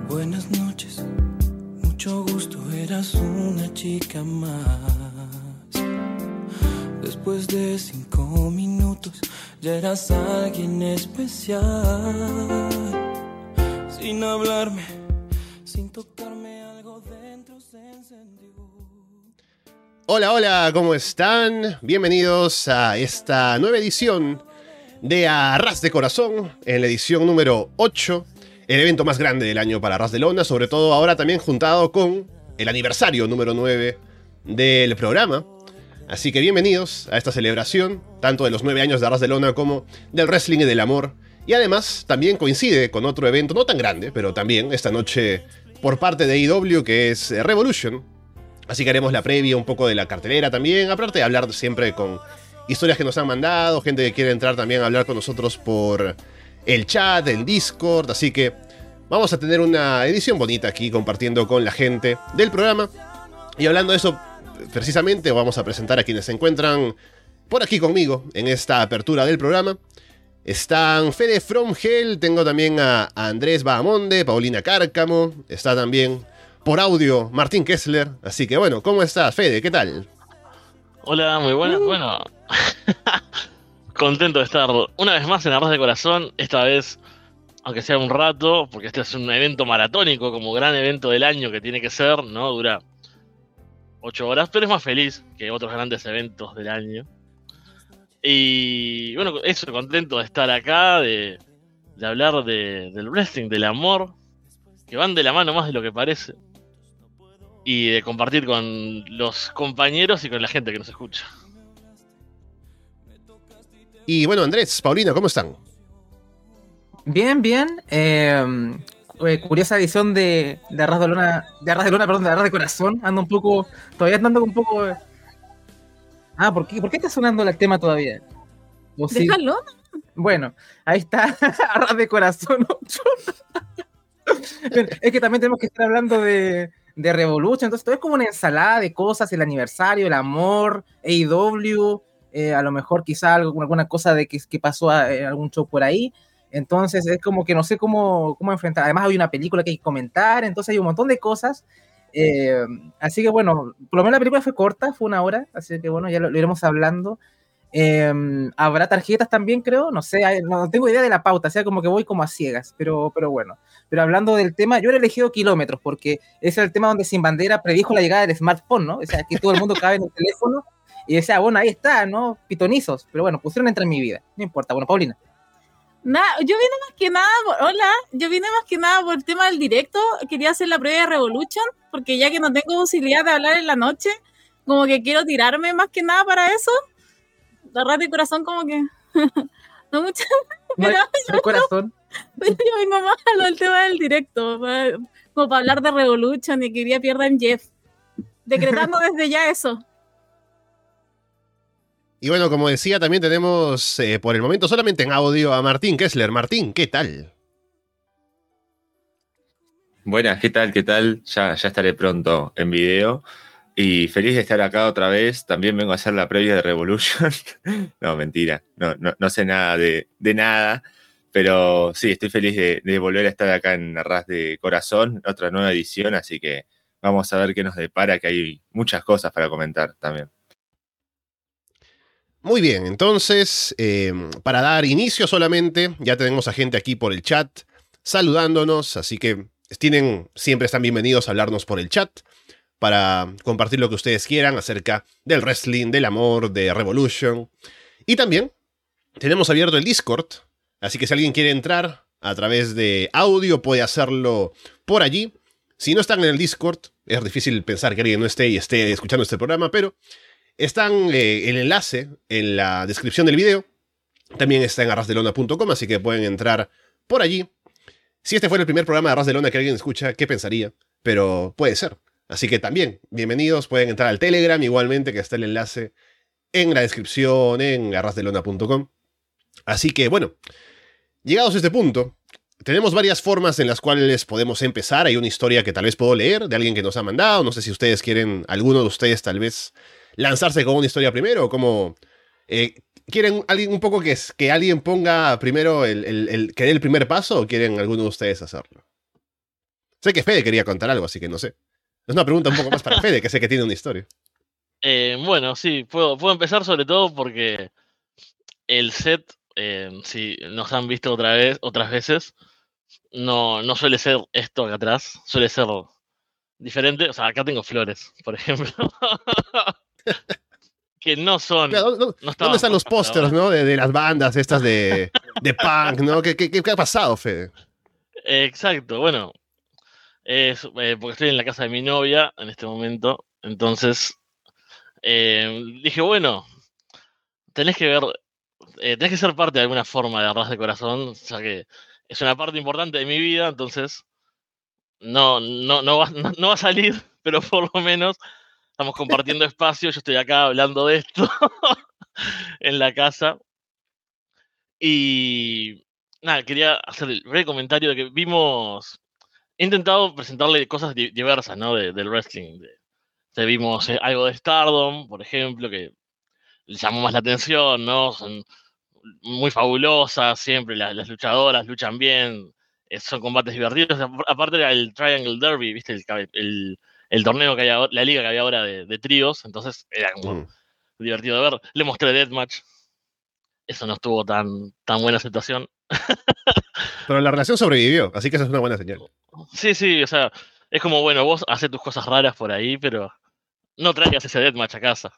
Buenas noches, mucho gusto, eras una chica más. Después de 5 minutos ya eras alguien especial. Sin hablarme, sin tocarme, algo dentro se encendió. Hola, hola, ¿cómo están? Bienvenidos a esta nueva edición de A Ras de Corazón, en la edición número 8, el evento más grande del año para Ras de Lona, sobre todo ahora también juntado con el aniversario número 9 del programa. Así que bienvenidos a esta celebración, tanto de los 9 años de Ras de Lona como del wrestling y del amor. Y además también coincide con otro evento, no tan grande, pero también esta noche por parte de AEW, que es Revolution. Así que haremos la previa un poco de la cartelera también, aparte de hablar siempre con historias que nos han mandado, gente que quiere entrar también a hablar con nosotros por el chat, el Discord. Así que vamos a tener una edición bonita aquí compartiendo con la gente del programa. Y hablando de eso, precisamente vamos a presentar a quienes se encuentran por aquí conmigo en esta apertura del programa. Están Fede From Hell, tengo también a Andrés Bahamonde, Paulina Cárcamo, está también por audio Martín Kessler. Así que bueno, ¿cómo estás, Fede? ¿Qué tal? Hola, muy buenas. Bueno, contento de estar una vez más en Arras de Corazón, esta vez, aunque sea un rato, porque este es un evento maratónico, como gran evento del año que tiene que ser, ¿no? Dura 8 horas, pero es más feliz que otros grandes eventos del año. Y bueno, eso, contento de estar acá, de hablar del wrestling, del amor, que van de la mano más de lo que parece, y de compartir con los compañeros y con la gente que nos escucha. Y bueno, Andrés, Paulina, ¿cómo están? Bien, bien. Curiosa edición de Arras de Lona, de Arras de Corazón. Ando un poco, todavía andando un poco. ¿Por qué está sonando el tema todavía? ¿O sí? Déjalo. Bueno, ahí está, Arras de Corazón 8. Es que también tenemos que estar hablando de Revolution, entonces todo es como una ensalada de cosas, el aniversario, el amor, AEW, a lo mejor quizá alguna cosa de que pasó en algún show por ahí. Entonces es como que no sé cómo enfrentar. Además hay una película que hay que comentar, entonces hay un montón de cosas. Así que bueno, por lo menos la película fue corta, fue 1 hora, así que bueno, ya lo iremos hablando. Habrá tarjetas también, creo, no sé, no tengo idea de la pauta, o sea, como que voy como a ciegas, pero bueno. Pero hablando del tema, yo he elegido Kilómetros, porque ese es el tema donde Sin Bandera predijo la llegada del smartphone, ¿no? O sea, que todo el mundo cabe en el teléfono, y decía, bueno, ahí está, ¿no? Pitonizos, pero bueno, pusieron Entra en mi vida, no importa. Bueno, Paulina. Yo vine más que nada por el tema del directo. Quería hacer la prueba de Revolution, porque ya que no tengo posibilidad de hablar en la noche, como que quiero tirarme más que nada para eso. La Ras de Corazón como que no mucho, pero no hay corazón. Yo vengo más a lo del tema del directo, como para hablar de Revolution y que quería pierdan Jeff, decretando desde ya eso. Y bueno, como decía, también tenemos por el momento solamente en audio a Martín Kessler. Martín, ¿qué tal? Buenas, ¿qué tal? ¿Qué tal? Ya estaré pronto en video. Y feliz de estar acá otra vez. También vengo a hacer la previa de Revolution. No, mentira. No sé nada de nada. Pero sí, estoy feliz de volver a estar acá en Arras de Corazón, otra nueva edición. Así que vamos a ver qué nos depara, que hay muchas cosas para comentar también. Muy bien, entonces, para dar inicio solamente, ya tenemos a gente aquí por el chat saludándonos, así que siempre están bienvenidos a hablarnos por el chat para compartir lo que ustedes quieran acerca del wrestling, del amor, de Revolution. Y también tenemos abierto el Discord, así que si alguien quiere entrar a través de audio puede hacerlo por allí. Si no están en el Discord, es difícil pensar que alguien no esté y esté escuchando este programa, pero están el enlace en la descripción del video. También está en arrasdelona.com, así que pueden entrar por allí. Si este fuera el primer programa de Arras de Lona que alguien escucha, ¿qué pensaría? Pero puede ser. Así que también, bienvenidos, pueden entrar al Telegram igualmente, que está el enlace en la descripción, en arrasdelona.com. Así que bueno, llegados a este punto, tenemos varias formas en las cuales podemos empezar. Hay una historia que tal vez puedo leer de alguien que nos ha mandado. No sé si ustedes quieren, alguno de ustedes tal vez, lanzarse con una historia primero, o como quieren alguien un poco que alguien ponga primero que dé el primer paso, o quieren alguno de ustedes hacerlo. Sé que Fede quería contar algo, así que no sé. Es una pregunta un poco más para Fede, que sé que tiene una historia. Bueno, sí, puedo empezar sobre todo porque el set, si nos han visto otras veces, no suele ser esto acá atrás, suele ser diferente. O sea, acá tengo flores, por ejemplo, que Claro, no ¿dónde estaban están los puestas para pósters, ahora. ¿no? De las bandas estas de punk, ¿no? ¿Qué ha pasado, Fede? Exacto, bueno, porque estoy en la casa de mi novia en este momento, entonces dije, bueno, tenés que ver, tenés que ser parte de alguna forma de Arras de Corazón, ya que es una parte importante de mi vida, entonces no va a salir, pero por lo menos estamos compartiendo espacio, yo estoy acá hablando de esto en la casa. Y nada, quería hacer el breve comentario de que he intentado presentarle cosas diversas, ¿no? Del wrestling. Vimos algo de Stardom, por ejemplo, que le llamó más la atención, ¿no? Son muy fabulosas, siempre las luchadoras luchan bien, son combates divertidos. Aparte era el Triangle Derby, ¿viste? El torneo que hay ahora, la liga que había ahora de tríos, entonces era como Mm. divertido de ver. Le mostré Deathmatch, eso no estuvo tan buena aceptación. Pero la relación sobrevivió, así que eso es una buena señal. Sí, o sea, es como, bueno, vos haces tus cosas raras por ahí, pero no traigas ese Deathmatch a casa.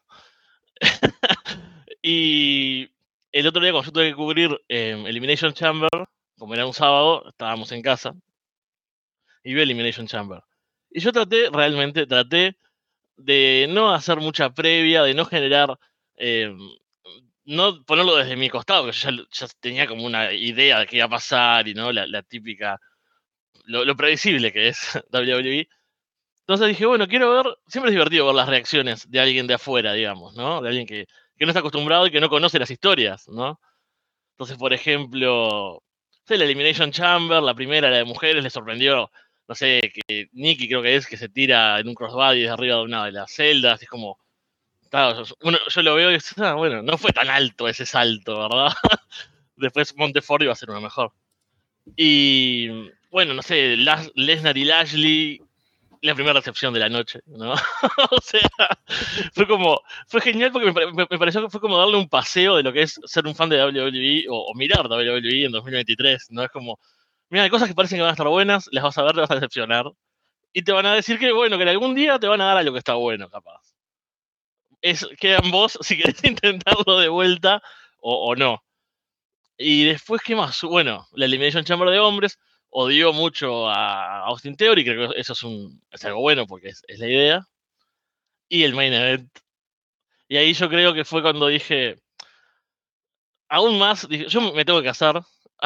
Y el otro día, cuando yo tuve que cubrir Elimination Chamber, como era un sábado, estábamos en casa y vi Elimination Chamber. Y yo traté de no hacer mucha previa, de no generar, eh, no ponerlo desde mi costado, que yo ya tenía como una idea de qué iba a pasar y no la típica, lo predecible que es WWE. Entonces dije, bueno, quiero ver, siempre es divertido ver las reacciones de alguien de afuera, digamos, ¿no? De alguien que no está acostumbrado y que no conoce las historias, ¿no? Entonces, por ejemplo, sé, la Elimination Chamber, la primera, la de mujeres, le sorprendió, no sé, que Nikki creo que es, que se tira en un crossbody desde arriba de una de las celdas, es como, claro, yo lo veo y digo, bueno, no fue tan alto ese salto, ¿verdad? Después Montefort iba a ser uno mejor. Y, bueno, no sé, Lesnar y Lashley, la primera recepción de la noche, ¿no? O sea, fue genial porque me pareció que fue como darle un paseo de lo que es ser un fan de WWE o mirar WWE en 2023, ¿no? Es como, mira, hay cosas que parecen que van a estar buenas, las vas a ver, te vas a decepcionar, y te van a decir que, bueno, que en algún día te van a dar algo que está bueno, capaz. Queda en vos si querés intentarlo de vuelta o no. Y después, ¿qué más? Bueno, la Elimination Chamber de hombres, odió mucho a Austin Theory, creo que eso es algo bueno porque es la idea. Y el main event. Y ahí yo creo que fue cuando dije, aún más, dije, yo me tengo que casar.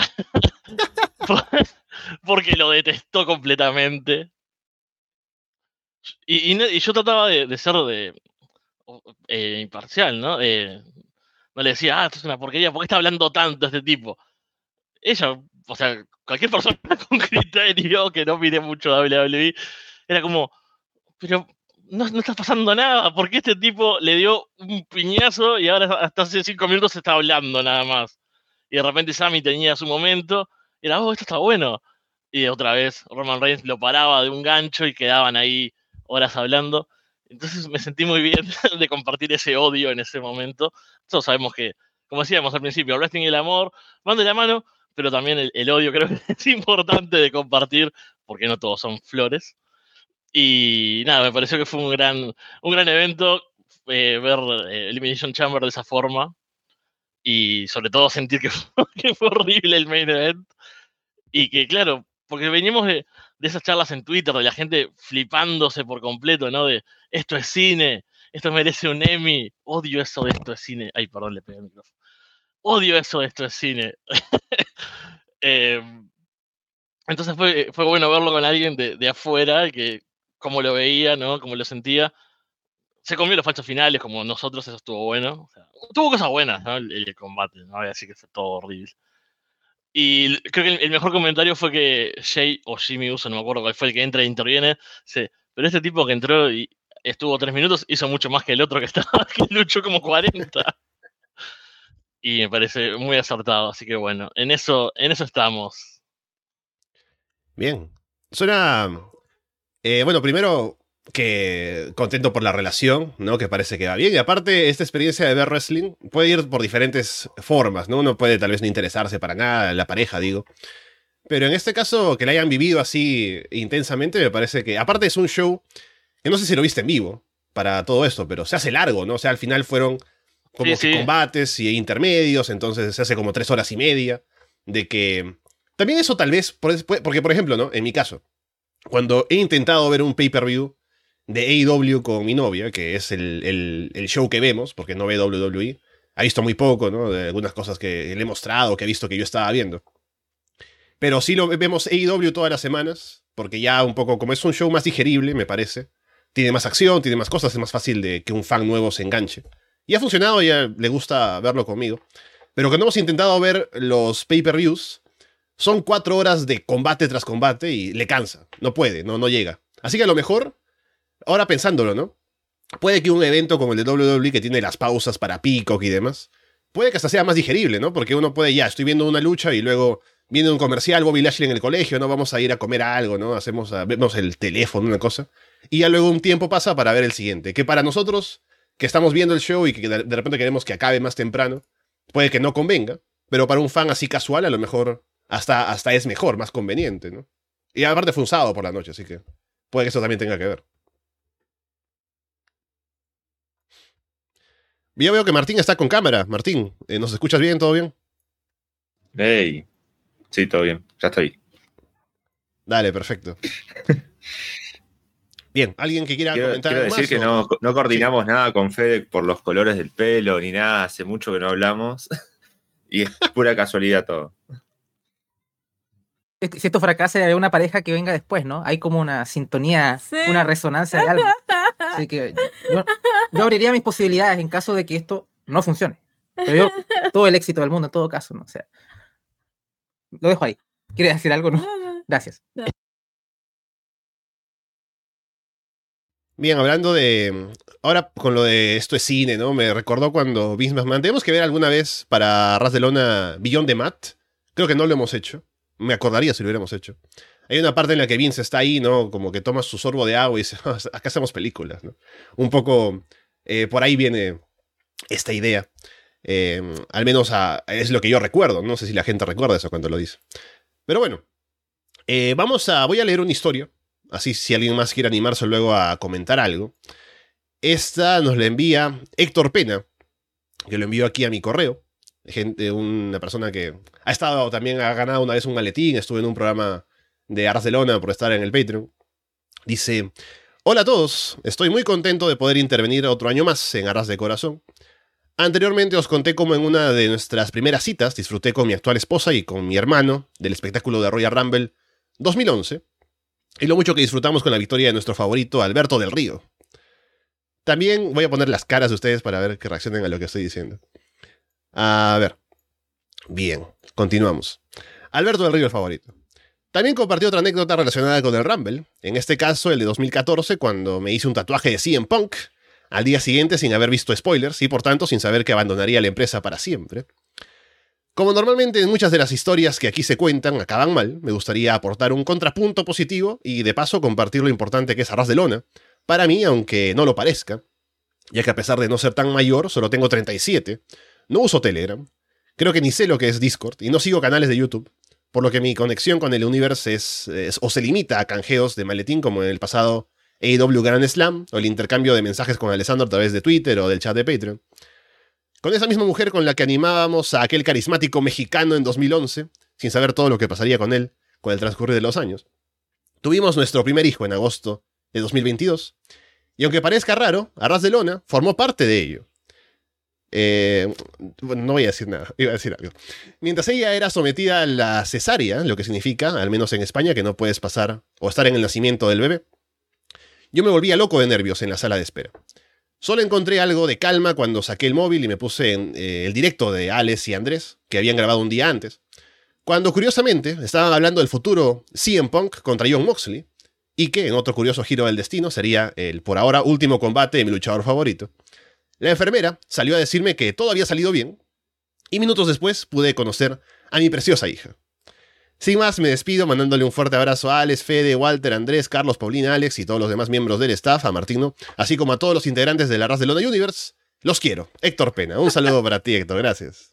Porque lo detestó completamente. Y yo trataba de ser imparcial, ¿no? No le decía, esto es una porquería, ¿por qué está hablando tanto este tipo? Ella, o sea, cualquier persona con criterio que no mire mucho WWE, era como, pero no está pasando nada, porque este tipo le dio un piñazo y ahora hasta hace 5 minutos se está hablando nada más. Y de repente Sammy tenía su momento, y era, esto está bueno. Y otra vez Roman Reigns lo paraba de un gancho y quedaban ahí horas hablando. Entonces me sentí muy bien de compartir ese odio en ese momento. Todos sabemos que, como decíamos al principio, el wrestling y el amor van de la mano, pero también el odio creo que es importante de compartir, porque no todos son flores. Y nada, me pareció que fue un gran evento ver Elimination Chamber de esa forma. Y sobre todo sentir que fue horrible el main event. Y que, claro, porque veníamos de esas charlas en Twitter, de la gente flipándose por completo, ¿no? De esto es cine, esto merece un Emmy. Odio eso de esto es cine. Ay, perdón, le pegué el micrófono. Odio eso de esto es cine. eh, entonces fue bueno verlo con alguien de afuera, que como lo veía, ¿no? Como lo sentía. Se comió los falsos finales, como nosotros, eso estuvo bueno. O sea, tuvo cosas buenas, ¿no? El combate, no voy a decir que fue todo horrible. Y creo que el mejor comentario fue que Jay o Jimmy Uso, no me acuerdo cuál fue el que entra e interviene, dice, pero este tipo que entró y estuvo 3 minutos hizo mucho más que el otro que estaba, que luchó como 40. Y me parece muy acertado, así que bueno, en eso estamos. Bien. Suena... bueno, primero que contento por la relación, ¿no? Que parece que va bien. Y aparte, esta experiencia de ver wrestling puede ir por diferentes formas, ¿no? Uno puede tal vez no interesarse para nada, la pareja, digo. Pero en este caso, que la hayan vivido así intensamente, me parece que... Aparte es un show, que no sé si lo viste en vivo, para todo esto, pero se hace largo, ¿no? O sea, al final fueron como Sí, que sí. combates y intermedios, entonces se hace como 3 horas y media. De que... También eso tal vez... Porque, por ejemplo, ¿no? En mi caso, cuando he intentado ver un pay-per-view de AEW con mi novia, que es el show que vemos, porque no ve WWE, ha visto muy poco, ¿no? De algunas cosas que le he mostrado, que ha visto que yo estaba viendo. Pero sí lo vemos AEW todas las semanas, porque ya un poco, como es un show más digerible, me parece, tiene más acción, tiene más cosas, es más fácil de que un fan nuevo se enganche. Y ha funcionado, ya le gusta verlo conmigo. Pero cuando hemos intentado ver los pay-per-views, son 4 horas de combate tras combate y le cansa, no puede, no llega. Así que a lo mejor, ahora pensándolo, ¿no? Puede que un evento como el de WWE, que tiene las pausas para Peacock y demás, puede que hasta sea más digerible, ¿no? Porque uno puede, ya, estoy viendo una lucha y luego viene un comercial, Bobby Lashley en el colegio, ¿no? Vamos a ir a comer algo, ¿no? Vemos el teléfono, una cosa. Y ya luego un tiempo pasa para ver el siguiente. Que para nosotros, que estamos viendo el show y que de repente queremos que acabe más temprano, puede que no convenga. Pero para un fan así casual, a lo mejor hasta es mejor, más conveniente, ¿no? Y aparte fue un sábado por la noche, así que puede que eso también tenga que ver. Ya veo que Martín está con cámara. Martín, ¿nos escuchas bien? ¿Todo bien? Hey, sí, todo bien, ya estoy. Dale, perfecto. Bien, ¿alguien que quiera comentar Quiero algo decir más, que no coordinamos nada con Fede por los colores del pelo ni nada, hace mucho que no hablamos y es pura casualidad todo. Si esto fracasa, hay una pareja que venga después, ¿no? Hay como una sintonía, Sí. una resonancia de algo. Así que yo abriría mis posibilidades en caso de que esto no funcione. Pero yo, todo el éxito del mundo en todo caso, ¿no? O sea, lo dejo ahí. ¿Quieres decir algo, no? Gracias. Bien, hablando de... Ahora con lo de esto es cine, ¿no? Me recordó cuando Vince McMahon... Tenemos que ver alguna vez para Ras de Lona Beyond the Mat. Creo que no lo hemos hecho. Me acordaría si lo hubiéramos hecho. Hay una parte en la que Vince está ahí, ¿no? Como que toma su sorbo de agua y dice, acá hacemos películas, ¿no? Un poco... por ahí viene esta idea. Al menos es lo que yo recuerdo. No sé si la gente recuerda eso cuando lo dice. Pero bueno. Voy a leer una historia. Así si alguien más quiere animarse luego a comentar algo. Esta nos la envía Héctor Pena, que lo envió aquí a mi correo. Una persona que ha ganado una vez un maletín, estuvo en un programa de Ars de Lona por estar en el Patreon. Dice, hola a todos, estoy muy contento de poder intervenir otro año más en Arras de Corazón. Anteriormente os conté cómo en una de nuestras primeras citas disfruté con mi actual esposa y con mi hermano del espectáculo de Royal Rumble 2011. Y lo mucho que disfrutamos con la victoria de nuestro favorito, Alberto del Río. También voy a poner las caras de ustedes para ver que reaccionen a lo que estoy diciendo. A ver. Bien, continuamos. Alberto del Río, el favorito. También compartí otra anécdota relacionada con el Rumble. En este caso, el de 2014, cuando me hice un tatuaje de CM Punk. Al día siguiente, sin haber visto spoilers y, por tanto, sin saber que abandonaría la empresa para siempre. Como normalmente en muchas de las historias que aquí se cuentan acaban mal, me gustaría aportar un contrapunto positivo y de paso compartir lo importante que es Arras de Lona, para mí, aunque no lo parezca, ya que a pesar de no ser tan mayor, solo tengo 37, no uso Telegram, creo que ni sé lo que es Discord y no sigo canales de YouTube, por lo que mi conexión con el universo o se limita a canjeos de maletín como en el pasado AEW Grand Slam o el intercambio de mensajes con Alessandro a través de Twitter o del chat de Patreon. Con esa misma mujer con la que animábamos a aquel carismático mexicano en 2011, sin saber todo lo que pasaría con él con el transcurrir de los años. Tuvimos nuestro primer hijo en agosto de 2022, y aunque parezca raro, Arras de Lona formó parte de ello. Bueno, no voy a decir nada, iba a decir algo. Mientras ella era sometida a la cesárea, lo que significa, al menos en España, que no puedes pasar o estar en el nacimiento del bebé, yo me volvía loco de nervios en la sala de espera. Solo encontré algo de calma cuando saqué el móvil y me puse en el directo de Alex y Andrés, que habían grabado un día antes, cuando curiosamente estaban hablando del futuro CM Punk contra Jon Moxley, y que, en otro curioso giro del destino, sería el, por ahora, último combate de mi luchador favorito. La enfermera salió a decirme que todo había salido bien, y minutos después pude conocer a mi preciosa hija. Sin más, me despido mandándole un fuerte abrazo a Alex, Fede, Walter, Andrés, Carlos, Paulina, Alex y todos los demás miembros del staff, a Martino, así como a todos los integrantes de la Ras de Lona Universe. Los quiero. Héctor Pena. Un saludo para ti, Héctor. Gracias.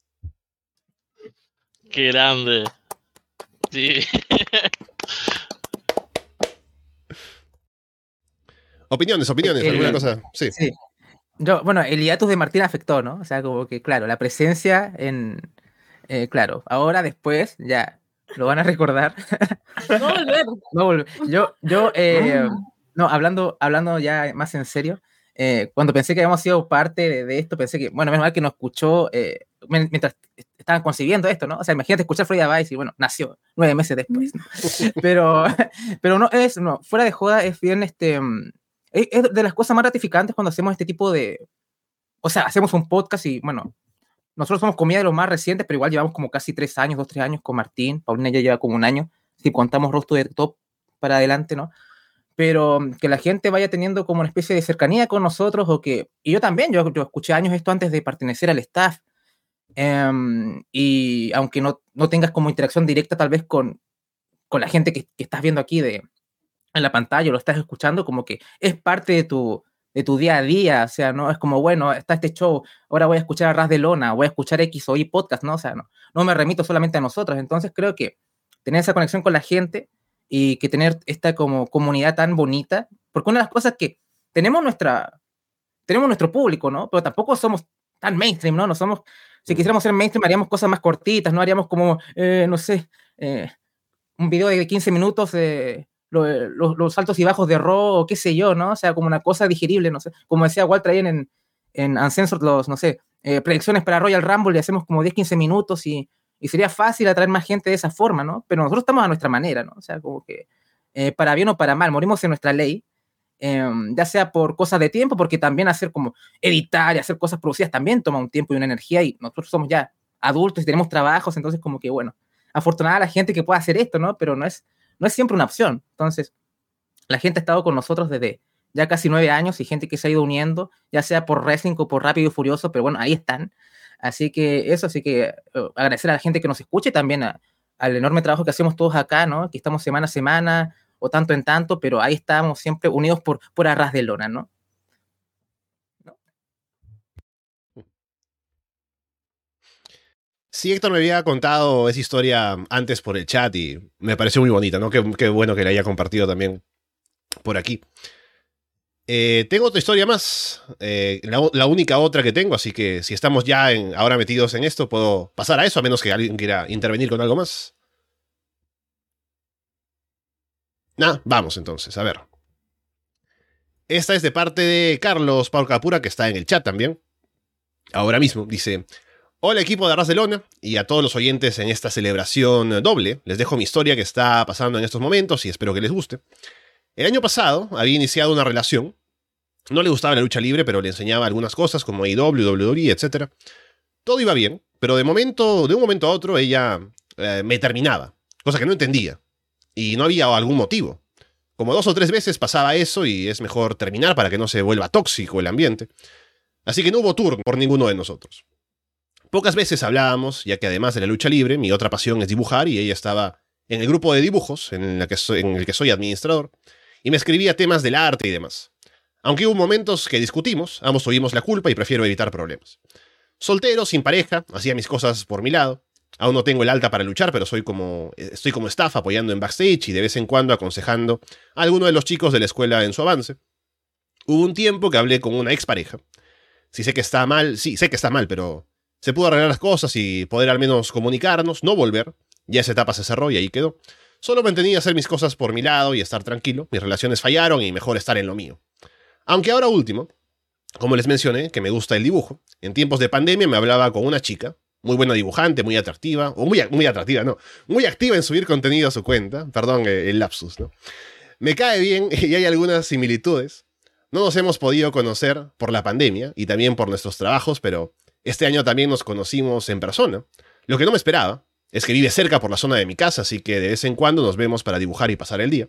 Qué grande. Sí. Opiniones, alguna cosa. Sí. Sí. Bueno, el hiatus de Martín afectó, ¿no? O sea, como que, claro, la presencia en... claro, ahora, después, ya, lo van a recordar. No volver. No, no, hablando ya más en serio, cuando pensé que habíamos sido parte de esto, pensé que, bueno, menos mal que nos escuchó mientras estaban concibiendo esto, ¿no? O sea, imagínate escuchar Florida Vice y, bueno, nació 9 meses después, ¿no? pero no, fuera de joda, es bien, es de las cosas más gratificantes cuando hacemos este tipo de, o sea, hacemos un podcast y, bueno, nosotros somos comida de los más recientes, pero igual llevamos como casi 3 años con Martín. Paulina ya lleva como 1 año, si contamos rostro de top para adelante, ¿no? Pero que la gente vaya teniendo como una especie de cercanía con nosotros, y yo también, yo escuché años esto antes de pertenecer al staff, y aunque no tengas como interacción directa tal vez con la gente que estás viendo aquí en la pantalla o lo estás escuchando, como que es parte de tu día a día, o sea, no es como, bueno, está este show, ahora voy a escuchar a Ras de Lona, voy a escuchar X o Y podcast, ¿no? O sea, no me remito solamente a nosotros, entonces creo que tener esa conexión con la gente y que tener esta como comunidad tan bonita, porque una de las cosas que tenemos nuestro público, ¿no? Pero tampoco somos tan mainstream, ¿no? No somos, si quisiéramos ser mainstream haríamos cosas más cortitas, no haríamos como, no sé, un video de 15 minutos los altos y bajos de Raw o qué sé yo, ¿no? O sea, como una cosa digerible, no sé. Como decía Walter ahí en Uncensored, no sé, predicciones para Royal Rumble y hacemos como 10-15 minutos y sería fácil atraer más gente de esa forma, ¿no? Pero nosotros estamos a nuestra manera, ¿no? O sea, como que para bien o para mal, morimos en nuestra ley, ya sea por cosas de tiempo, porque también hacer como editar y hacer cosas producidas también toma un tiempo y una energía y nosotros somos ya adultos y tenemos trabajos, entonces como que, bueno, afortunada la gente que pueda hacer esto, ¿no? Pero no es siempre una opción. Entonces, la gente ha estado con nosotros desde ya casi 9 años y gente que se ha ido uniendo, ya sea por wrestling o por Rápido y Furioso, pero bueno, ahí están. Así que agradecer a la gente que nos escuche y también al enorme trabajo que hacemos todos acá, ¿no? Que estamos semana a semana o tanto en tanto, pero ahí estamos siempre unidos por a ras de lona, ¿no? Sí, Héctor me había contado esa historia antes por el chat y me pareció muy bonita, ¿no? Qué bueno que la haya compartido también por aquí. Tengo otra historia más, la única otra que tengo, así que si estamos ya ahora metidos en esto, puedo pasar a eso, a menos que alguien quiera intervenir con algo más. Vamos entonces, a ver. Esta es de parte de Carlos Paul Capura, que está en el chat también. Ahora mismo, dice: hola equipo de Ras de Lona y a todos los oyentes en esta celebración doble. Les dejo mi historia que está pasando en estos momentos y espero que les guste. El año pasado había iniciado una relación. No le gustaba la lucha libre, pero le enseñaba algunas cosas como AEW, WWE, etc. Todo iba bien, pero de un momento a otro ella me terminaba, cosa que no entendía. Y no había algún motivo. Como 2 o 3 veces pasaba eso y es mejor terminar para que no se vuelva tóxico el ambiente. Así que no hubo turno por ninguno de nosotros. Pocas veces hablábamos, ya que además de la lucha libre, mi otra pasión es dibujar y ella estaba en el grupo de dibujos en el que soy administrador y me escribía temas del arte y demás. Aunque hubo momentos que discutimos, ambos tuvimos la culpa y prefiero evitar problemas. Soltero, sin pareja, hacía mis cosas por mi lado. Aún no tengo el alta para luchar, pero estoy como staff apoyando en backstage y de vez en cuando aconsejando a alguno de los chicos de la escuela en su avance. Hubo un tiempo que hablé con una expareja. Sí, sé que está mal, pero se pudo arreglar las cosas y poder al menos comunicarnos, no volver. Ya esa etapa se cerró y ahí quedó. Solo mantenía hacer mis cosas por mi lado y estar tranquilo. Mis relaciones fallaron y mejor estar en lo mío. Aunque ahora último, como les mencioné, que me gusta el dibujo, en tiempos de pandemia me hablaba con una chica, muy buena dibujante, muy atractiva, o muy atractiva, no, muy activa en subir contenido a su cuenta, perdón el lapsus, ¿no? Me cae bien y hay algunas similitudes. No nos hemos podido conocer por la pandemia y también por nuestros trabajos, pero este año también nos conocimos en persona. Lo que no me esperaba es que vive cerca por la zona de mi casa, así que de vez en cuando nos vemos para dibujar y pasar el día.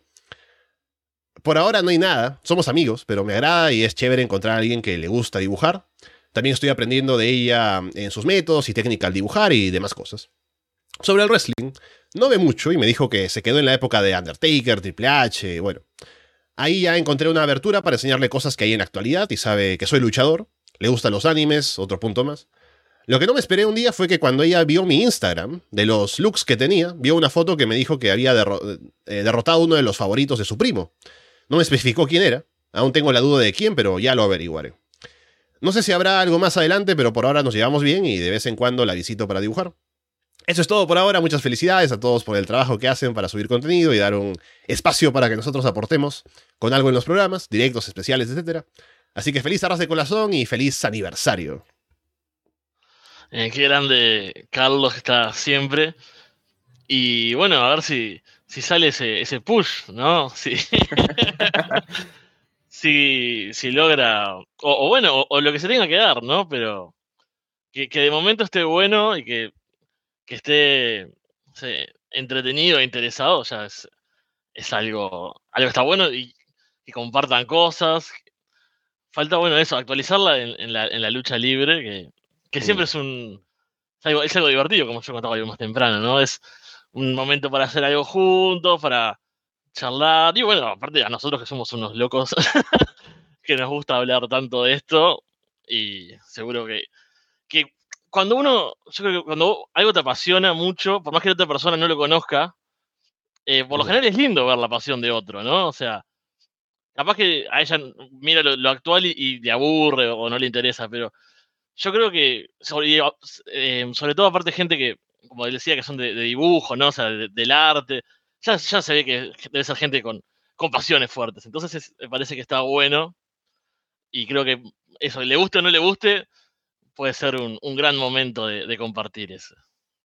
Por ahora no hay nada, somos amigos, pero me agrada y es chévere encontrar a alguien que le gusta dibujar. También estoy aprendiendo de ella en sus métodos y técnica al dibujar y demás cosas. Sobre el wrestling, no ve mucho y me dijo que se quedó en la época de Undertaker, Triple H, bueno. Ahí ya encontré una abertura para enseñarle cosas que hay en la actualidad y sabe que soy luchador, le gustan los animes, otro punto más. Lo que no me esperé un día fue que cuando ella vio mi Instagram, de los looks que tenía, vio una foto que me dijo que había derrotado a uno de los favoritos de su primo. No me especificó quién era, aún tengo la duda de quién, pero ya lo averiguaré. No sé si habrá algo más adelante, pero por ahora nos llevamos bien y de vez en cuando la visito para dibujar. Eso es todo por ahora, muchas felicidades a todos por el trabajo que hacen para subir contenido y dar un espacio para que nosotros aportemos con algo en los programas, directos, especiales, etc. Así que feliz arras de corazón y feliz aniversario. Qué grande Carlos que está siempre. Y bueno, a ver si sale ese push, ¿no? Si logra, o bueno, o lo que se tenga que dar, ¿no? Pero que de momento esté bueno y que esté entretenido e interesado, ya es algo que está bueno y que compartan cosas. Falta, bueno, eso, actualizarla en la lucha libre, que siempre es algo divertido, como yo contaba yo más temprano, ¿no? Es un momento para hacer algo juntos, para charlar. Y bueno, aparte a nosotros que somos unos locos que nos gusta hablar tanto de esto, y seguro que yo creo que cuando algo te apasiona mucho, por más que otra persona no lo conozca, por lo general es lindo ver la pasión de otro, ¿no? O sea, capaz que a ella mira lo actual y le aburre o no le interesa, pero yo creo que, sobre todo aparte gente que, como decía, que son de dibujo, ¿no? O sea, del arte, ya se ve que debe ser gente con pasiones fuertes. Entonces me parece que está bueno y creo que eso, le guste o no le guste, puede ser un gran momento de compartir eso.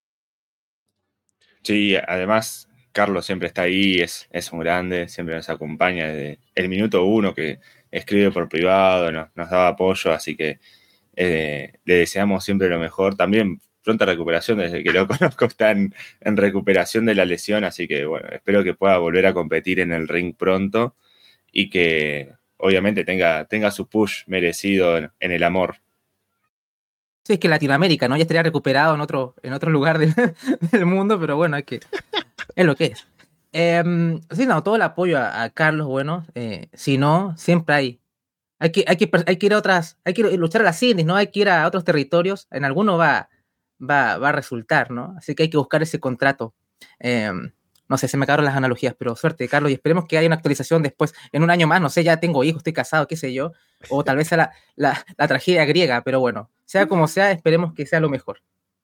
Sí, además, Carlos siempre está ahí, es un grande, siempre nos acompaña desde el minuto uno que escribe por privado, nos da apoyo, así que le deseamos siempre lo mejor. También pronta recuperación, desde que lo conozco está en recuperación de la lesión, así que bueno, espero que pueda volver a competir en el ring pronto y que obviamente tenga su push merecido en el amor. Sí, es que Latinoamérica, ¿no? Ya estaría recuperado en otro lugar del mundo, pero bueno, es lo que es. Sí, no, todo el apoyo a Carlos, bueno, si no, siempre hay que ir a hay que luchar a las indies, ¿no? Hay que ir a otros territorios, en alguno va a resultar, ¿no? Así que hay que buscar ese contrato. No sé, se me acabaron las analogías, pero suerte, Carlos, y esperemos que haya una actualización después, en un año más, no sé, ya tengo hijos, estoy casado, qué sé yo, o tal vez sea la tragedia griega, pero bueno, sea como sea, esperemos que sea lo mejor.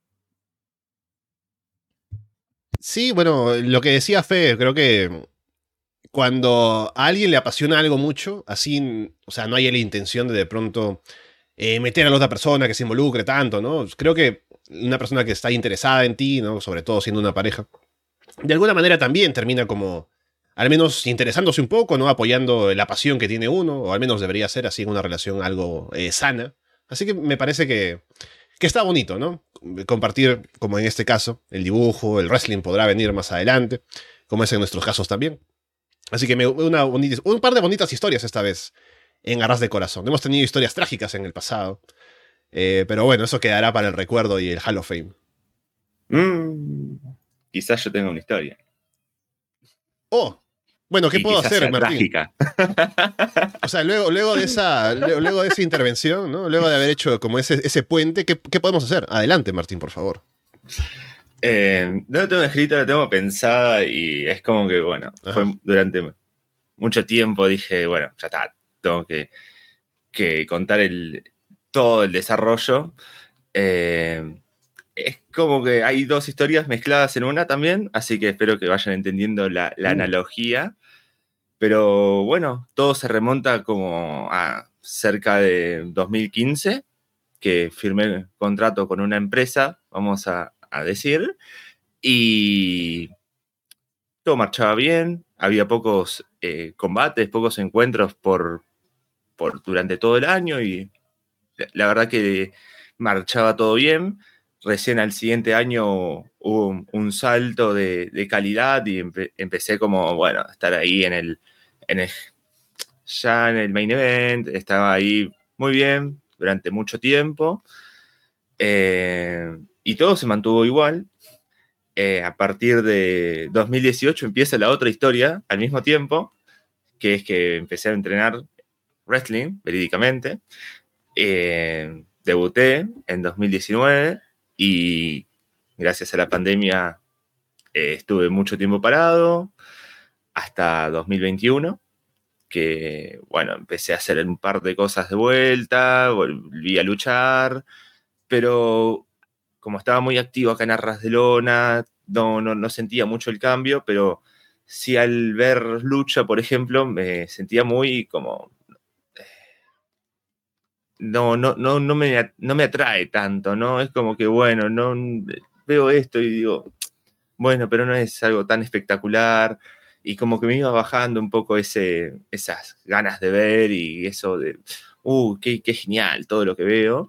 Sí, bueno, lo que decía Fe, creo que cuando a alguien le apasiona algo mucho, así, o sea, no hay la intención de pronto meter a la otra persona que se involucre tanto, ¿no? Creo que una persona que está interesada en ti, ¿no? Sobre todo siendo una pareja, de alguna manera también termina como, al menos interesándose un poco, ¿no? Apoyando la pasión que tiene uno, o al menos debería ser así en una relación algo sana. Así que me parece que está bonito, ¿no? Compartir, como en este caso, el dibujo, el wrestling podrá venir más adelante, como es en nuestros casos también. Así que un par de bonitas historias esta vez en Arras de Corazón. Hemos tenido historias trágicas en el pasado, pero bueno, eso quedará para el recuerdo y el Hall of Fame. Quizás yo tenga una historia. Oh, bueno, ¿qué puedo hacer, Martín? Trágica. O sea, luego de esa intervención, ¿no? Luego de haber hecho como ese puente, ¿qué podemos hacer? Adelante, Martín, por favor. No lo tengo escrito, lo tengo pensada y es como que, bueno, fue durante mucho tiempo dije, bueno, ya está, tengo que contar todo el desarrollo. Es como que hay dos historias mezcladas en una también, así que espero que vayan entendiendo la analogía. Pero bueno, todo se remonta como a cerca de 2015, que firmé el contrato con una empresa, vamos a decir, y todo marchaba bien, había pocos combates, pocos encuentros durante todo el año y la verdad que marchaba todo bien. Recién al siguiente año hubo un salto de calidad y empecé como, bueno, a estar ahí ya en el main event, estaba ahí muy bien durante mucho tiempo y todo se mantuvo igual. A partir de 2018 empieza la otra historia al mismo tiempo, que es que empecé a entrenar wrestling verídicamente. Debuté en 2019 y gracias a la pandemia estuve mucho tiempo parado hasta 2021, que bueno, empecé a hacer un par de cosas de vuelta, volví a luchar, pero como estaba muy activo acá en Arras de Lona, no sentía mucho el cambio, pero sí al ver lucha, por ejemplo, me sentía muy como... no me atrae tanto, ¿no? Es como que, bueno, no veo esto y digo, bueno, pero no es algo tan espectacular. Y como que me iba bajando un poco esas ganas de ver y eso de, qué genial todo lo que veo.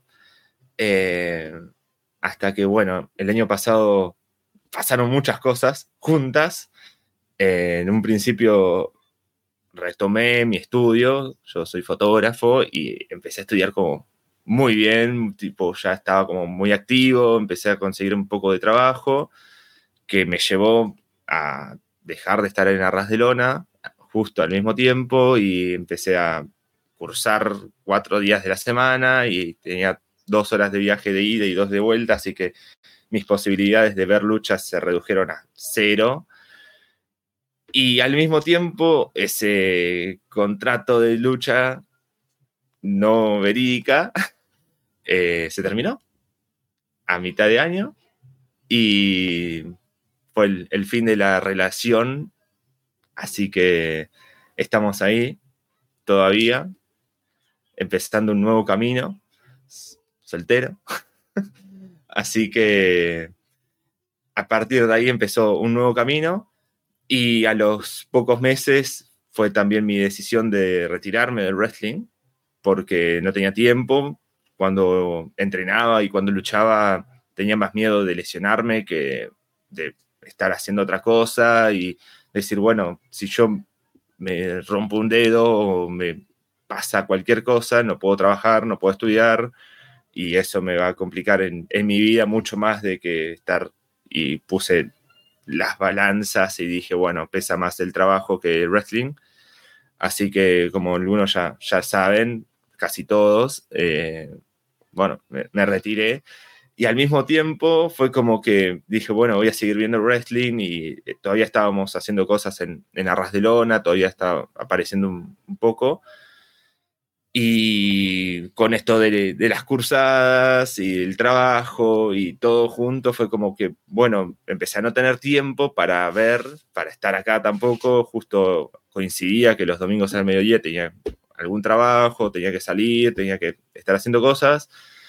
Hasta que, bueno, el año pasado pasaron muchas cosas juntas. En un principio retomé mi estudio, yo soy fotógrafo y empecé a estudiar como muy bien, tipo ya estaba como muy activo, empecé a conseguir un poco de trabajo que me llevó a dejar de estar en Arras de Lona justo al mismo tiempo y empecé a cursar 4 días de la semana y tenía 2 horas de viaje de ida y 2 de vuelta, así que mis posibilidades de ver luchas se redujeron a 0. Y al mismo tiempo, ese contrato de lucha no verídica se terminó a mitad de año y fue el fin de la relación. Así que estamos ahí todavía, empezando un nuevo camino, soltero. Así que a partir de ahí empezó un nuevo camino. Y a los pocos meses fue también mi decisión de retirarme del wrestling, porque no tenía tiempo. Cuando entrenaba y cuando luchaba tenía más miedo de lesionarme que de estar haciendo otra cosa y decir, bueno, si yo me rompo un dedo o me pasa cualquier cosa, no puedo trabajar, no puedo estudiar y eso me va a complicar en mi vida mucho más de que estar. Y puse las balanzas y dije, bueno, pesa más el trabajo que el wrestling. Así que, como algunos ya saben, casi todos, bueno, me retiré. Y al mismo tiempo fue como que dije, bueno, voy a seguir viendo wrestling y todavía estábamos haciendo cosas en Arras de Lona, todavía estaba apareciendo un poco. Y con esto de las cursadas y el trabajo y todo junto fue como que, bueno, empecé a no tener tiempo para ver, para estar acá tampoco. Justo coincidía que los domingos al mediodía tenía algún trabajo, tenía que salir, tenía que estar haciendo cosas.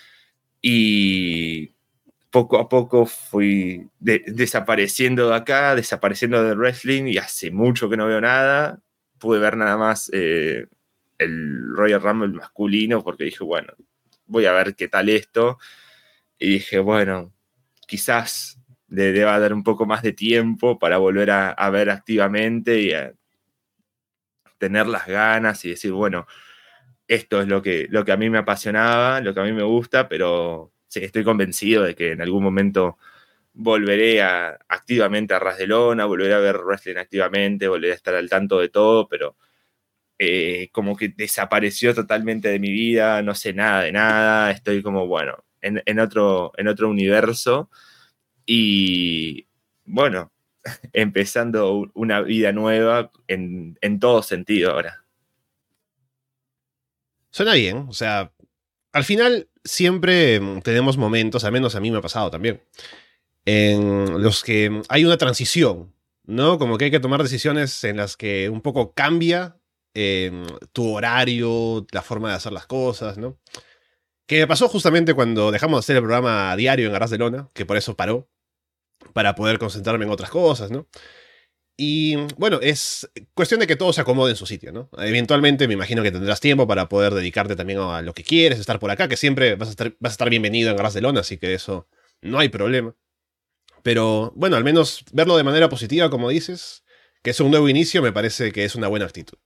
Y poco a poco fui desapareciendo de acá, desapareciendo del wrestling y hace mucho que no veo nada. Pude ver nada más... el Royal Rumble masculino porque dije, bueno, voy a ver qué tal esto y dije, bueno, quizás le deba dar un poco más de tiempo para volver a ver activamente y a tener las ganas y decir, bueno, esto es lo que a mí me apasionaba, lo que a mí me gusta, pero sí, estoy convencido de que en algún momento volveré activamente a Ras de Lona, volveré a ver wrestling activamente, volveré a estar al tanto de todo, pero como que desapareció totalmente de mi vida, no sé nada de nada, estoy como, bueno, en otro universo y, bueno, empezando una vida nueva en todo sentido ahora. Suena bien, o sea, al final siempre tenemos momentos, al menos a mí me ha pasado también, en los que hay una transición, ¿no? Como que hay que tomar decisiones en las que un poco cambia tu horario, la forma de hacer las cosas, ¿no? Que me pasó justamente cuando dejamos de hacer el programa diario en Arras de Lona, que por eso paró, para poder concentrarme en otras cosas, ¿no? Y bueno, es cuestión de que todo se acomode en su sitio, ¿no? Eventualmente me imagino que tendrás tiempo para poder dedicarte también a lo que quieres, estar por acá, que siempre vas a estar bienvenido en Arras de Lona, así que eso no hay problema. Pero bueno, al menos verlo de manera positiva, como dices, que es un nuevo inicio, me parece que es una buena actitud.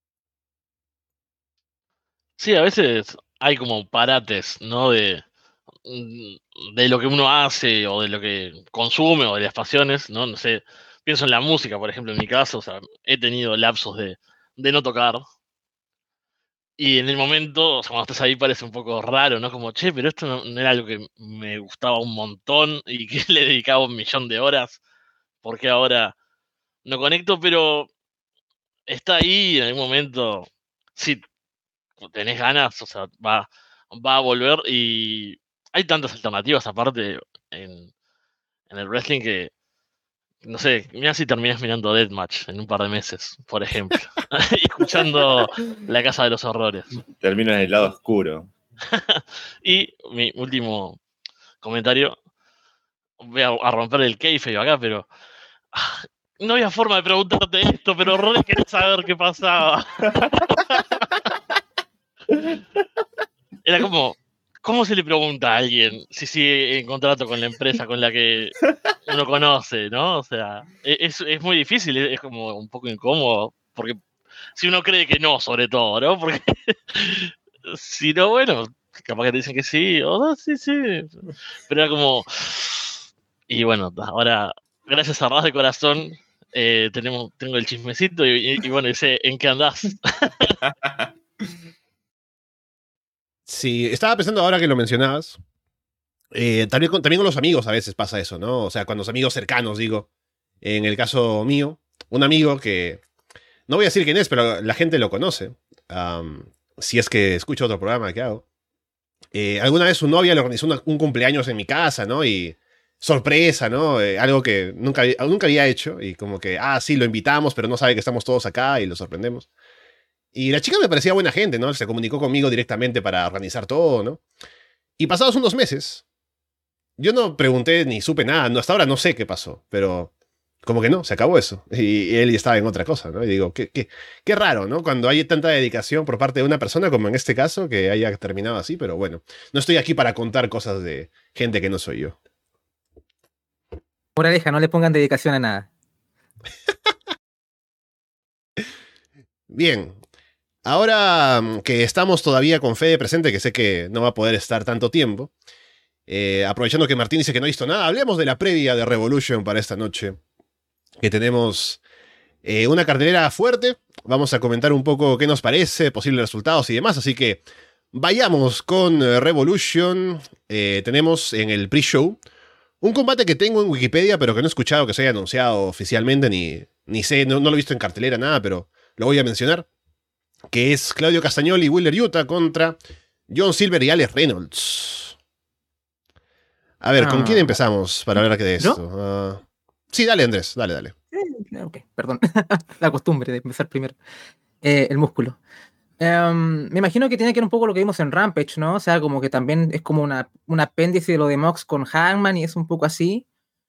Sí, a veces hay como parates, ¿no? De de lo que uno hace o de lo que consume o de las pasiones, ¿no? No sé, pienso en la música, por ejemplo, en mi caso, o sea, he tenido lapsos de no tocar. Y en el momento, o sea, cuando estás ahí parece un poco raro, ¿no? Como, che, pero esto no era algo que me gustaba un montón y que le dedicaba 1.000.000 de horas. ¿Por qué ahora no conecto? Pero está ahí en algún momento. Si tenés ganas, o sea, va a volver y hay tantas alternativas aparte en el wrestling que, no sé, mira si terminas mirando Deathmatch en un par de meses, por ejemplo, y escuchando La Casa de los Horrores. Termino en el lado oscuro. Y mi último comentario, voy a romper el kayfabe acá, pero no había forma de preguntarte esto, pero re querés saber qué pasaba. Era como, ¿cómo se le pregunta a alguien si sigue en contrato con la empresa con la que uno conoce, ¿no? O sea, es muy difícil, es como un poco incómodo, porque si uno cree que no, sobre todo, ¿no? Porque si no, bueno, capaz que te dicen que sí, o no, sí, sí. Pero era como... Y bueno, ahora, gracias a Ras de Corazón, tengo el chismecito y bueno, sé en qué andás. Sí, estaba pensando ahora que lo mencionabas. También con los amigos a veces pasa eso, ¿no? O sea, con los amigos cercanos, digo. En el caso mío, un amigo que... No voy a decir quién es, pero la gente lo conoce. Si es que escucho otro programa que hago. Alguna vez su novia le organizó un cumpleaños en mi casa, ¿no? Y sorpresa, ¿no? Algo que nunca había hecho. Y como que, sí, lo invitamos, pero no sabe que estamos todos acá y lo sorprendemos. Y la chica me parecía buena gente, ¿no? Se comunicó conmigo directamente para organizar todo, ¿no? Y pasados unos meses, yo no pregunté ni supe nada, no, hasta ahora no sé qué pasó, pero como que no, se acabó eso. Y él estaba en otra cosa, ¿no? Y digo, qué raro, ¿no? Cuando hay tanta dedicación por parte de una persona, como en este caso, que haya terminado así, pero bueno, no estoy aquí para contar cosas de gente que no soy yo. Moraleja, no le pongan dedicación a nada. Bien. Ahora que estamos todavía con Fede presente, que sé que no va a poder estar tanto tiempo, aprovechando que Martín dice que no ha visto nada, hablemos de la previa de Revolution para esta noche, que tenemos una cartelera fuerte. Vamos a comentar un poco qué nos parece, posibles resultados y demás, así que vayamos con Revolution. Tenemos en el pre-show un combate que tengo en Wikipedia, pero que no he escuchado que se haya anunciado oficialmente, ni sé, no lo he visto en cartelera, nada, pero lo voy a mencionar, que es Claudio Castagnoli y Wheeler Yuta contra John Silver y Alex Reynolds. A ver, ¿con quién empezamos para hablar de esto? Sí, dale, Andrés, dale. Ok, perdón. La costumbre de empezar primero. El músculo. Me imagino que tiene que ver un poco lo que vimos en Rampage, ¿no? O sea, como que también es como un apéndice de lo de Mox con Hangman y es un poco así.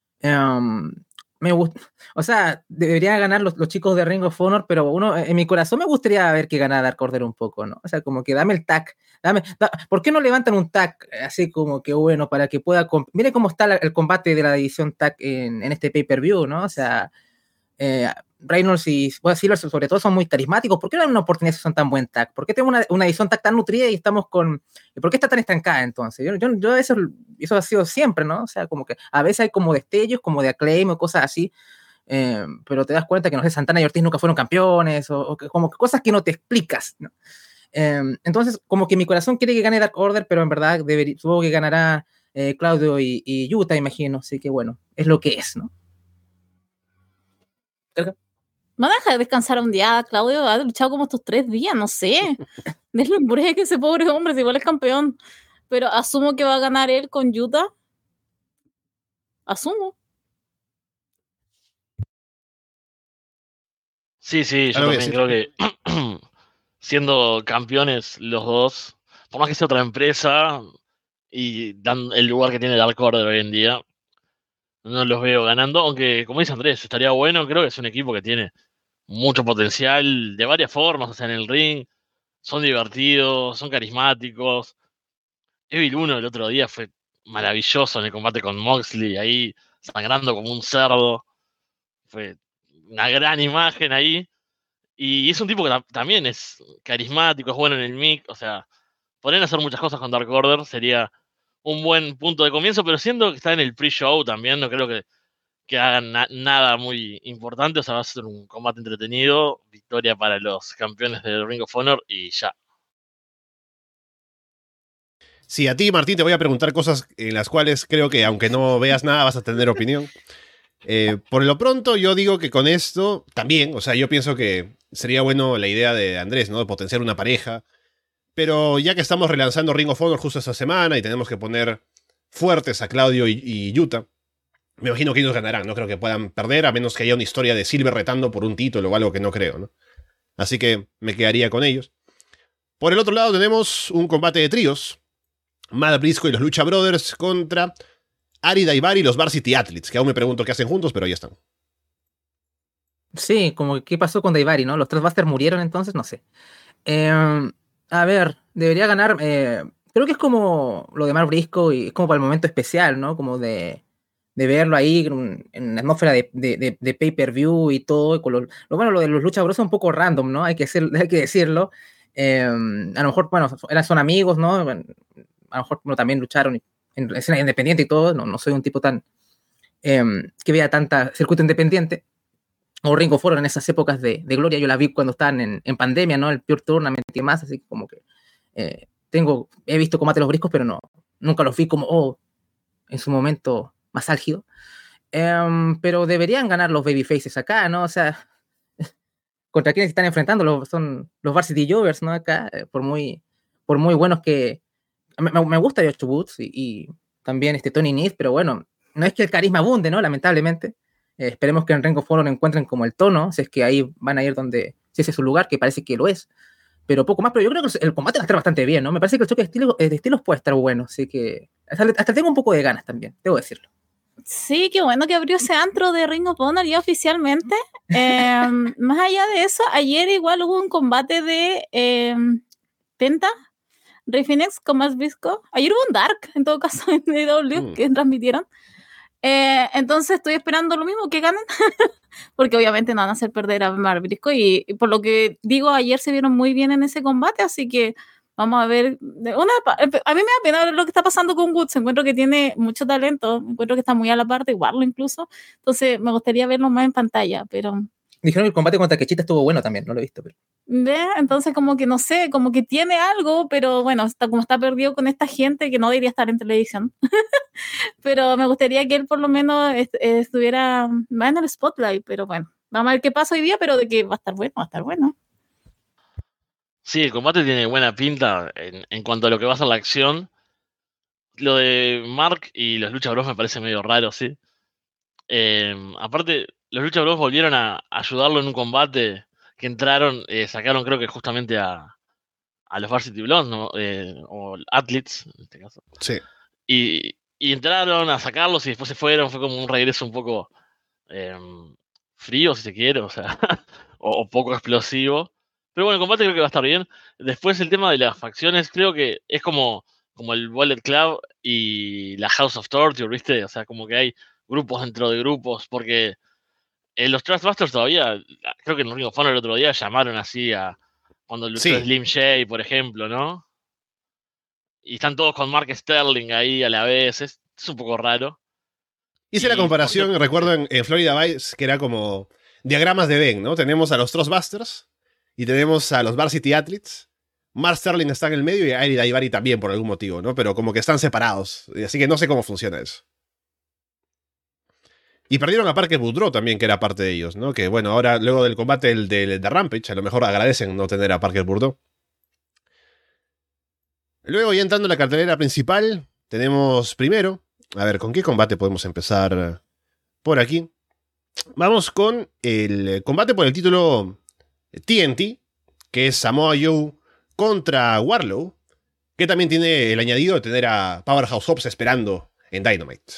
Me gusta, o sea, deberían ganar los chicos de Ring of Honor, pero en mi corazón me gustaría ver que ganara Dark Order un poco, ¿no? O sea, como que dame el tag, ¿por qué no levantan un tag así como que bueno, para que pueda, mire cómo está el combate de la división tag en este pay-per-view, ¿no? O sea, Reynolds y Silver sobre todo son muy carismáticos. ¿Por qué no hay una oportunidad si son tan buen tag? ¿Por qué tenemos una edición tag tan nutrida y estamos con... ¿Por qué está tan estancada entonces? Yo eso ha sido siempre, ¿no? O sea, como que a veces hay como destellos, como de Acclaim o cosas así, pero te das cuenta que, no sé, Santana y Ortiz nunca fueron campeones o como que cosas que no te explicas, ¿no? Entonces, como que mi corazón quiere que gane Dark Order, pero en verdad supongo que ganará Claudio y Yuta, imagino. Así que bueno, es lo que es, ¿no? No deja de descansar un día, Claudio. Ha luchado como estos 3 días, no sé. Denle un break a ese pobre hombre, si igual es campeón. Pero asumo que va a ganar él con Yuta. Asumo. Sí, yo también creo que siendo campeones los dos, por más que sea otra empresa y dan el lugar que tiene Dark Order hoy en día, no los veo ganando, aunque como dice Andrés, estaría bueno, creo que es un equipo que tiene mucho potencial de varias formas, o sea, en el ring, son divertidos, son carismáticos. Evil 1 el otro día fue maravilloso en el combate con Moxley, ahí sangrando como un cerdo. Fue una gran imagen ahí. Y es un tipo que también es carismático, es bueno en el mic, o sea, podrían hacer muchas cosas con Dark Order, sería un buen punto de comienzo, pero siento que está en el pre-show también, no creo que hagan nada muy importante, o sea, va a ser un combate entretenido, victoria para los campeones del Ring of Honor y ya. Sí, a ti, Martín, te voy a preguntar cosas en las cuales creo que aunque no veas nada vas a tener opinión. Por lo pronto, yo digo que con esto también, o sea, yo pienso que sería bueno la idea de Andrés, ¿no? De potenciar una pareja. Pero ya que estamos relanzando Ring of Honor justo esta semana y tenemos que poner fuertes a Claudio y Yuta, me imagino que ellos ganarán. No creo que puedan perder, a menos que haya una historia de Silver retando por un título o algo que no creo, ¿no? Así que me quedaría con ellos. Por el otro lado tenemos un combate de tríos. Matt Briscoe y los Lucha Brothers contra Ari Daivari y los Varsity Athletes, que aún me pregunto qué hacen juntos, pero ahí están. Sí, como qué pasó con Daivari, ¿no? Los tres Busters murieron entonces, no sé. A ver, debería ganar. Creo que es como lo de Mark Briscoe y es como para el momento especial, ¿no? Como de verlo ahí en la atmósfera de pay-per-view y todo. Y con bueno, lo de los Lucha Bros es un poco random, ¿no? Hay que decirlo. A lo mejor, bueno, son amigos, ¿no? A lo mejor también lucharon en escena independiente y todo. No soy un tipo tan que vea tanta circuito independiente. O Ring of Honor en esas épocas de gloria, yo la vi cuando estaban en pandemia, ¿no? El Pure Tournament y más, así que como que he visto combate de los Briscos, pero nunca los vi como, en su momento más álgido. Pero deberían ganar los Babyfaces acá, ¿no? O sea, contra quienes se están enfrentando son los Varsity Jovers, ¿no? Acá, por muy buenos que... Me gusta Josh Woods y también Tony Nese, pero bueno, no es que el carisma abunde, ¿no? Lamentablemente. Esperemos que en Ring of Honor encuentren como el tono, si es que ahí van a ir si ese es su lugar, que parece que lo es, pero poco más. Pero yo creo que el combate va a estar bastante bien, ¿no? Me parece que el choque de estilos puede estar bueno, así que hasta tengo un poco de ganas también, debo decirlo. Sí, qué bueno que abrió ese antro de Ring of Honor ya oficialmente. Más allá de eso, ayer igual hubo un combate de Penta, Rey Fénix con Matt Briscoe. Ayer hubo un Dark, en todo caso, en AEW, que transmitieron. Entonces estoy esperando lo mismo, que ganen, porque obviamente no van a hacer perder a Matt Briscoe y por lo que digo, ayer se vieron muy bien en ese combate, así que vamos a ver. A mí me da pena ver lo que está pasando con Woods. Encuentro que tiene mucho talento, encuentro que está muy a la par de Warlow incluso, entonces me gustaría verlo más en pantalla, pero... Dijeron que el combate contra Kechita estuvo bueno también, no lo he visto. Pero... Entonces como que no sé, como que tiene algo, pero bueno, como está perdido con esta gente que no debería estar en televisión. Pero me gustaría que él por lo menos estuviera más en el spotlight, pero bueno, vamos a ver qué pasa hoy día, pero de que va a estar bueno, va a estar bueno. Sí, el combate tiene buena pinta en cuanto a lo que va a ser la acción. Lo de Mark y los Lucha Bros me parece medio raro, sí. Aparte, los Lucha Bros volvieron a ayudarlo en un combate que entraron, sacaron creo que justamente a los Varsity Blondes, ¿no? O Athletes, en este caso. Sí. Y entraron a sacarlos y después se fueron, fue como un regreso un poco frío, si se quiere, o sea, o poco explosivo. Pero bueno, el combate creo que va a estar bien. Después el tema de las facciones, creo que es como el Bullet Club y la House of Torture, ¿viste? O sea, como que hay grupos dentro de grupos, porque los Trustbusters todavía, creo que en el Ring of Honor el otro día llamaron así a cuando luchó Slim J, por ejemplo, ¿no? Y están todos con Mark Sterling ahí a la vez, es un poco raro. Hice la comparación, recuerdo en Florida Vice, que era como diagramas de Venn, ¿no? Tenemos a los Trustbusters y tenemos a los Varsity Athletes. Mark Sterling está en el medio y Ari Daivari también por algún motivo, ¿no? Pero como que están separados, así que no sé cómo funciona eso. Y perdieron a Parker Boudreaux también, que era parte de ellos, ¿no? Que bueno, ahora luego del combate de Rampage, a lo mejor agradecen no tener a Parker Boudreaux. Luego, ya entrando en la cartelera principal, tenemos primero... A ver, ¿con qué combate podemos empezar por aquí? Vamos con el combate por el título TNT, que es Samoa Joe contra Warlow, que también tiene el añadido de tener a Powerhouse Hobbs esperando en Dynamite.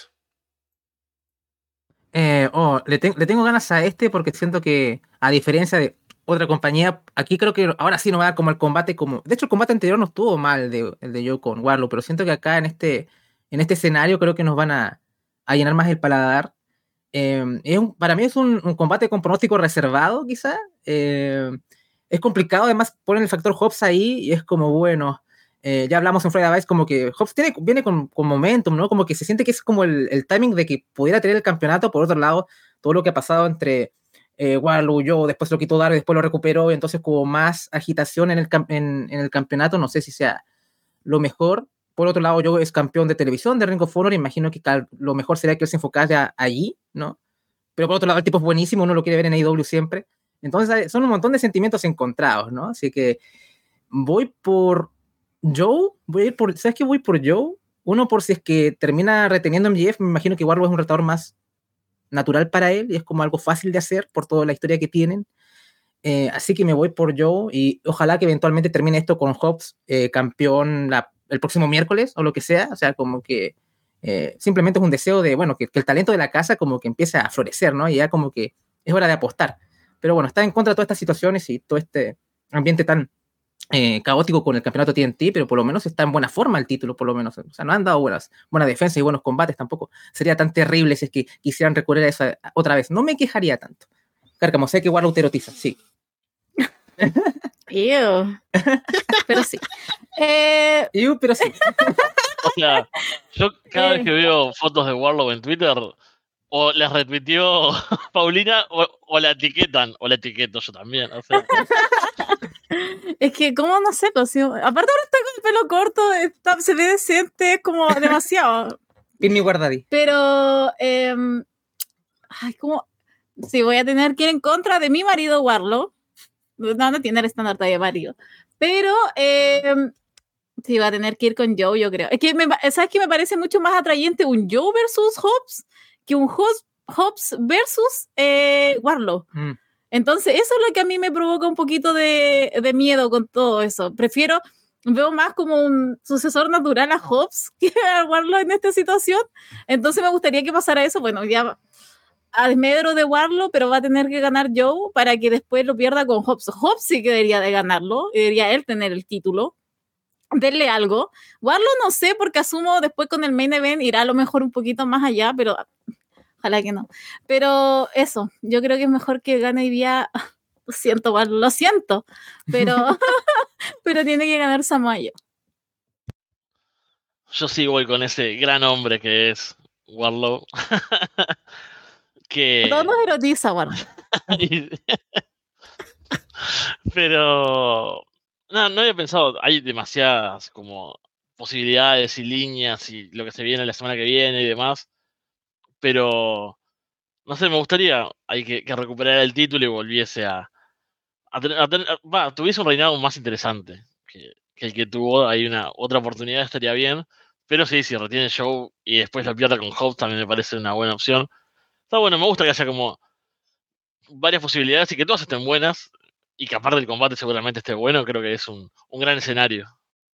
Le tengo ganas a porque siento que, a diferencia de otra compañía, aquí creo que ahora sí no va a dar como el combate como... De hecho, el combate anterior no estuvo mal, el de Joe con Warlow, pero siento que acá en este escenario creo que nos van a llenar más el paladar. Para mí es un combate con pronóstico reservado, quizá. Es complicado, además ponen el factor Hobbs ahí y es como, bueno, Ya hablamos en Friday Vice como que Hobbs viene con momentum, ¿no? Como que se siente que es como el timing de que pudiera tener el campeonato. Por otro lado, todo lo que ha pasado entre Warlow, yo, después lo quitó Darby, después lo recuperó, y entonces como más agitación en el campeonato, no sé si sea lo mejor. Por otro lado, yo es campeón de televisión de Ring of Honor, imagino que lo mejor sería que él se enfocara allí, ¿no? Pero por otro lado, el tipo es buenísimo, uno lo quiere ver en AEW siempre. Entonces, son un montón de sentimientos encontrados, ¿no? Así que voy por Joe, ¿sabes qué? Voy por Joe. Uno, por si es que termina reteniendo MJF, me imagino que Warlow es un retador más natural para él y es como algo fácil de hacer por toda la historia que tienen. Así que me voy por Joe y ojalá que eventualmente termine esto con Hobbs campeón el próximo miércoles o lo que sea. O sea, como que simplemente es un deseo de, bueno, que el talento de la casa como que empiece a florecer, ¿no? Y ya como que es hora de apostar. Pero bueno, está en contra de todas estas situaciones y todo este ambiente tan caótico con el campeonato TNT, pero por lo menos está en buena forma el título, por lo menos. O sea, no han dado buena defensa y buenos combates tampoco. Sería tan terrible si es que quisieran recurrir a eso otra vez. No me quejaría tanto. Cárcamo, sé que Warlow te erotiza, sí. Ew. Pero sí. Pero sí. O sea, yo cada vez que veo fotos de Warlow en Twitter, o las retuiteó Paulina o la etiquetan, o la etiqueto yo también. O sea, Es que, ¿cómo no sé? Pues, aparte ahora está con el pelo corto, se ve decente, es como demasiado. Pin mi guardadí. Pero, ay, ¿cómo? Sí, voy a tener que ir en contra de mi marido Warlow. No tiene el estándar de marido. Pero, sí, va a tener que ir con Joe, yo creo. Es que, ¿sabes qué? Me parece mucho más atrayente un Joe versus Hobbs que un Hobbs versus Warlow. Entonces, eso es lo que a mí me provoca un poquito de miedo con todo eso. Veo más como un sucesor natural a Hobbs que a Warlow en esta situación. Entonces, me gustaría que pasara eso. Bueno, ya a desmedro de Warlow, pero va a tener que ganar Joe para que después lo pierda con Hobbs. Hobbs sí que debería de ganarlo, debería él tener el título. Denle algo. Warlow no sé, porque asumo después con el main event irá a lo mejor un poquito más allá, pero ojalá que no. Pero eso, yo creo que es mejor que gane hoy día. Lo siento, Warlow, lo siento, pero tiene que ganar Samoa Joe. yo sí voy con ese gran hombre que es Warlow. Que... Todo nos erotiza, Warlow. Pero no había pensado, hay demasiadas como posibilidades y líneas y lo que se viene la semana que viene y demás, pero no sé, me gustaría que recuperara el título y volviese tuviese un reinado más interesante que el que tuvo. Hay una otra oportunidad, estaría bien, pero sí, si retiene el show y después lo pierda con Hobbs también me parece una buena opción. Está bueno, me gusta que haya como varias posibilidades y que todas estén buenas. Y que aparte del combate seguramente esté bueno, creo que es un gran escenario.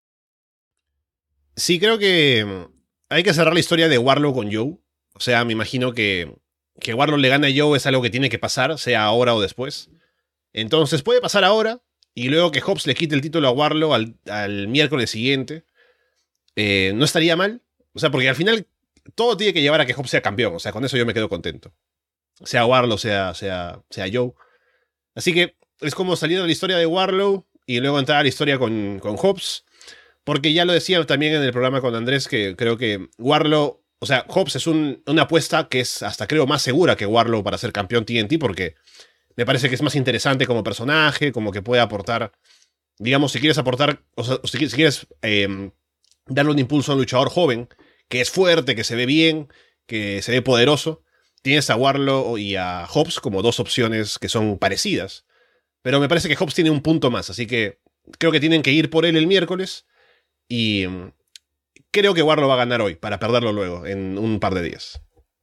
Sí, creo que hay que cerrar la historia de Warlow con Joe. O sea, me imagino que Warlow le gane a Joe es algo que tiene que pasar, sea ahora o después. Entonces puede pasar ahora, y luego que Hobbs le quite el título a Warlow al miércoles siguiente. No estaría mal. O sea, porque al final todo tiene que llevar a que Hobbs sea campeón. O sea, con eso yo me quedo contento. Sea Warlow, sea Joe. Así que es como salir de la historia de Warlow y luego entrar a la historia con Hobbs. Porque ya lo decía también en el programa con Andrés, que creo que Warlow, o sea, Hobbs es una apuesta que es hasta creo más segura que Warlow para ser campeón TNT, porque me parece que es más interesante como personaje, como que puede aportar, digamos, si quieres aportar, o sea, si quieres darle un impulso a un luchador joven, que es fuerte, que se ve bien, que se ve poderoso, tienes a Warlow y a Hobbs como dos opciones que son parecidas. Pero me parece que Hobbs tiene un punto más, así que creo que tienen que ir por él el miércoles. Y creo que Warlow va a ganar hoy, para perderlo luego, en un par de días.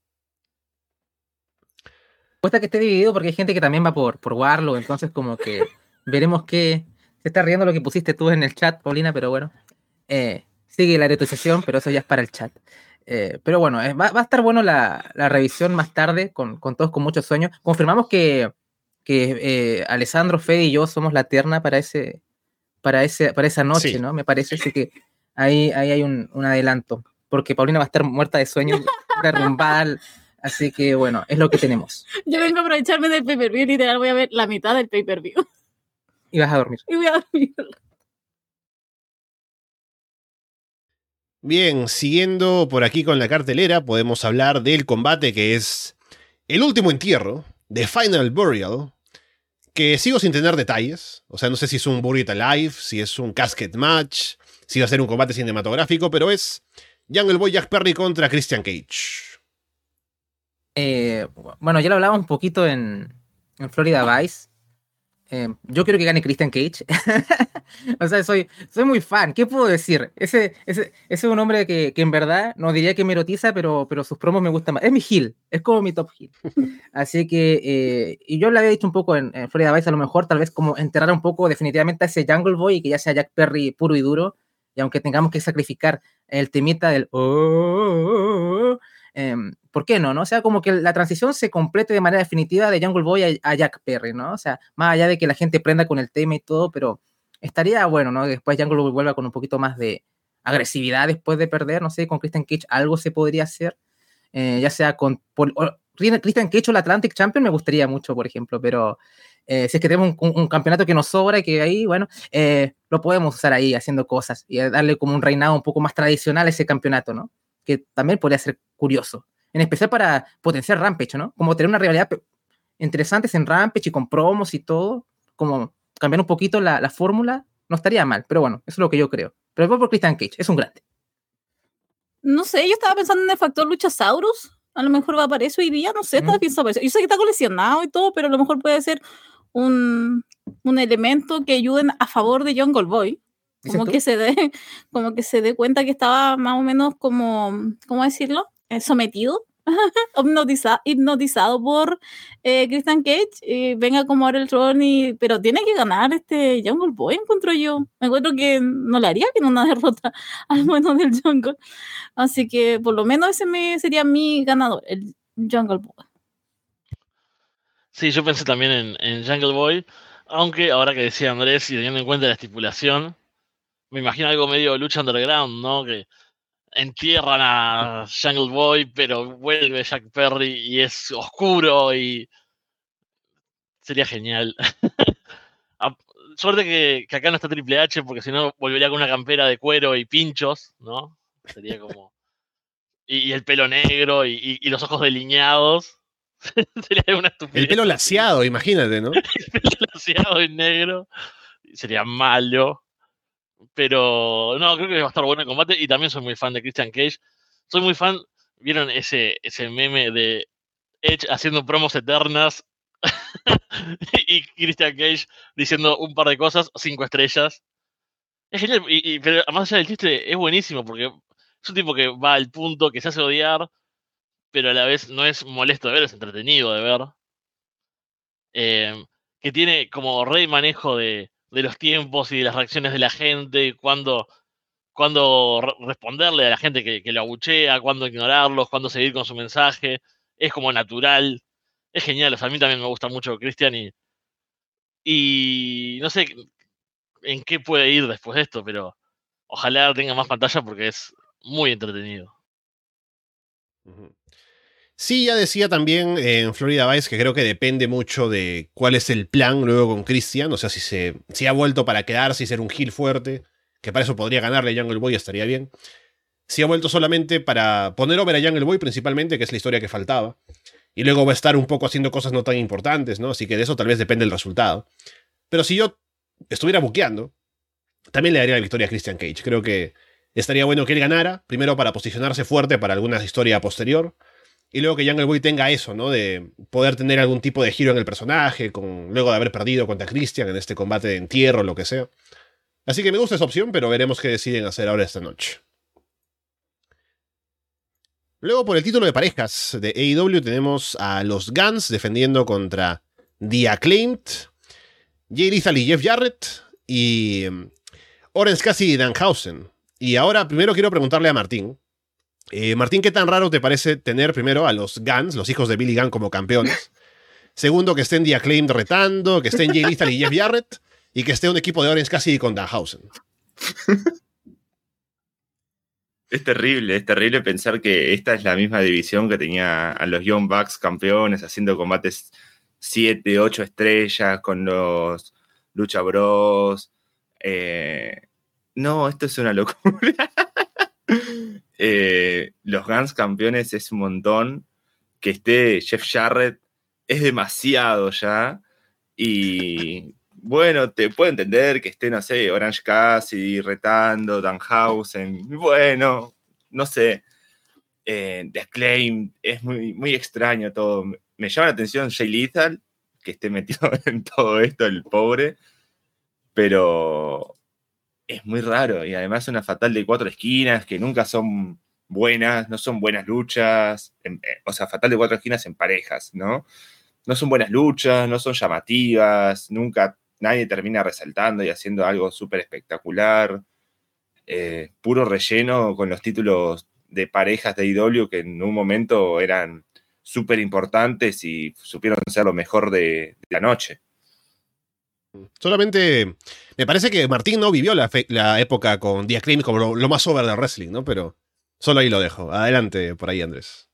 Cuesta que esté dividido porque hay gente que también va por Warlow, entonces como que veremos qué... Se está riendo lo que pusiste tú en el chat, Paulina, pero bueno. Sigue la erotización, pero eso ya es para el chat. Pero bueno, va a estar bueno la revisión más tarde, con todos con muchos sueños. Confirmamos que Alessandro, Fede y yo somos la terna para esa noche, sí, ¿no? Me parece, así que ahí hay un adelanto, porque Paulina va a estar muerta de sueño, derrumbada, así que bueno, es lo que tenemos. Yo vengo a aprovecharme del pay-per-view, literal voy a ver la mitad del pay-per-view. Y vas a dormir. Y voy a dormir. Bien, siguiendo por aquí con la cartelera, podemos hablar del combate que es el último entierro de Final Burial, que sigo sin tener detalles. O sea, no sé si es un Buried Alive, si es un Casket Match, si va a ser un combate cinematográfico, pero es Jungle Boy Jack Perry contra Christian Cage. Bueno, ya lo hablaba un poquito en Florida Vice. Yo quiero que gane Christian Cage. O sea, soy muy fan. ¿Qué puedo decir? Ese es un hombre que en verdad no diría que me erotiza, pero sus promos me gustan más. Es mi heel, es como mi top heel. Así que, y yo le había dicho un poco en Florida Vice, a lo mejor tal vez como enterrar un poco definitivamente a ese Jungle Boy y que ya sea Jack Perry puro y duro. Y aunque tengamos que sacrificar el temita del ¿por qué no? O sea, como que la transición se complete de manera definitiva de Jungle Boy a Jack Perry, ¿no? O sea, más allá de que la gente prenda con el tema y todo, pero estaría bueno, ¿no? Después Jungle Boy vuelva con un poquito más de agresividad después de perder, no sé, con Christian Cage algo se podría hacer, ya sea con Christian Cage o el Atlantic Champion me gustaría mucho, por ejemplo, pero si es que tenemos un campeonato que nos sobra y que ahí, bueno, lo podemos usar ahí haciendo cosas y darle como un reinado un poco más tradicional a ese campeonato, ¿no? Que también podría ser curioso. En especial para potenciar Rampage, ¿no? Como tener una rivalidad interesante en Rampage y con promos y todo, como cambiar un poquito la fórmula, no estaría mal, pero bueno, eso es lo que yo creo. Pero voy por Christian Cage, es un grande. No sé, yo estaba pensando en el factor Luchasaurus. A lo mejor va a aparecer hoy día, no sé, estaba pensando eso. Yo sé que está coleccionado y todo, pero a lo mejor puede ser un elemento que ayude a favor de Jungle Boy. Como que se dé cuenta que estaba más o menos como, ¿cómo decirlo? Sometido, hipnotizado por Christian Cage, venga como ahora el trono, pero tiene que ganar este Jungle Boy, encuentro yo. Me encuentro que no le haría bien una derrota al bueno del Jungle. Así que por lo menos ese sería mi ganador, el Jungle Boy. Sí, yo pensé también en Jungle Boy, aunque ahora que decía Andrés y teniendo en cuenta la estipulación, me imagino algo medio lucha underground, ¿no? Que entierran a Jungle Boy, pero vuelve Jack Perry y es oscuro y sería genial. Suerte que acá no está Triple H, porque si no volvería con una campera de cuero y pinchos, ¿no? Sería como... Y el pelo negro y los ojos delineados. Sería una estupidez. El pelo laciado, imagínate, ¿no? El pelo laciado y negro. Sería malo. Pero no, creo que va a estar bueno el combate. Y también soy muy fan de Christian Cage. Soy muy fan. ¿Vieron ese meme de Edge haciendo promos eternas? Y Christian Cage diciendo un par de cosas, 5 estrellas. Es genial, pero más allá del chiste, es buenísimo porque es un tipo que va al punto, que se hace odiar, pero a la vez no es molesto de ver, es entretenido de ver. Que tiene como rey manejo de los tiempos y de las reacciones de la gente, cuándo responderle a la gente que lo abuchea, cuándo ignorarlos, cuándo seguir con su mensaje. Es como natural. Es genial, o sea, a mí también me gusta mucho Christian y no sé en qué puede ir después de esto, pero ojalá tenga más pantalla porque es muy entretenido. Sí, ya decía también en Florida Vice que creo que depende mucho de cuál es el plan luego con Christian. O sea, si ha vuelto para quedarse y ser un heel fuerte, que para eso podría ganarle a Jungle Boy, estaría bien. Si ha vuelto solamente para poner over a Jungle Boy principalmente, que es la historia que faltaba. Y luego va a estar un poco haciendo cosas no tan importantes, ¿no? Así que de eso tal vez depende el resultado. Pero si yo estuviera buqueando, también le daría la victoria a Christian Cage. Creo que estaría bueno que él ganara, primero para posicionarse fuerte para alguna historia posterior, y luego que Jungle Boy tenga eso, ¿no? De poder tener algún tipo de giro en el personaje, luego de haber perdido contra Christian en este combate de entierro o lo que sea. Así que me gusta esa opción, pero veremos qué deciden hacer ahora esta noche. Luego, por el título de parejas de AEW, tenemos a los Guns defendiendo contra The Acclaimed, Jay Lethal y Jeff Jarrett, y Orange Cassidy y Danhausen. Y ahora, primero quiero preguntarle a Martín. Martín, ¿qué tan raro te parece tener primero a los Guns, los hijos de Billy Gunn, como campeones? Segundo, que estén The Acclaimed retando, que estén Jay Lethal y Jeff Jarrett, y que esté un equipo de Orange Cassidy con Danhausen. Es terrible pensar que esta es la misma división que tenía a los Young Bucks campeones, haciendo combates 7, 8 estrellas con los Lucha Bros. No, esto es una locura. Los Guns campeones es un montón. Que esté Jeff Jarrett es demasiado ya. Y bueno, te puedo entender que esté, no sé, Orange Cassidy retando, Danhausen. Bueno, no sé. The Acclaim es muy extraño todo. Me llama la atención Jay Lethal, que esté metido en todo esto, el pobre. Pero es muy raro. Y además una fatal de 4 esquinas que nunca son buenas, no son buenas luchas. O sea, fatal de 4 esquinas en parejas, ¿no? No son buenas luchas, no son llamativas, nunca nadie termina resaltando y haciendo algo súper espectacular. Puro relleno con los títulos de parejas de AEW que en un momento eran súper importantes y supieron ser lo mejor de la noche. Solamente me parece que Martín no vivió la época con The Acclaim como lo más over del wrestling, ¿no? Pero solo ahí lo dejo. Adelante por ahí, Andrés.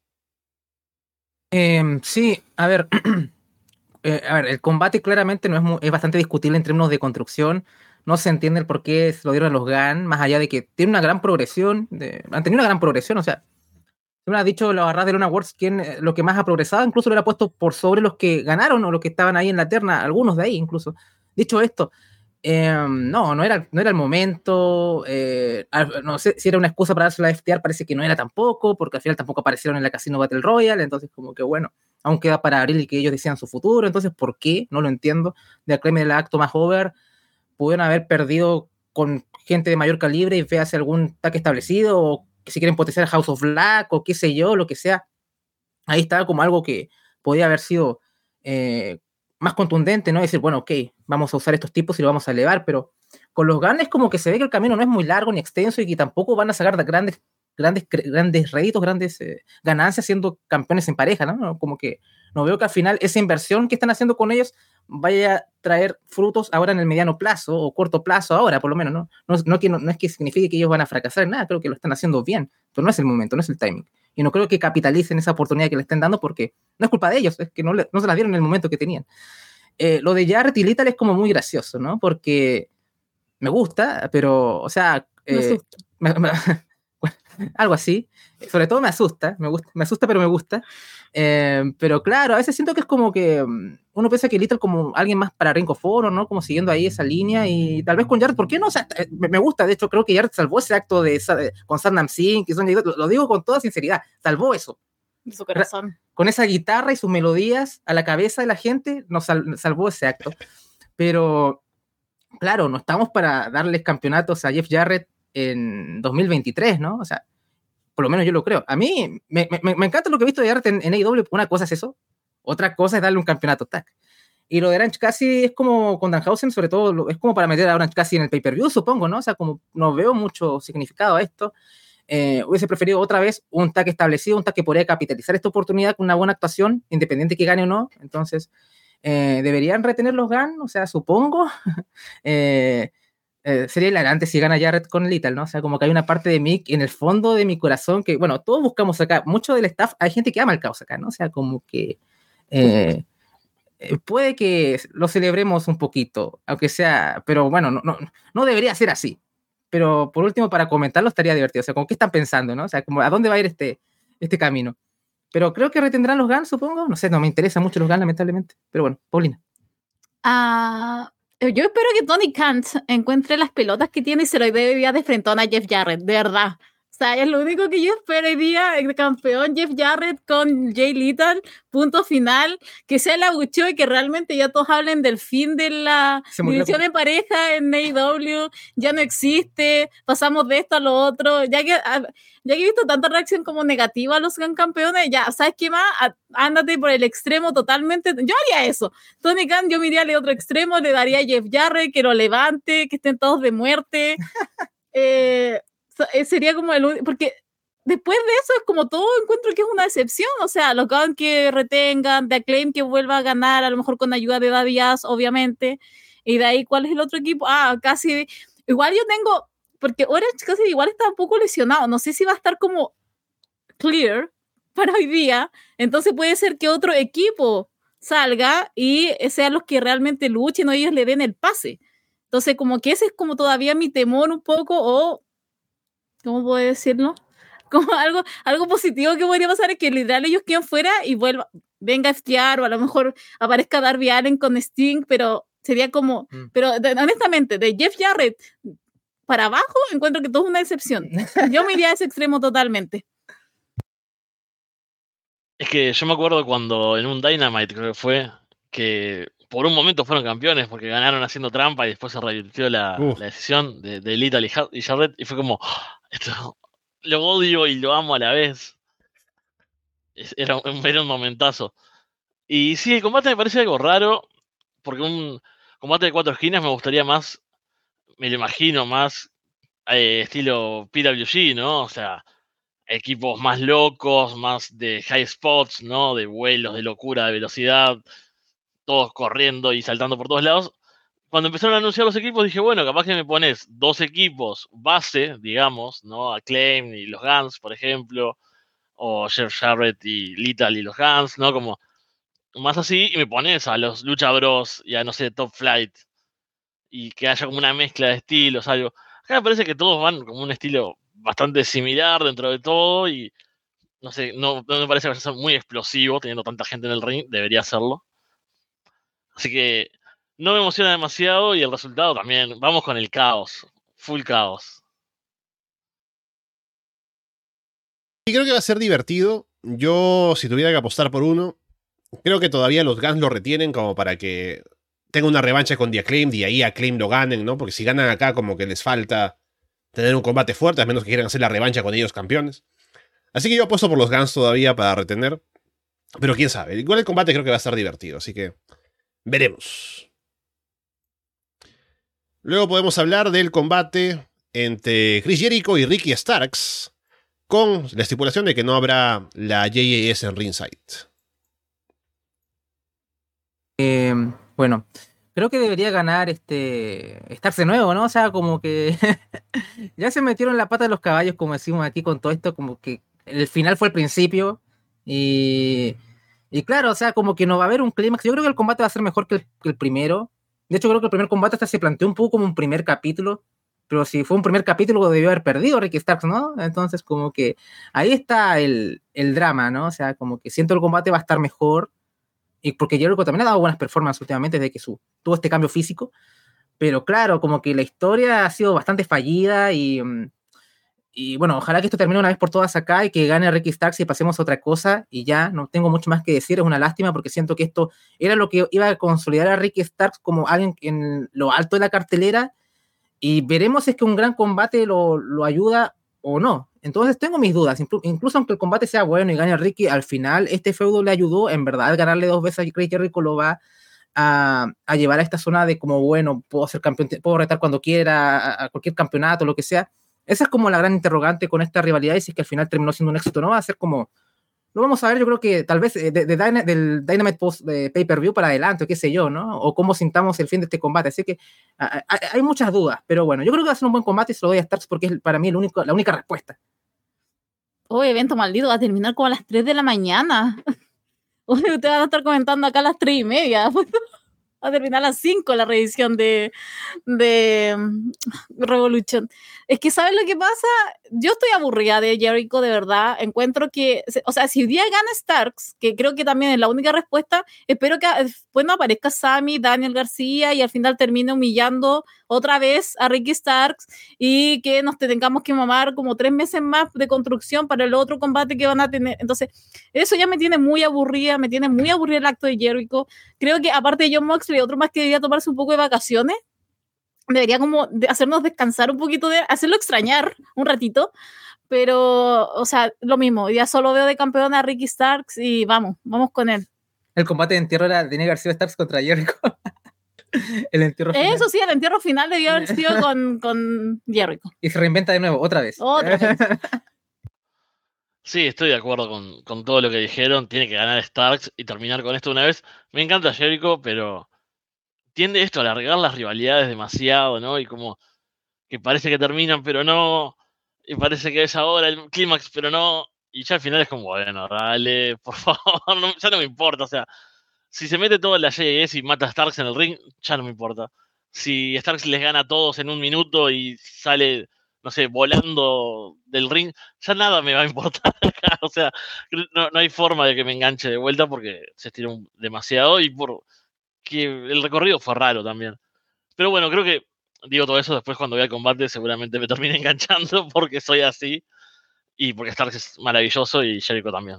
Sí, a ver, el combate claramente no es bastante discutible en términos de construcción. No se entiende el por qué se lo dieron a los GAN, más allá de que tiene una gran progresión. Han tenido una gran progresión, o sea, se me ha dicho la barra de Luna Wars lo que más ha progresado, incluso lo hubiera puesto por sobre los que ganaron o los que estaban ahí en la terna, algunos de ahí incluso. Dicho esto, no era el momento. No sé si era una excusa para darse la FTR, parece que no era tampoco, porque al final tampoco aparecieron en la Casino Battle Royale, entonces como que bueno, aún queda para abril y que ellos decían su futuro, entonces ¿por qué? No lo entiendo. De Acclaim del acto más over, pudieron haber perdido con gente de mayor calibre y hacer algún ataque establecido, o si quieren potenciar House of Black, o qué sé yo, lo que sea. Ahí estaba como algo que podía haber sido más contundente, ¿no? Decir, bueno, ok, vamos a usar estos tipos y lo vamos a elevar, pero con los Guns como que se ve que el camino no es muy largo ni extenso y que tampoco van a sacar grandes réditos, grandes ganancias siendo campeones en pareja, ¿no? Como que no veo que al final esa inversión que están haciendo con ellos vaya a traer frutos ahora en el mediano plazo o corto plazo ahora, por lo menos, ¿no? No es que signifique que ellos van a fracasar en nada, creo que lo están haciendo bien, pero no es el momento, no es el timing. Y no creo que capitalicen esa oportunidad que le estén dando porque no es culpa de ellos, es que no se las dieron en el momento que tenían. Lo de Jarrett y Lethal es como muy gracioso, ¿no? Porque me gusta, pero, o sea, algo así. Sobre todo me asusta, me asusta, pero me gusta. Pero claro, a veces siento que es como que uno piensa que Little como alguien más para Ring of Honor, ¿no? Como siguiendo ahí esa línea y tal vez con Jarrett, ¿por qué no? O sea, me gusta, de hecho creo que Jarrett salvó ese acto con Satnam Singh, lo digo con toda sinceridad, salvó eso. De su corazón. Con esa guitarra y sus melodías a la cabeza de la gente, nos salvó ese acto. Pero, claro, no estamos para darles campeonatos a Jeff Jarrett en 2023, ¿no? O sea, por lo menos yo lo creo. A mí me encanta lo que he visto de Jarrett en AEW. Una cosa es eso, otra cosa es darle un campeonato tag. Y lo de Orange Cassidy es como con Danhausen, sobre todo, es como para meter a Orange Cassidy en el pay-per-view, supongo, ¿no? O sea, como no veo mucho significado a esto. Hubiese preferido otra vez un tag establecido, un tag que podría capitalizar esta oportunidad con una buena actuación, independiente que gane o no. Entonces, ¿deberían retener los GAN? O sea, supongo. Sería hilarante si gana Jarrett con Lethal, ¿no? O sea, como que hay una parte de mí, en el fondo de mi corazón, que, bueno, todos buscamos acá, mucho del staff, hay gente que ama el caos acá, ¿no? O sea, como que puede que lo celebremos un poquito, aunque sea, pero bueno, no debería ser así. Pero por último, para comentarlo estaría divertido, o sea, como qué están pensando, ¿no? O sea, como a dónde va a ir este camino. Pero creo que retendrán los GAN, supongo. No sé, no me interesan mucho los GAN, lamentablemente. Pero bueno, Paulina. Yo espero que Tony Khan encuentre las pelotas que tiene y se lo dé vía de frentón a Jeff Jarrett, de verdad. O sea, es lo único que yo espero hoy día, el campeón Jeff Jarrett con Jay Lethal, punto final, que sea el abucheo y que realmente ya todos hablen del fin de la división de pareja en AEW, ya no existe, pasamos de esto a lo otro, ya que he visto tanta reacción como negativa a los campeones, ya, ¿sabes qué más? Ándate por el extremo totalmente, yo haría eso. Tony Khan, yo me iría al otro extremo, le daría a Jeff Jarrett que lo levante, que estén todos de muerte, sería como porque después de eso es como todo encuentro que es una decepción, o sea, los Guns que retengan, The Acclaim que vuelva a ganar, a lo mejor con ayuda de Daddy Ass, obviamente, y de ahí, ¿cuál es el otro equipo? Casi, igual yo tengo, porque Orange casi igual está un poco lesionado, no sé si va a estar como clear para hoy día, entonces puede ser que otro equipo salga y sean los que realmente luchen o ellos le den el pase, entonces como que ese es como todavía mi temor un poco, o ¿cómo puedo decirlo? Como algo positivo que podría pasar es que literal ellos queden fuera y venga FTR o a lo mejor aparezca Darby Allin con Sting, pero sería como, pero honestamente, de Jeff Jarrett para abajo encuentro que todo es una excepción. Yo me iría a ese extremo totalmente. Es que yo me acuerdo cuando en un Dynamite creo que fue, que por un momento fueron campeones porque ganaron haciendo trampa y después se revirtió la decisión de Lethal y Jarrett y fue como, esto lo odio y lo amo a la vez. Era un momentazo. Y sí, el combate me parece algo raro, porque un combate de 4 esquinas me gustaría más, me lo imagino más estilo PWG, ¿no? O sea, equipos más locos, más de high spots, ¿no? De vuelos, de locura, de velocidad, todos corriendo y saltando por todos lados. Cuando empezaron a anunciar los equipos dije, bueno, capaz que me pones 2 equipos base, digamos, ¿no? Acclaim y los Guns, por ejemplo, o Jeff Jarrett y Lethal y los Guns, ¿no? Como más así, y me pones a los Lucha Bros y a, no sé, Top Flight, y que haya como una mezcla de estilos, algo. Acá me parece que todos van como un estilo bastante similar dentro de todo, y no sé, no me parece que vaya a ser muy explosivo teniendo tanta gente en el ring, debería serlo. Así que no me emociona demasiado y el resultado también. Vamos con el caos, full caos. Y creo que va a ser divertido. Yo, si tuviera que apostar por uno, creo que todavía los Guns lo retienen como para que tenga una revancha con The Acclaim y ahí Acclaim lo ganen, ¿no? Porque si ganan acá como que les falta tener un combate fuerte, a menos que quieran hacer la revancha con ellos campeones. Así que yo apuesto por los Guns todavía para retener. Pero quién sabe, igual el combate creo que va a estar divertido, así que veremos. Luego podemos hablar del combate entre Chris Jericho y Ricky Starks, con la estipulación de que no habrá la JAS en ringside. Bueno, creo que debería ganar Starks de nuevo, ¿no? O sea, como que ya se metieron la pata de los caballos, como decimos aquí con todo esto, como que el final fue el principio y claro, o sea, como que no va a haber un clímax. Yo creo que el combate va a ser mejor que el primero. De hecho, creo que el primer combate hasta se planteó un poco como un primer capítulo, pero si fue un primer capítulo debió haber perdido Ricky Starks, ¿no? Entonces como que ahí está el drama, ¿no? O sea, como que siento el combate va a estar mejor. Y porque Jericho también ha dado buenas performances últimamente desde que tuvo este cambio físico, pero claro, como que la historia ha sido bastante fallida y bueno, ojalá que esto termine una vez por todas acá y que gane Ricky Starks y pasemos a otra cosa y ya, no tengo mucho más que decir, es una lástima porque siento que esto era lo que iba a consolidar a Ricky Starks como alguien en lo alto de la cartelera y veremos si es que un gran combate lo ayuda o no. Entonces tengo mis dudas, incluso aunque el combate sea bueno y gane a Ricky, al final este feudo le ayudó, en verdad ganarle 2 veces a Chris Jericho lo va a llevar a esta zona de como, bueno, puedo ser campeón, puedo retar cuando quiera a cualquier campeonato, lo que sea. Esa es como la gran interrogante con esta rivalidad y si es que al final terminó siendo un éxito, no va a ser como, lo vamos a ver, yo creo que tal vez del Dynamite Post Pay-Per-View para adelante, o qué sé yo, ¿no? O cómo sintamos el fin de este combate. Así que hay muchas dudas, pero bueno, yo creo que va a ser un buen combate y se lo doy a Starks porque es para mí la única respuesta. Oh, evento maldito, va a terminar como a las 3 de la mañana. Ustedes van a estar comentando acá a las 3:30. Va a terminar a las 5 la revisión de Revolution. Es que, ¿sabes lo que pasa? Yo estoy aburrida de Jericho, de verdad. Encuentro que, o sea, si hoy día gana Starks, que creo que también es la única respuesta, espero que después no aparezca Sammy, Daniel García y al final termine humillando otra vez a Ricky Starks y que nos tengamos que mamar como 3 meses más de construcción para el otro combate que van a tener. Entonces, eso ya me tiene muy aburrida el acto de Jericho. Creo que aparte de Jon Moxley, otro más que debería tomarse un poco de vacaciones, debería como hacernos descansar un poquito, hacerlo extrañar un ratito, pero, o sea, lo mismo, ya solo veo de campeón a Ricky Starks y vamos con él. El combate de entierro era Daniel García Starks contra Jericho. El entierro final. Eso sí, el entierro final debió haber sido con Jericho. Y se reinventa de nuevo, otra vez. Sí, estoy de acuerdo con todo lo que dijeron. Tiene que ganar Starks y terminar con esto una vez. Me encanta Jericho, pero tiende esto a alargar las rivalidades demasiado, ¿no? Y como que parece que terminan, pero no. Y parece que es ahora el clímax, pero no. Y ya al final es como, bueno, dale, por favor, ya no me importa. O sea, si se mete todo en la JS y mata a Starks en el ring, ya no me importa. Si Starks les gana a todos en un minuto y sale no sé, volando del ring, ya nada me va a importar acá. O sea, no hay forma de que me enganche de vuelta porque se estiró demasiado y por que el recorrido fue raro también. Pero bueno, creo que digo todo eso después cuando vea el combate seguramente me termine enganchando porque soy así y porque Starks es maravilloso y Jericho también.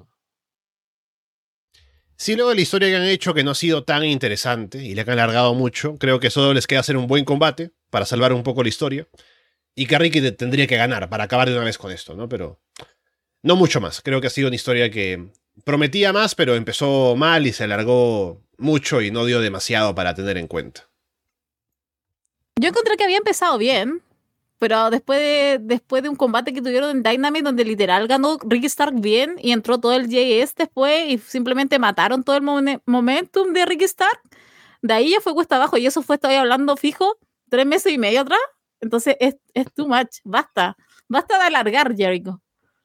Si luego de la historia que han hecho que no ha sido tan interesante y le han alargado mucho, creo que solo les queda hacer un buen combate para salvar un poco la historia y que Ricky tendría que ganar para acabar de una vez con esto, ¿no? Pero no mucho más. Creo que ha sido una historia que prometía más, pero empezó mal y se alargó mucho y no dio demasiado para tener en cuenta. Yo encontré que había empezado bien, pero después de un combate que tuvieron en Dynamite donde literal ganó Ricky Stark bien y entró todo el JS después y simplemente mataron todo el momentum de Ricky Stark, de ahí ya fue cuesta abajo y eso fue, estoy hablando fijo, 3 meses y medio atrás. Entonces es too much, basta de alargar, Jericho.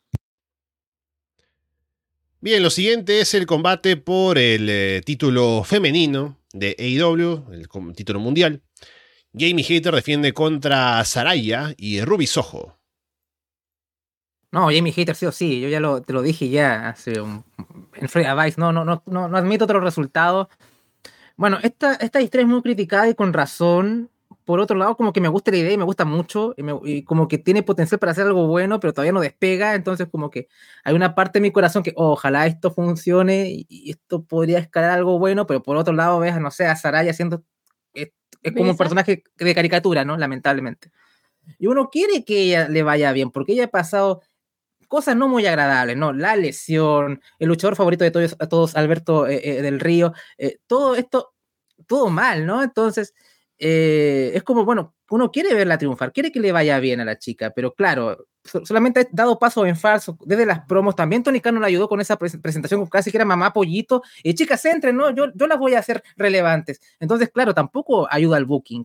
Bien, lo siguiente es el combate por el título femenino de AEW, el título mundial. Jamie Hayter defiende contra Saraya y Ruby Soho. No, Jamie Hayter sí o sí, yo ya te lo dije ya hace en Freya Vice, no admito otro resultado. Bueno, esta historia es muy criticada y con razón. Por otro lado, como que me gusta la idea y me gusta mucho y como que tiene potencial para hacer algo bueno, pero todavía no despega, entonces como que hay una parte de mi corazón que ojalá esto funcione y esto podría escalar algo bueno, pero por otro lado ves, no sé, a Saraya haciendo es como un personaje de caricatura, ¿no? Lamentablemente. Y uno quiere que ella le vaya bien, porque ella ha pasado cosas no muy agradables, ¿no? La lesión, el luchador favorito de todos Alberto del Río, todo esto, todo mal, ¿no? Entonces, es como, bueno, uno quiere verla triunfar, quiere que le vaya bien a la chica, pero claro, solamente ha dado paso en falso, desde las promos, también Tony Khan la ayudó con esa presentación, casi que era mamá pollito, y chicas entren, ¿no? Yo las voy a hacer relevantes, entonces, claro, tampoco ayuda al booking.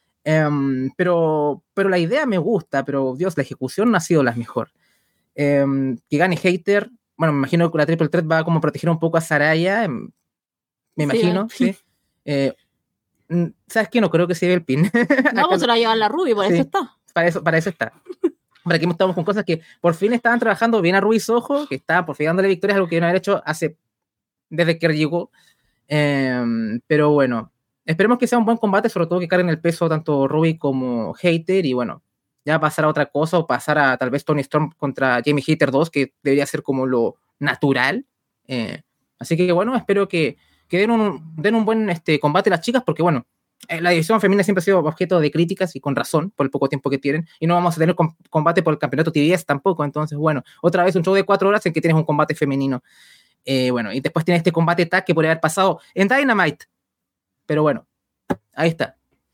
Pero la idea me gusta, pero Dios, la ejecución no ha sido la mejor. Que gane Hayter, bueno, me imagino que la Triple Threat va a como proteger un poco a Saraya, me imagino, sí. ¿Sabes qué? No creo que se lleve el pin. No, pues se la lleva la Ruby, por sí, eso está. Para eso está. Para que estamos con cosas que por fin estaban trabajando bien a Ruby Soho, que estaba por fin dándole victorias, algo que no había hecho desde que llegó. Pero bueno, esperemos que sea un buen combate, sobre todo que carguen el peso tanto Ruby como Hayter, y bueno, ya pasar a otra cosa o pasar a tal vez Toni Storm contra Jamie Hayter 2, que debería ser como lo natural. Así que bueno, espero que den un buen combate a las chicas, porque bueno, la división femenina siempre ha sido objeto de críticas y con razón por el poco tiempo que tienen, y no vamos a tener combate por el campeonato TBS tampoco, entonces bueno, otra vez un show de 4 horas en que tienes un combate femenino. Bueno, y después tienes este combate tag que podría haber pasado en Dynamite, pero bueno, ahí está.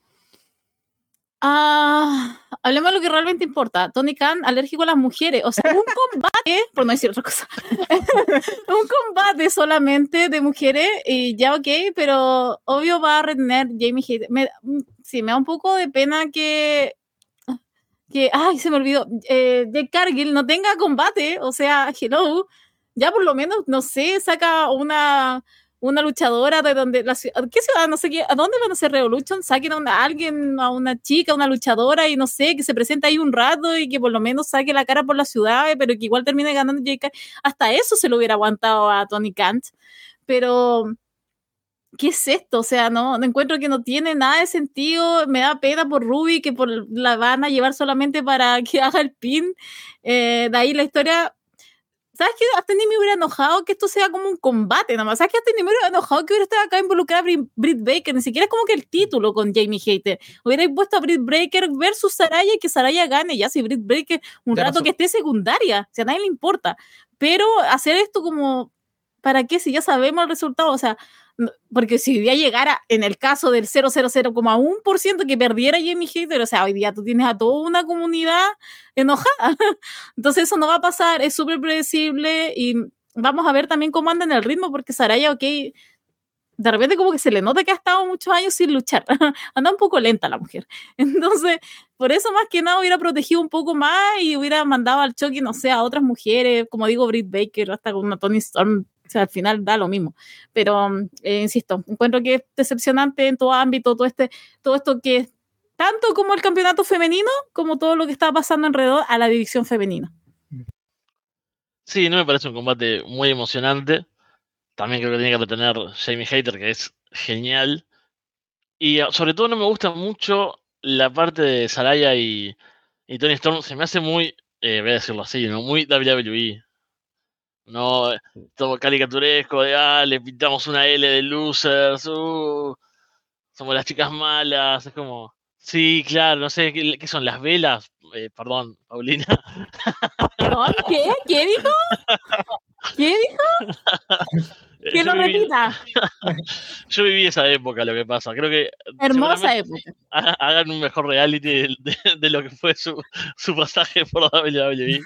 Hablemos de lo que realmente importa. Tony Khan, alérgico a las mujeres. O sea, un combate, por no decir otra cosa, un combate solamente de mujeres, y ya ok, pero obvio va a retener Jamie Hayter. Sí, me da un poco de pena que ay, se me olvidó, Jade Cargill no tenga combate. O sea, hello, ya por lo menos, no sé, saca una luchadora de donde ¿qué ciudad? No sé qué, ¿a dónde van a hacer Revolution? Saquen a alguien, a una chica, una luchadora, y no sé, que se presente ahí un rato y que por lo menos saque la cara por la ciudad, pero que igual termine ganando J.K. Hasta eso se lo hubiera aguantado a Tony Khan. Pero ¿qué es esto? O sea, no encuentro que no tiene nada de sentido. Me da pena por Ruby, que la van a llevar solamente para que haga el pin. De ahí la historia. ¿Sabes qué? Hasta ni me hubiera enojado que esto sea como un combate nomás. ¿Sabes qué? Hasta ni me hubiera enojado que hubiera estado acá involucrada Britt Baker. Ni siquiera es como que el título con Jamie Hayter. Hubiera puesto a Britt Baker versus Saraya y que Saraya gane. Ya si Britt Baker un rato que esté secundaria. Si a nadie le importa. Pero hacer esto como... ¿Para qué? Si ya sabemos el resultado. O sea, porque si hoy día llegara en el caso del 0,00,1% que perdiera Jamie Hayter, o sea, hoy día tú tienes a toda una comunidad enojada. Entonces eso no va a pasar, es súper predecible, y vamos a ver también cómo anda en el ritmo, porque Saraya, ok, de repente como que se le nota que ha estado muchos años sin luchar. Anda un poco lenta la mujer. Entonces, por eso más que nada hubiera protegido un poco más y hubiera mandado al choque, no sé, a otras mujeres, como digo, Britt Baker, hasta con una Toni Storm. O sea, al final da lo mismo. Pero, insisto, encuentro que es decepcionante en todo ámbito, todo esto que tanto como el campeonato femenino, como todo lo que está pasando alrededor a la división femenina. Sí, no me parece un combate muy emocionante. También creo que tiene que retener Jamie Hayter, que es genial. Y sobre todo no me gusta mucho la parte de Saraya y Tony Storm. Se me hace muy, voy a decirlo así, ¿no? Muy WWE. No, todo caricaturesco de, le pintamos una L de losers, somos las chicas malas, es como, sí, claro, no sé, ¿qué son las velas? Perdón, Paulina. ¿Perdón? ¿Qué? ¿Qué dijo? ¿Qué dijo? Que lo repita. Yo viví esa época, lo que pasa. Creo que Hermosa época. hagan un mejor reality de lo que fue su pasaje por WWE.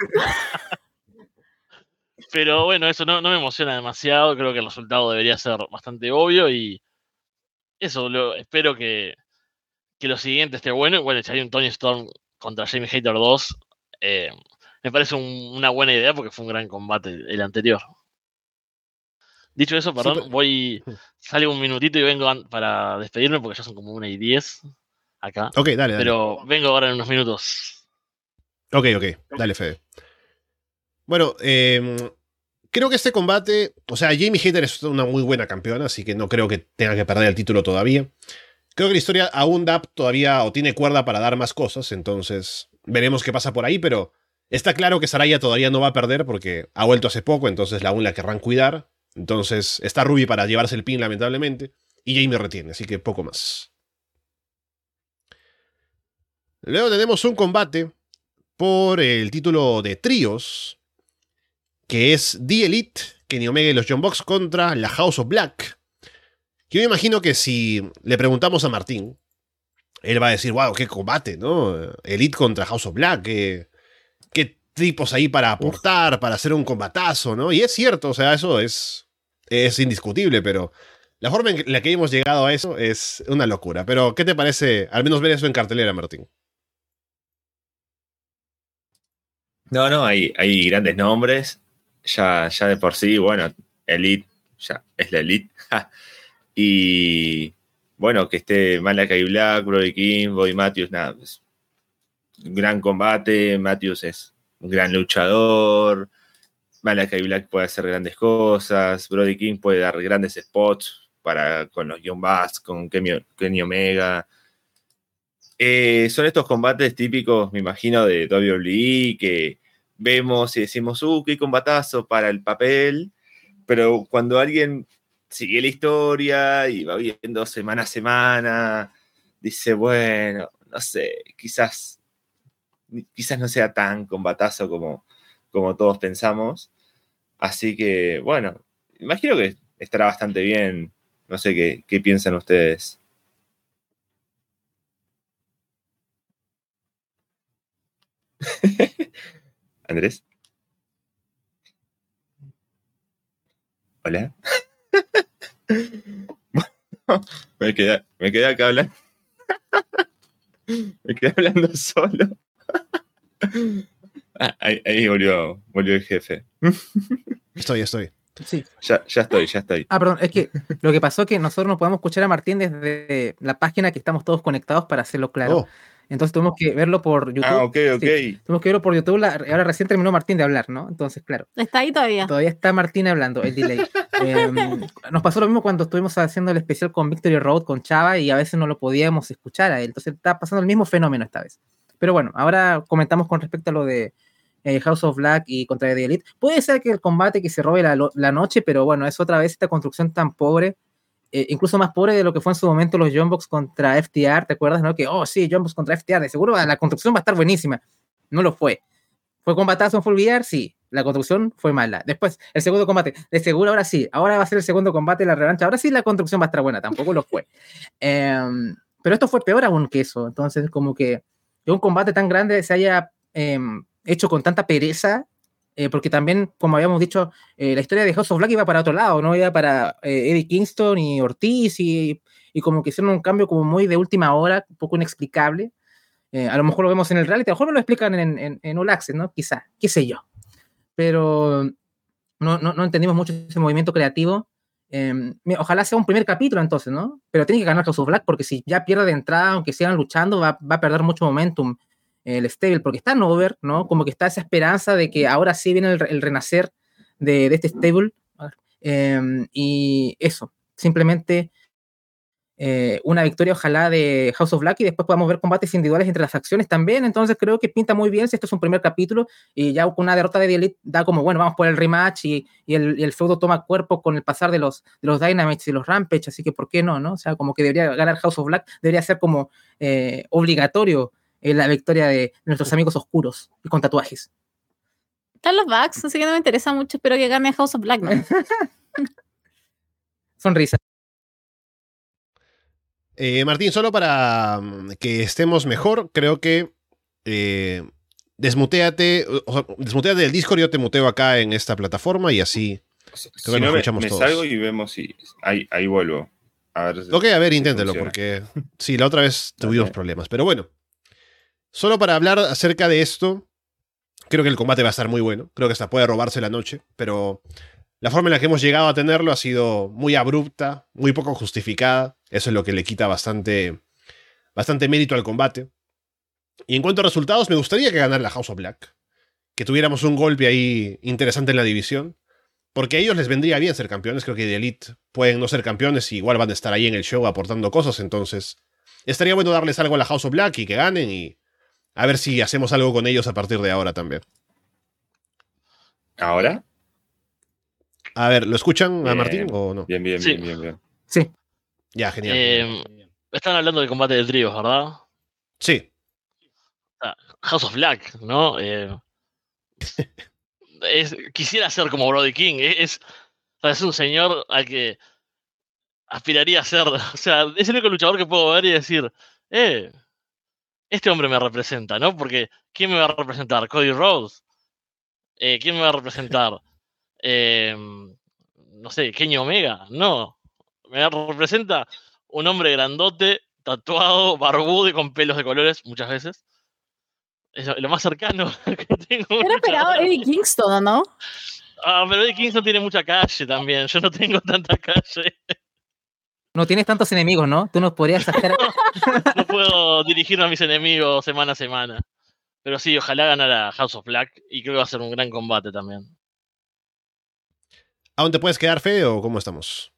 Pero bueno, eso no me emociona demasiado. Creo que el resultado debería ser bastante obvio y eso, espero que lo siguiente esté bueno. Y bueno, si hay un Tony Storm contra Jamie Hayter 2, me parece una buena idea porque fue un gran combate el anterior. Dicho eso, perdón, salgo un minutito y vengo para despedirme porque ya son como 1:10 acá. Ok, dale. Pero vengo ahora en unos minutos. Ok, dale, Fede. Bueno, creo que este combate, o sea, Jamie Hayter es una muy buena campeona, así que no creo que tenga que perder el título todavía. Creo que la historia aún da todavía o tiene cuerda para dar más cosas, entonces veremos qué pasa por ahí, pero está claro que Saraya todavía no va a perder porque ha vuelto hace poco, entonces aún la querrán cuidar. Entonces está Ruby para llevarse el pin, lamentablemente, y Jamie retiene, así que poco más. Luego tenemos un combate por el título de tríos, que es The Elite, Kenny Omega y los Young Bucks contra la House of Black. Yo me imagino que si le preguntamos a Martín, él va a decir, wow, qué combate, ¿no? Elite contra House of Black, qué tipos ahí para aportar, para hacer un combatazo, ¿no? Y es cierto, o sea, eso es indiscutible, pero la forma en la que hemos llegado a eso es una locura. Pero, ¿qué te parece al menos ver eso en cartelera, Martín? No, hay grandes nombres. Ya de por sí, bueno, Elite ya es la Elite. Y bueno, que esté Malakai Black, Brody King, Bobby Matthews, nada, es un gran combate. Matthews es un gran luchador. Malakai Black puede hacer grandes cosas. Brody King puede dar grandes spots con los Young Bucks, con Kenny Omega. Son estos combates típicos, me imagino, de WWE que vemos y decimos, qué combatazo para el papel, pero cuando alguien sigue la historia y va viendo semana a semana, dice, bueno, no sé, quizás no sea tan combatazo como todos pensamos. Así que, bueno, imagino que estará bastante bien. No sé qué piensan ustedes. Andrés. Hola. Me quedé acá hablando. Me quedé hablando solo. Ahí volvió el jefe. Estoy. Sí. Ya estoy. Perdón, es que lo que pasó es que nosotros no podemos escuchar a Martín desde la página que estamos todos conectados, para hacerlo claro. Entonces tuvimos que verlo por YouTube. Ok. Sí, tuvimos que verlo por YouTube. Ahora recién terminó Martín de hablar, ¿no? Entonces, claro. ¿Está ahí todavía? Todavía está Martín hablando, el delay. Nos pasó lo mismo cuando estuvimos haciendo el especial con Victory Road, con Chava, y a veces no lo podíamos escuchar a él. Entonces está pasando el mismo fenómeno esta vez. Pero bueno, ahora comentamos con respecto a lo de House of Black y contra The Elite. Puede ser que el combate que se robe la noche, pero bueno, es otra vez esta construcción tan pobre, incluso más pobre de lo que fue en su momento los Young Bucks contra FTR. ¿Te acuerdas, no? Que, sí, Young Bucks contra FTR, de seguro la construcción va a estar buenísima. No lo fue. ¿Fue combatazo en Full Gear? Sí. La construcción fue mala. Después, el segundo combate, de seguro ahora sí. Ahora va a ser el segundo combate, la revancha. Ahora sí la construcción va a estar buena. Tampoco lo fue. Pero esto fue peor aún que eso. Entonces, como que un combate tan grande se haya hecho con tanta pereza, porque también, como habíamos dicho, la historia de House of Black iba para otro lado, no iba para Eddie Kingston y Ortiz, y como que hicieron un cambio como muy de última hora, un poco inexplicable. A lo mejor lo vemos en el reality, a lo mejor no lo explican en All Access, ¿no? Quizá, qué sé yo. Pero no entendimos mucho ese movimiento creativo. Ojalá sea un primer capítulo entonces, ¿no? Pero tiene que ganar House of Black porque si ya pierde de entrada, aunque sigan luchando, va a perder mucho momentum el stable, porque está en over, ¿no? Como que está esa esperanza de que ahora sí viene el renacer de este stable. Y eso, simplemente una victoria ojalá de House of Black y después podamos ver combates individuales entre las facciones también. Entonces creo que pinta muy bien si esto es un primer capítulo y ya con una derrota de The Elite da como, bueno, vamos por el rematch y el feudo toma cuerpo con el pasar de los Dynamites y los Rampage, así que ¿por qué no? ¿No? O sea, como que debería ganar House of Black, debería ser como obligatorio la victoria de nuestros amigos oscuros y con tatuajes. Están los Bucks, así que no me interesa mucho, espero que gane House of Black, ¿no? Sonrisa. Martín, solo para que estemos mejor, creo que desmuteate del Discord, yo te muteo acá en esta plataforma y así creo que nos escuchamos todos. Salgo y vemos si ahí vuelvo. A ver, ok, a ver, si inténtelo, funciona. porque sí, la otra vez tuvimos problemas. Pero bueno, solo para hablar acerca de esto, creo que el combate va a estar muy bueno. Creo que hasta puede robarse la noche, pero la forma en la que hemos llegado a tenerlo ha sido muy abrupta, muy poco justificada. Eso es lo que le quita bastante mérito al combate. Y en cuanto a resultados, me gustaría que ganara la House of Black. Que tuviéramos un golpe ahí interesante en la división. Porque a ellos les vendría bien ser campeones. Creo que The Elite pueden no ser campeones y igual van a estar ahí en el show aportando cosas. Entonces, estaría bueno darles algo a la House of Black y que ganen. Y a ver si hacemos algo con ellos a partir de ahora también. ¿Ahora? A ver, ¿lo escuchan a Bien, Martín o no? Bien. Sí. Sí. Ya, genial. Están hablando del combate de tríos, ¿verdad? Sí. House of Black, ¿no? Quisiera ser como Brody King. Es un señor al que aspiraría a ser. O sea, es el único luchador que puedo ver y decir, este hombre me representa, ¿no? Porque ¿quién me va a representar? ¿Cody Rhodes? ¿Quién me va a representar? No sé, Kenny Omega. No. Me representa un hombre grandote, tatuado, barbudo y con pelos de colores muchas veces. Es lo más cercano que tengo. Era esperado Eddie Kingston, ¿no? Pero Eddie Kingston tiene mucha calle también. Yo no tengo tanta calle. No tienes tantos enemigos, ¿no? Tú nos podrías hacer... No puedo dirigirme a mis enemigos semana a semana. Pero sí, ojalá ganara House of Black. Y creo que va a ser un gran combate también. ¿Aún te puedes quedar, Fede, o cómo estamos?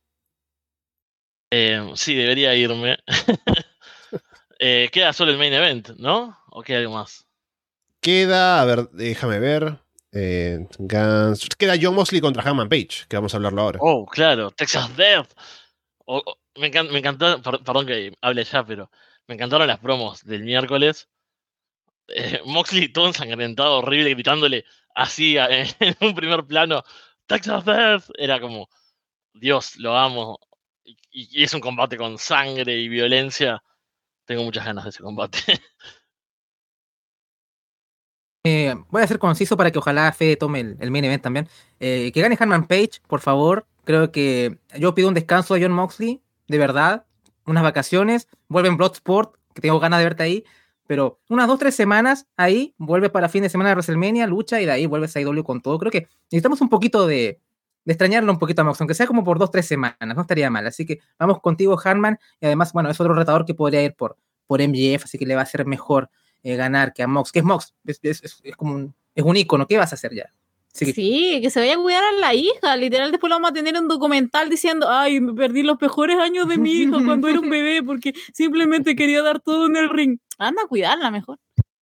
Sí, debería irme. Queda solo el main event, ¿no? ¿O queda algo más? Queda, a ver, déjame ver. Queda Jon Moxley contra Hangman Page, que vamos a hablarlo ahora. Oh, claro, Texas Death. Me encantó, perdón que hable ya, pero me encantaron las promos del miércoles. Moxley todo ensangrentado, horrible, gritándole así en un primer plano, Texas Death. Era como, Dios, lo amo. Y es un combate con sangre y violencia. Tengo muchas ganas de ese combate. Voy a ser conciso para que ojalá Fede tome el main event también. Que gane Hangman Page, por favor. Creo que yo pido un descanso a Jon Moxley, de verdad. Unas vacaciones. Vuelve en Bloodsport, que tengo ganas de verte ahí. Pero unas 2-3 semanas ahí, vuelve para fin de semana de WrestleMania, lucha y de ahí vuelves a IW con todo. Creo que necesitamos un poquito de extrañarlo un poquito a Mox, aunque sea como por 2-3 semanas, no estaría mal. Así que vamos contigo, Hangman. Y además, bueno, es otro retador que podría ir por MJF, así que le va a ser mejor ganar que a Mox. ¿Qué es Mox? Es como es un ícono. ¿Qué vas a hacer ya? Sí, que se vaya a cuidar a la hija. Literal, después lo vamos a tener un documental diciendo, ay, me perdí los mejores años de mi hija cuando era un bebé porque simplemente quería dar todo en el ring. Anda a cuidarla mejor.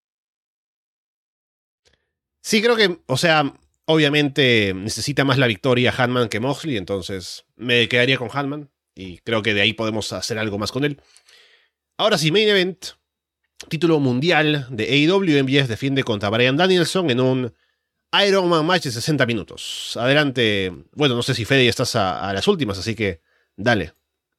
Sí, creo que, o sea, obviamente necesita más la victoria Hangman que Moxley, entonces me quedaría con Hangman y creo que de ahí podemos hacer algo más con él. Ahora sí, main event, título mundial de AEW. MJF defiende contra Bryan Danielson en un Iron Man match de 60 minutos. Adelante. Bueno, no sé si Fede ya estás a las últimas, así que dale.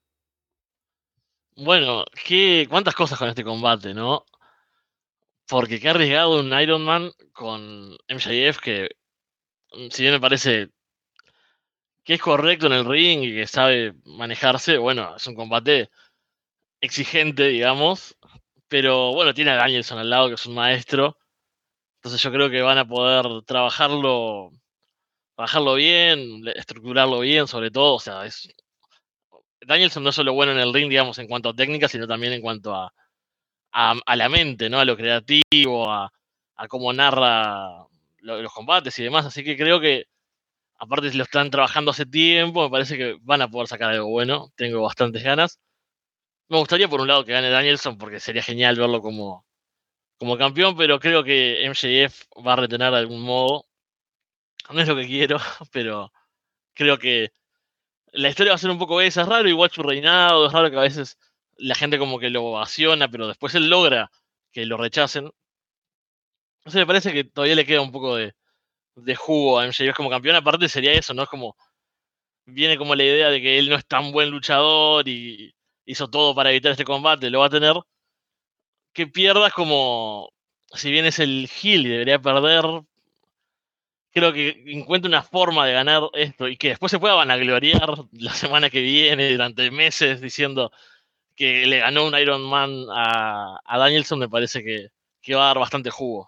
Bueno, cuántas cosas con este combate, ¿no? Porque qué arriesgado un Iron Man con MJF que, si bien me parece que es correcto en el ring y que sabe manejarse, bueno, es un combate exigente, digamos. Pero bueno, tiene a Danielson al lado, que es un maestro. Entonces yo creo que van a poder trabajarlo trabajarlo bien, estructurarlo bien, sobre todo. O sea, Danielson no es solo bueno en el ring, digamos, en cuanto a técnica, sino también en cuanto a la mente, ¿no? A lo creativo, a cómo narra los combates y demás. Así que creo que, aparte si lo están trabajando hace tiempo, me parece que van a poder sacar algo bueno. Tengo bastantes ganas. Me gustaría, por un lado, que gane Danielson, porque sería genial verlo como campeón, pero creo que MJF va a retener de algún modo. No es lo que quiero, pero creo que la historia va a ser un poco esa. Es raro igual su reinado, es raro que a veces la gente como que lo ovaciona, pero después él logra que lo rechacen. No sé, me parece que todavía le queda un poco de jugo a MJF como campeón. Aparte sería eso, ¿no? Es como, viene como la idea de que él no es tan buen luchador y hizo todo para evitar este combate, lo va a tener. Que pierdas como, si bien es el heel y debería perder, creo que encuentre una forma de ganar esto y que después se pueda vanagloriar la semana que viene, durante meses, diciendo que le ganó un Iron Man a Danielson. Me parece que va a dar bastante jugo.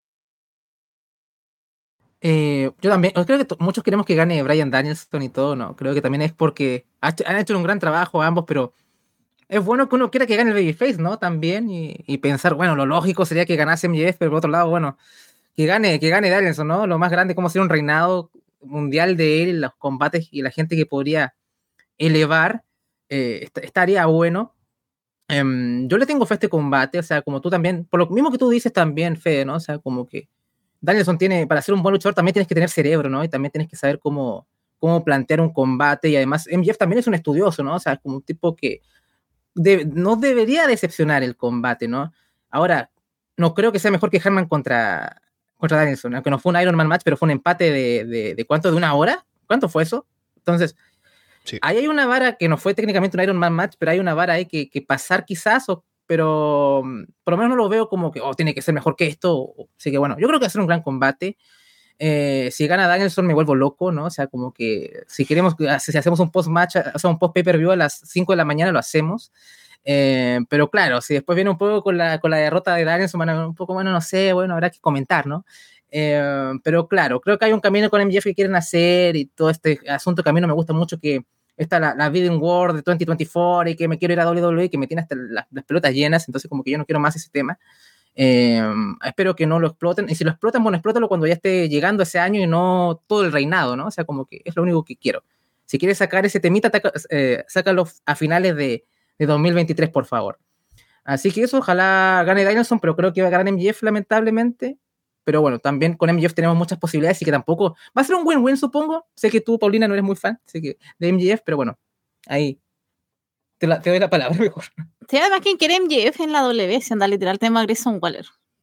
Yo también, yo creo que muchos queremos que gane Bryan Danielson y todo, ¿no? Creo que también es porque han hecho un gran trabajo ambos, pero es bueno que uno quiera que gane el Babyface, ¿no? También, y pensar, bueno, lo lógico sería que ganase MJF, pero por otro lado, bueno, que gane Danielson, ¿no? Lo más grande, como sería un reinado mundial de él, los combates y la gente que podría elevar, estaría bueno. Yo le tengo fe a este combate, o sea, como tú también, por lo mismo que tú dices también, Fede, ¿no? O sea, como que Danielson tiene, para ser un buen luchador también tienes que tener cerebro, ¿no? Y también tienes que saber cómo plantear un combate, y además MJF también es un estudioso, ¿no? O sea, es como un tipo que no debería decepcionar el combate, ¿no? Ahora, no creo que sea mejor que Hangman contra Danielson, aunque no fue un Iron Man match, pero fue un empate de ¿cuánto? ¿De una hora? ¿Cuánto fue eso? Entonces, Sí. ahí hay una vara que no fue técnicamente un Iron Man match, pero hay una vara ahí que pasar quizás, pero por lo menos no lo veo como que, tiene que ser mejor que esto. Así que bueno, yo creo que va a ser un gran combate. Si gana Danielson me vuelvo loco, ¿no? O sea, como que si queremos, si hacemos un post-match, o sea, un post-pay-per-view a las 5 de la mañana, lo hacemos. Pero claro, si después viene un poco con la derrota de Danielson, un poco, bueno, no sé, bueno, habrá que comentar, ¿no? Pero claro, creo que hay un camino con MJF que quieren hacer, y todo este asunto que a mí no me gusta mucho, que está la Bidding War de 2024 y que me quiero ir a WWE, que me tiene hasta las pelotas llenas, entonces como que yo no quiero más ese tema. Espero que no lo exploten, y si lo explotan, bueno, explótalo cuando ya esté llegando ese año y no todo el reinado, ¿no? O sea, como que es lo único que quiero. Si quieres sacar ese temita, sácalo a finales de 2023, por favor. Así que eso, ojalá gane Danielson, pero creo que va a ganar MJF, lamentablemente. Pero bueno, también con MJF tenemos muchas posibilidades, y que tampoco va a ser un win-win, supongo. Sé que tú, Paulina, no eres muy fan, así que de MJF, pero bueno, ahí te doy la palabra mejor. Sí, además, quien quiere MJF en la W, si anda literal tema Grayson Waller.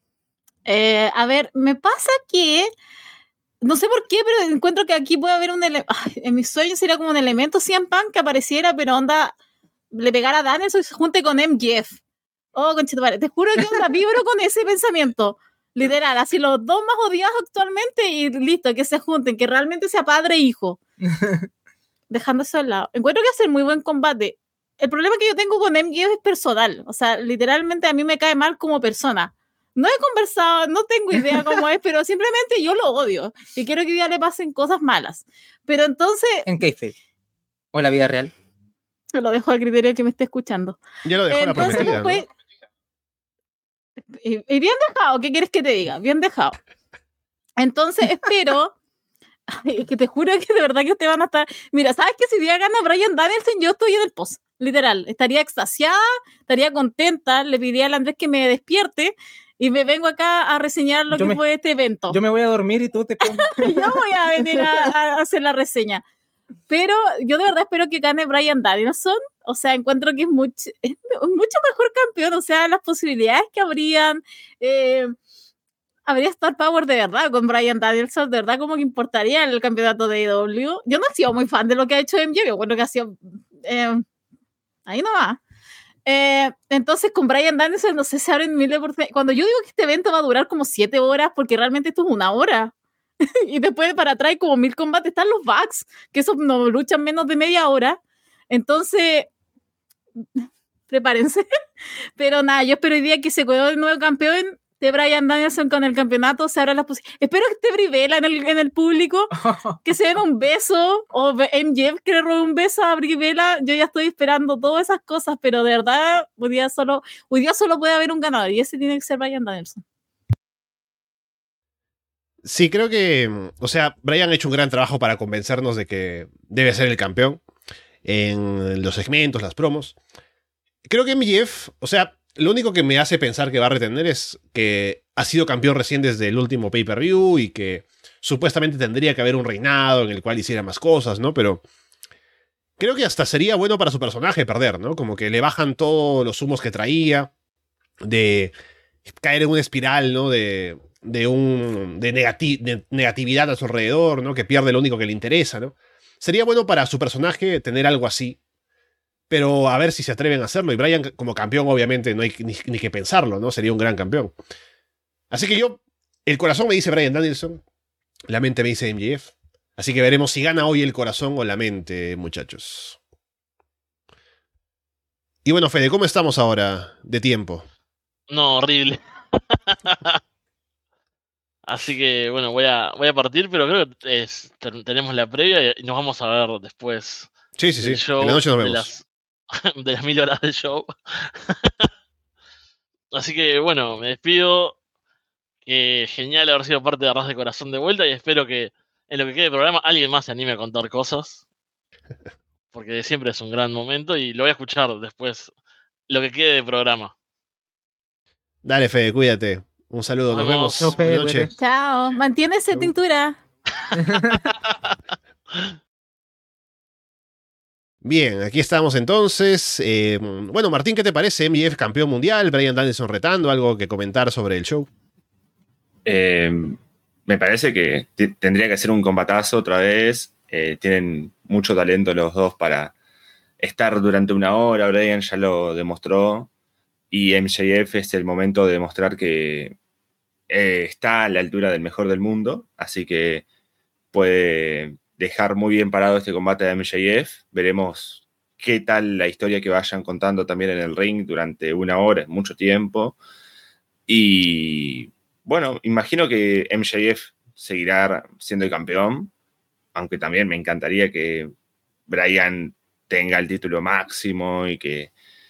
A ver, me pasa que no sé por qué, pero encuentro que aquí puede haber en mis sueños sería como un elemento CM Punk que apareciera, pero onda, le pegara a Danielson y se junte con MJF. Oh, conchetumare, te juro que onda, vibro con ese pensamiento. Literal, así los dos más odiados actualmente, y listo, que se junten, que realmente sea padre e hijo. Dejando eso al lado. Encuentro que va a ser muy buen combate. El problema que yo tengo con MJF es personal. O sea, literalmente a mí me cae mal como persona. No he conversado, no tengo idea cómo es, pero simplemente yo lo odio. Y quiero que hoy día le pasen cosas malas. Pero entonces... ¿En kayfabe? ¿O en la vida real? Lo dejo al criterio que me esté escuchando. Ya lo dejó la prometida, ¿no? Y bien dejado, ¿qué quieres que te diga? Bien dejado. Entonces espero... Ay, que te juro que de verdad que ustedes van a estar... Mira, ¿sabes que si día gana Bryan Danielson, yo estoy en el post? Literal, estaría extasiada, estaría contenta, le pediría al Andrés que me despierte y me vengo acá a reseñar lo que fue este evento. Yo me voy a dormir y tú te pones... Yo voy a venir a hacer la reseña. Pero yo de verdad espero que gane Bryan Danielson. O sea, encuentro que es mucho mejor campeón. O sea, las posibilidades que habrían... habría Star Power de verdad con Bryan Danielson, de verdad como que importaría el campeonato de AEW. Yo no he sido muy fan de lo que ha hecho MJF, bueno, que ha sido ahí nomás. Entonces con Bryan Danielson no sé, se abren miles de oportunidades. Cuando yo digo que este evento va a durar como 7 horas, porque realmente esto es 1 hora, y después para atrás hay como 1000 combates, están los Bucks, que esos no luchan menos de media hora, entonces prepárense. Pero nada, yo espero hoy día que se quede el nuevo campeón. de Bryan Danielson con el campeonato, se abran las posibilidades. Espero que esté Brie Bella en el público, que se den un beso, o MJF que le robe un beso a Brie Bella. Yo ya estoy esperando todas esas cosas, pero de verdad, hoy día solo puede haber un ganador, y ese tiene que ser Bryan Danielson. Sí, creo que, o sea, Bryan ha hecho un gran trabajo para convencernos de que debe ser el campeón en los segmentos, las promos. Creo que MJF, o sea, lo único que me hace pensar que va a retener es que ha sido campeón recién desde el último pay-per-view y que supuestamente tendría que haber un reinado en el cual hiciera más cosas, ¿no? Pero creo que hasta sería bueno para su personaje perder, ¿no? Como que le bajan todos los humos que traía, de caer en una espiral, ¿no? De negatividad a su alrededor, ¿no? Que pierde lo único que le interesa, ¿no? Sería bueno para su personaje tener algo así, pero a ver si se atreven a hacerlo. Y Bryan como campeón, obviamente, no hay ni que pensarlo, ¿no? Sería un gran campeón. Así que el corazón me dice Bryan Danielson, la mente me dice MJF. Así que veremos si gana hoy el corazón o la mente, muchachos. Y bueno, Fede, ¿cómo estamos ahora de tiempo? No, horrible. Así que bueno, voy a partir, pero creo que tenemos la previa y nos vamos a ver después Sí, del show, en la noche nos vemos. de las 1000 horas del show. Así que bueno, me despido. Genial haber sido parte de Arras de Corazón de vuelta y espero que en lo que quede del programa alguien más se anime a contar cosas. Porque siempre es un gran momento y lo voy a escuchar después, lo que quede del programa. Dale, Fede, cuídate. Un saludo, nos vemos. Chao, Fede, Buenas noches. cuídate. Chao, mantiene esa Chau. tintura. Bien, aquí estamos entonces. Bueno, Martín, ¿qué te parece? MJF campeón mundial, Bryan Danielson retando, algo que comentar sobre el show. Me parece que tendría que ser un combatazo otra vez. Tienen mucho talento los dos para estar durante una hora. Bryan ya lo demostró. Y MJF es el momento de demostrar que está a la altura del mejor del mundo. Así que puede dejar muy bien parado este combate de MJF. Veremos qué tal la historia que vayan contando también en el ring durante una hora, es mucho tiempo. Y bueno, imagino que MJF seguirá siendo el campeón, aunque también me encantaría que Bryan tenga el título máximo y que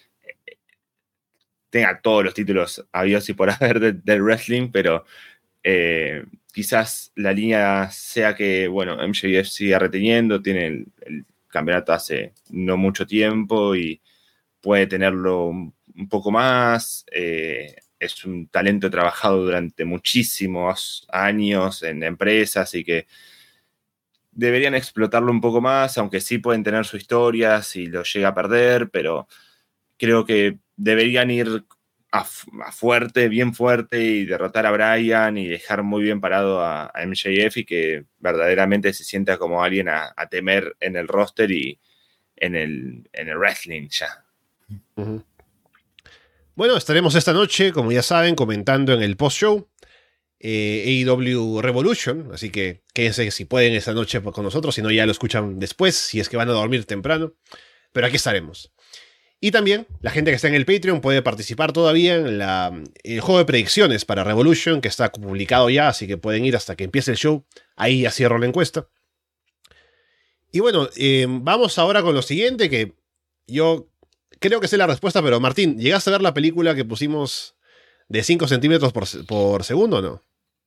tenga todos los títulos habidos y por haber del wrestling, pero quizás la línea sea que, bueno, MJF siga reteniendo, tiene el campeonato hace no mucho tiempo y puede tenerlo un poco más. Es un talento trabajado durante muchísimos años en empresas y que deberían explotarlo un poco más, aunque sí pueden tener su historia si lo llega a perder, pero creo que deberían ir a fuerte, bien fuerte y derrotar a Bryan y dejar muy bien parado a MJF y que verdaderamente se sienta como alguien a temer en el roster y en el wrestling ya. Uh-huh. Bueno, estaremos esta noche, como ya saben, comentando en el post-show AEW Revolution, así que quédense si pueden esta noche con nosotros, si no ya lo escuchan después, si es que van a dormir temprano, pero aquí estaremos. Y también la gente que está en el Patreon puede participar todavía en el juego de predicciones para Revolution, que está publicado ya, así que pueden ir hasta que empiece el show, ahí ya cierro la encuesta. Y bueno, vamos ahora con lo siguiente, que yo creo que sé la respuesta, pero Martín, ¿llegaste a ver la película que pusimos de 5 centímetros por segundo o no?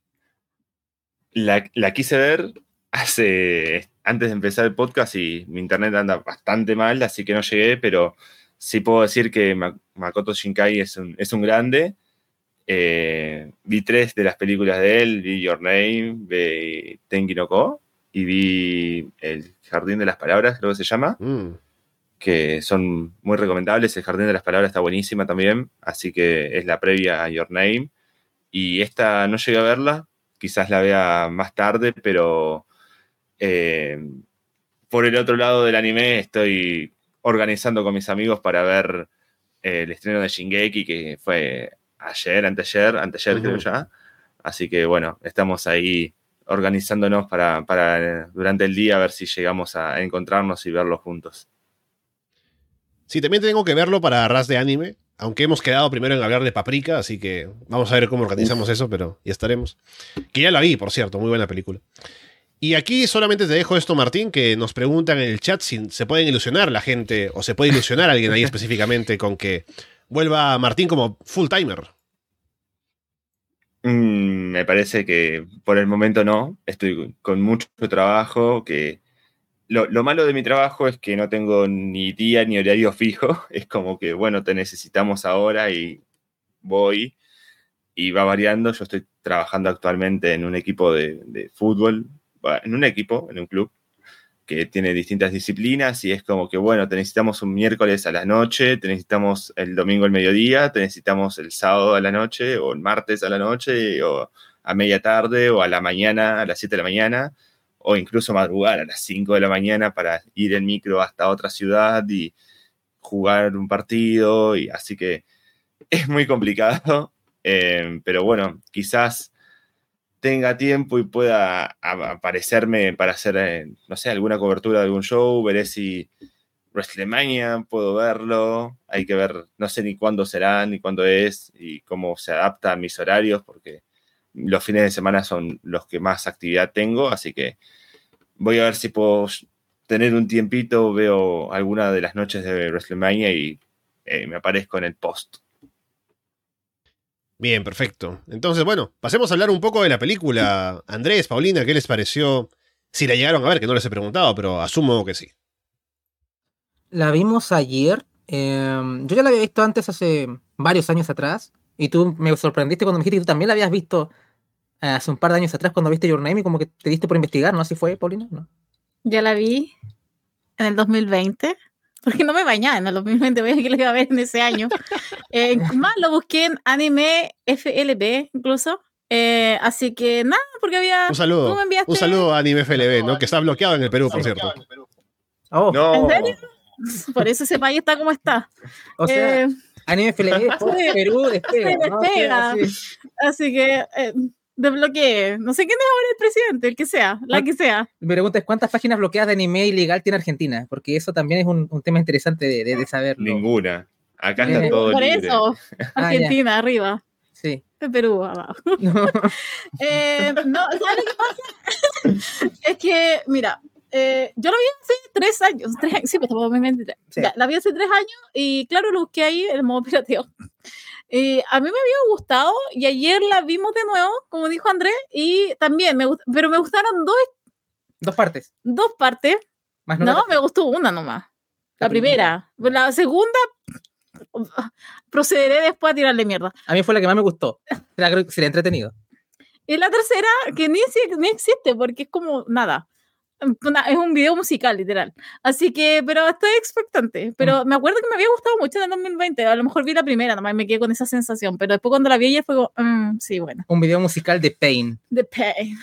La quise ver antes de empezar el podcast y mi internet anda bastante mal, así que no llegué, pero sí puedo decir que Makoto Shinkai es un grande. Vi 3 de las películas de él, vi Your Name, vi Tenki no Ko y vi El Jardín de las Palabras, creo que se llama. Que son muy recomendables. El Jardín de las Palabras está buenísima también, así que es la previa a Your Name. Y esta no llegué a verla, quizás la vea más tarde, pero por el otro lado del anime estoy organizando con mis amigos para ver el estreno de Shingeki, que fue anteayer creo ya. Así que bueno, estamos ahí organizándonos para durante el día a ver si llegamos a encontrarnos y verlo juntos. Sí, también tengo que verlo para Arras de Anime, Aunque hemos quedado primero en hablar de Paprika, así que vamos a ver cómo organizamos eso, pero ya estaremos. Que ya la vi, por cierto, muy buena película. Y aquí solamente te dejo esto, Martín, que nos preguntan en el chat si se pueden ilusionar la gente, o se puede ilusionar a alguien ahí específicamente con que vuelva Martín como full-timer. Me parece que por el momento no. Estoy con mucho trabajo. Que lo malo de mi trabajo es que no tengo ni día ni horario fijo. Es como que, bueno, te necesitamos ahora y voy. Y va variando. Yo estoy trabajando actualmente en un equipo de fútbol. En un club que tiene distintas disciplinas y es como que, bueno, te necesitamos un miércoles a la noche, te necesitamos el domingo al mediodía, te necesitamos el sábado a la noche o el martes a la noche o a media tarde o a la mañana, a las 7 de la mañana o incluso madrugar a las 5 de la mañana para ir en micro hasta otra ciudad y jugar un partido. Y así que es muy complicado, pero bueno, quizás tenga tiempo y pueda aparecerme para hacer, no sé, alguna cobertura de algún show. Veré si WrestleMania puedo verlo. Hay que ver, no sé ni cuándo será, ni cuándo es, y cómo se adapta a mis horarios, porque los fines de semana son los que más actividad tengo, así que voy a ver si puedo tener un tiempito, veo alguna de las noches de WrestleMania y me aparezco en el post. Bien, perfecto. Entonces, bueno, pasemos a hablar un poco de la película. Andrés, Paulina, ¿qué les pareció? Si la llegaron a ver, que no les he preguntado, pero asumo que sí. La vimos ayer. Yo ya la había visto antes, hace varios años atrás. Y tú me sorprendiste cuando me dijiste que tú también la habías visto hace un par de años atrás cuando viste Your Name y como que te diste por investigar, ¿no? ¿Así fue, Paulina? ¿No? Ya la vi en el 2020. Porque no me bañaba en el 2020, voy a que la iba a ver en ese año. Más lo busqué en Anime FLB, incluso. Así que nada, porque había. Un saludo. ¿Tú me enviaste? Un saludo a Anime FLB, ¿no? Que está bloqueado en el Perú, por cierto. Oh, No, ¿En serio? Por eso ese país está como está. o sea, Anime FLB, sí. Perú, despega. Sí, ¿no? despega. Sí. Así que desbloqueé. No sé quién es ahora el presidente, el que sea, la que sea. Mi pregunta es, ¿cuántas páginas bloqueadas de anime ilegal tiene Argentina? Porque eso también es un tema interesante de saberlo. ninguna. Acá está todo Por libre. eso, Argentina arriba. Sí. Perú abajo. No. No, ¿sabes lo que pasa? Es que, mira, yo lo vi hace 3 años. Sí, pues estamos en 2023. Sí. Ya, la vi hace 3 años y claro, lo busqué ahí en el modo pirateo. A mí me había gustado y ayer la vimos de nuevo, como dijo Andrés, y también pero me gustaron Dos partes. dos partes. Más No, me gustó una nomás. La primera. La segunda, procederé después a tirarle mierda. A mí fue la que más me gustó. Creo que sería entretenido. Y la tercera, que ni existe porque es como nada. Es un video musical, literal. Así que, pero estoy expectante. Pero me acuerdo que me había gustado mucho en el 2020. A lo mejor vi la primera, nomás me quedé con esa sensación. Pero después cuando la vi ayer fue como, sí, bueno. Un video musical de Pain. The Pain.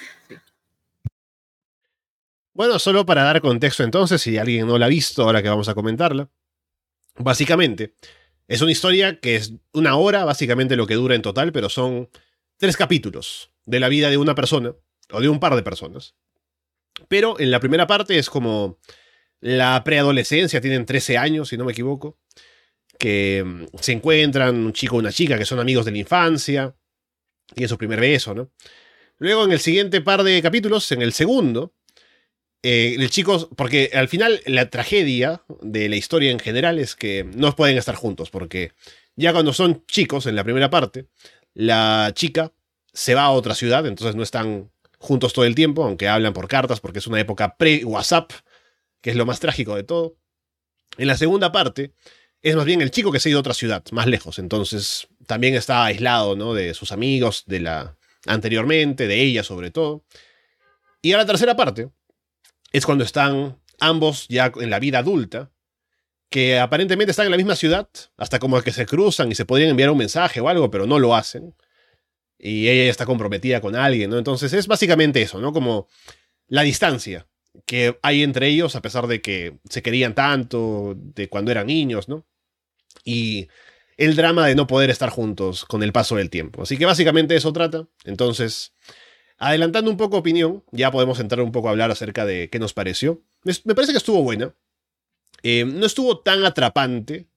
Bueno, solo para dar contexto entonces, si alguien no la ha visto, ahora que vamos a comentarla. Básicamente, es una historia que es 1 hora, básicamente lo que dura en total, pero son 3 capítulos de la vida de una persona, o de un par de personas. Pero en la primera parte es como la preadolescencia, tienen 13 años, si no me equivoco, que se encuentran un chico y una chica que son amigos de la infancia, y es su primer beso, ¿no? Luego en el siguiente par de capítulos, en el segundo, el chico, porque al final la tragedia de la historia en general es que no pueden estar juntos, porque ya cuando son chicos, en la primera parte, la chica se va a otra ciudad, entonces no están juntos todo el tiempo, aunque hablan por cartas, porque es una época pre-WhatsApp, que es lo más trágico de todo. En la segunda parte, es más bien el chico que se ha ido a otra ciudad, más lejos, entonces también está aislado, ¿no? De sus amigos, de la anteriormente, de ella sobre todo. Y a la tercera parte, es cuando están ambos ya en la vida adulta, que aparentemente están en la misma ciudad, hasta como que se cruzan y se podrían enviar un mensaje o algo, pero no lo hacen. Y ella ya está comprometida con alguien, ¿no? Entonces es básicamente eso, ¿no? Como la distancia que hay entre ellos, a pesar de que se querían tanto, de cuando eran niños, ¿no? Y el drama de no poder estar juntos con el paso del tiempo. Así que básicamente eso trata. Entonces, adelantando un poco opinión, ya podemos entrar un poco a hablar acerca de qué nos pareció. Me parece que estuvo buena. No estuvo tan atrapante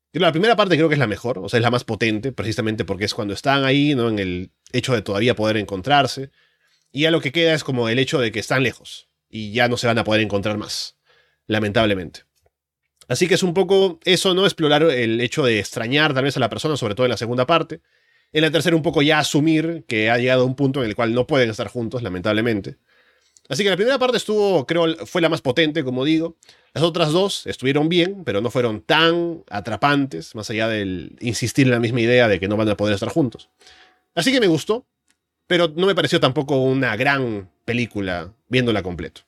La primera parte creo que es la mejor, o sea, es la más potente, precisamente porque es cuando están ahí, ¿no? En el hecho de todavía poder encontrarse. Y ya lo que queda es como el hecho de que están lejos y ya no se van a poder encontrar más, lamentablemente. Así que es un poco eso, ¿no? Explorar el hecho de extrañar tal vez a la persona, sobre todo en la segunda parte. En la tercera un poco ya asumir que ha llegado a un punto en el cual no pueden estar juntos, lamentablemente. Así que la primera parte estuvo, creo, fue la más potente, como digo. Las otras dos estuvieron bien, pero no fueron tan atrapantes, más allá del insistir en la misma idea de que no van a poder estar juntos. Así que me gustó, pero no me pareció tampoco una gran película viéndola completo.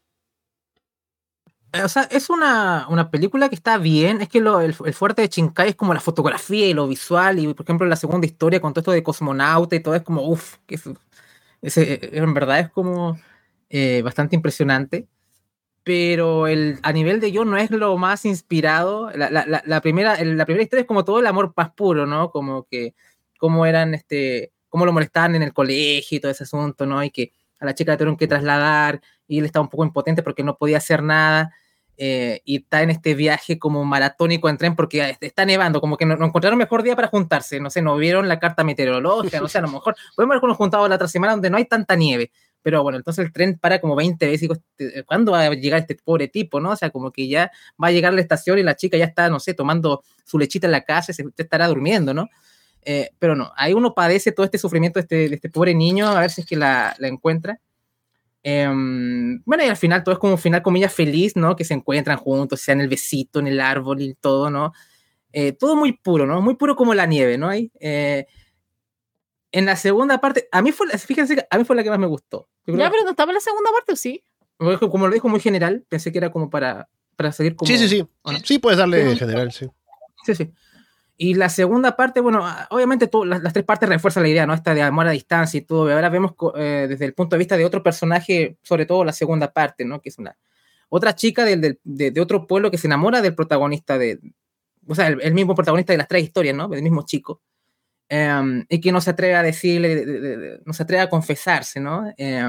O sea, es una película que está bien. Es que el fuerte de Shinkai es como la fotografía y lo visual. Y, por ejemplo, la segunda historia con todo esto de cosmonauta y todo es como, uff, en verdad es como bastante impresionante. Pero a nivel de guión no es lo más inspirado. La primera historia es como todo el amor más puro, ¿no? Como que, cómo lo molestaban en el colegio y todo ese asunto, ¿no? Y que a la chica la tuvieron que trasladar y él estaba un poco impotente porque no podía hacer nada. Y está en este viaje como maratónico en tren porque está nevando, como que no encontraron mejor día para juntarse, no sé, no vieron la carta meteorológica, no sé, a lo mejor podemos habernos juntado la otra semana donde no hay tanta nieve, pero bueno, entonces el tren para como 20 veces y digo, ¿cuándo va a llegar este pobre tipo, no? O sea, como que ya va a llegar a la estación y la chica ya está, no sé, tomando su lechita en la casa y se estará durmiendo, ¿no? Pero no, ahí uno padece todo este sufrimiento de este pobre niño, a ver si es que la encuentra. Bueno, y al final todo es como un final, comillas, feliz, ¿no? Que se encuentran juntos, sea en el besito, en el árbol y todo, ¿no? Todo muy puro, ¿no? Muy puro como la nieve, ¿no? En la segunda parte, fíjense que a mí fue la que más me gustó. Ya, pero no estaba en la segunda parte, ¿o sí? Como lo dijo muy general, pensé que era como para seguir como... Sí. ¿o no? Sí, puedes darle en general, sí. Sí. Y la segunda parte, bueno, obviamente las tres partes refuerzan la idea, ¿no? Esta de amor a distancia y todo. Y ahora vemos desde el punto de vista de otro personaje, sobre todo la segunda parte, ¿no? Que es otra chica de otro pueblo que se enamora del protagonista o sea, el mismo protagonista de las tres historias, ¿no? Del mismo chico. Y que no se atreve a decirle, no se atreve a confesarse, ¿no?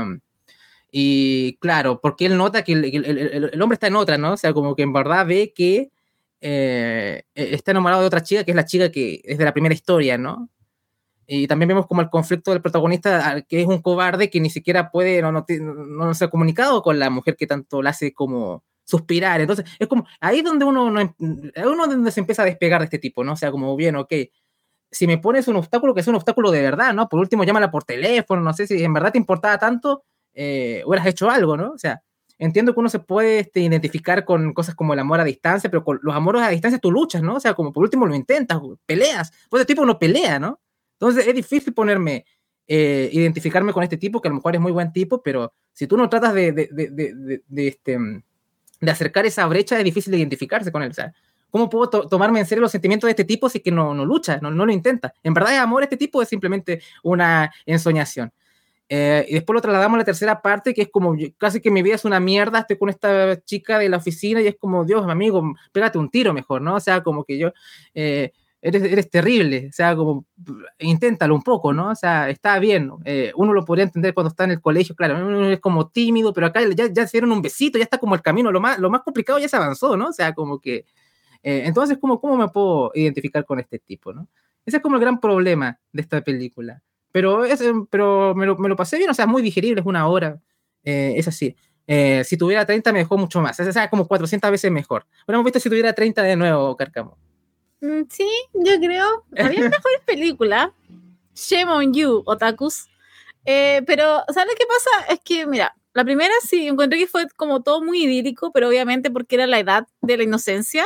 Y claro, porque él nota que el hombre está en otra, ¿no? O sea, como que en verdad ve que está enamorado de otra chica, que es la chica que es de la primera historia, ¿no? Y también vemos como el conflicto del protagonista, que es un cobarde que ni siquiera puede, no se ha comunicado con la mujer que tanto la hace como suspirar. Entonces, es como ahí donde donde se empieza a despegar de este tipo, ¿no? O sea, como bien, ok, si me pones un obstáculo, que es un obstáculo de verdad, ¿no? Por último, llámala por teléfono, no sé si en verdad te importaba tanto, hubieras hecho algo, ¿no? O sea, entiendo que uno se puede identificar con cosas como el amor a distancia, pero con los amores a distancia tú luchas, ¿no? O sea, como por último lo intentas, peleas. Pues este tipo no pelea, ¿no? Entonces es difícil identificarme con este tipo, que a lo mejor es muy buen tipo, pero si tú no tratas de acercar esa brecha, es difícil identificarse con él. O sea, ¿cómo puedo tomarme en serio los sentimientos de este tipo si es que no lucha, no lo intenta? En verdad es amor este tipo, es simplemente una ensoñación. Y después lo trasladamos a la tercera parte, que es como casi que mi vida es una mierda, estoy con esta chica de la oficina y es como, Dios, amigo, pégate un tiro mejor, ¿no? O sea, como que eres terrible, o sea, como inténtalo un poco, ¿no? O sea, está bien, uno lo podría entender cuando está en el colegio, claro, uno es como tímido, pero acá ya se dieron un besito, ya está como el camino, lo más complicado ya se avanzó, ¿no? O sea, como que, entonces, ¿cómo me puedo identificar con este tipo, ¿no? Ese es como el gran problema de esta película. Pero me lo pasé bien, o sea, es muy digerible, es una hora, es así. Si tuviera 30 me dejó mucho más, o sea, como 400 veces mejor. Bueno, hemos visto si tuviera 30 de nuevo, Cárcamo. Sí, yo creo. Había mejores películas. Shame on you, otakus. Pero, ¿sabes lo que pasa? Es que, mira, la primera sí, encontré que fue como todo muy idílico, pero obviamente porque era la edad de la inocencia.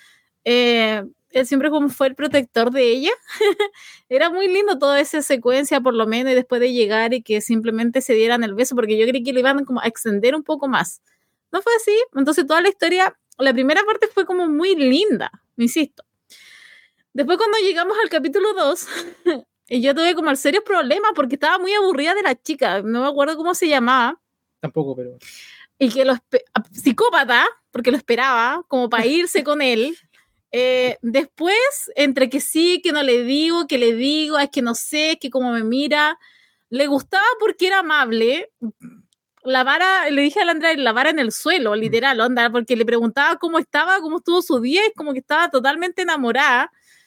Él siempre como fue el protector de ella. Era muy lindo toda esa secuencia, por lo menos, y después de llegar y que simplemente se dieran el beso, porque yo creí que lo iban como a extender un poco más. No fue así. Entonces toda la historia, la primera parte fue como muy linda, insisto. Después cuando llegamos al capítulo 2, yo tuve como el serio problema porque estaba muy aburrida de la chica, no me acuerdo cómo se llamaba. Tampoco, pero... Y que psicópata, porque lo esperaba, como para irse con él. Después, entre que sí, que no le digo, que le digo, es que no sé, que como me mira, le gustaba porque era amable. La vara, le dije a la Andrea, la vara en el suelo, literal, onda, porque le preguntaba cómo estaba, cómo estuvo su día, y como que estaba totalmente enamorada.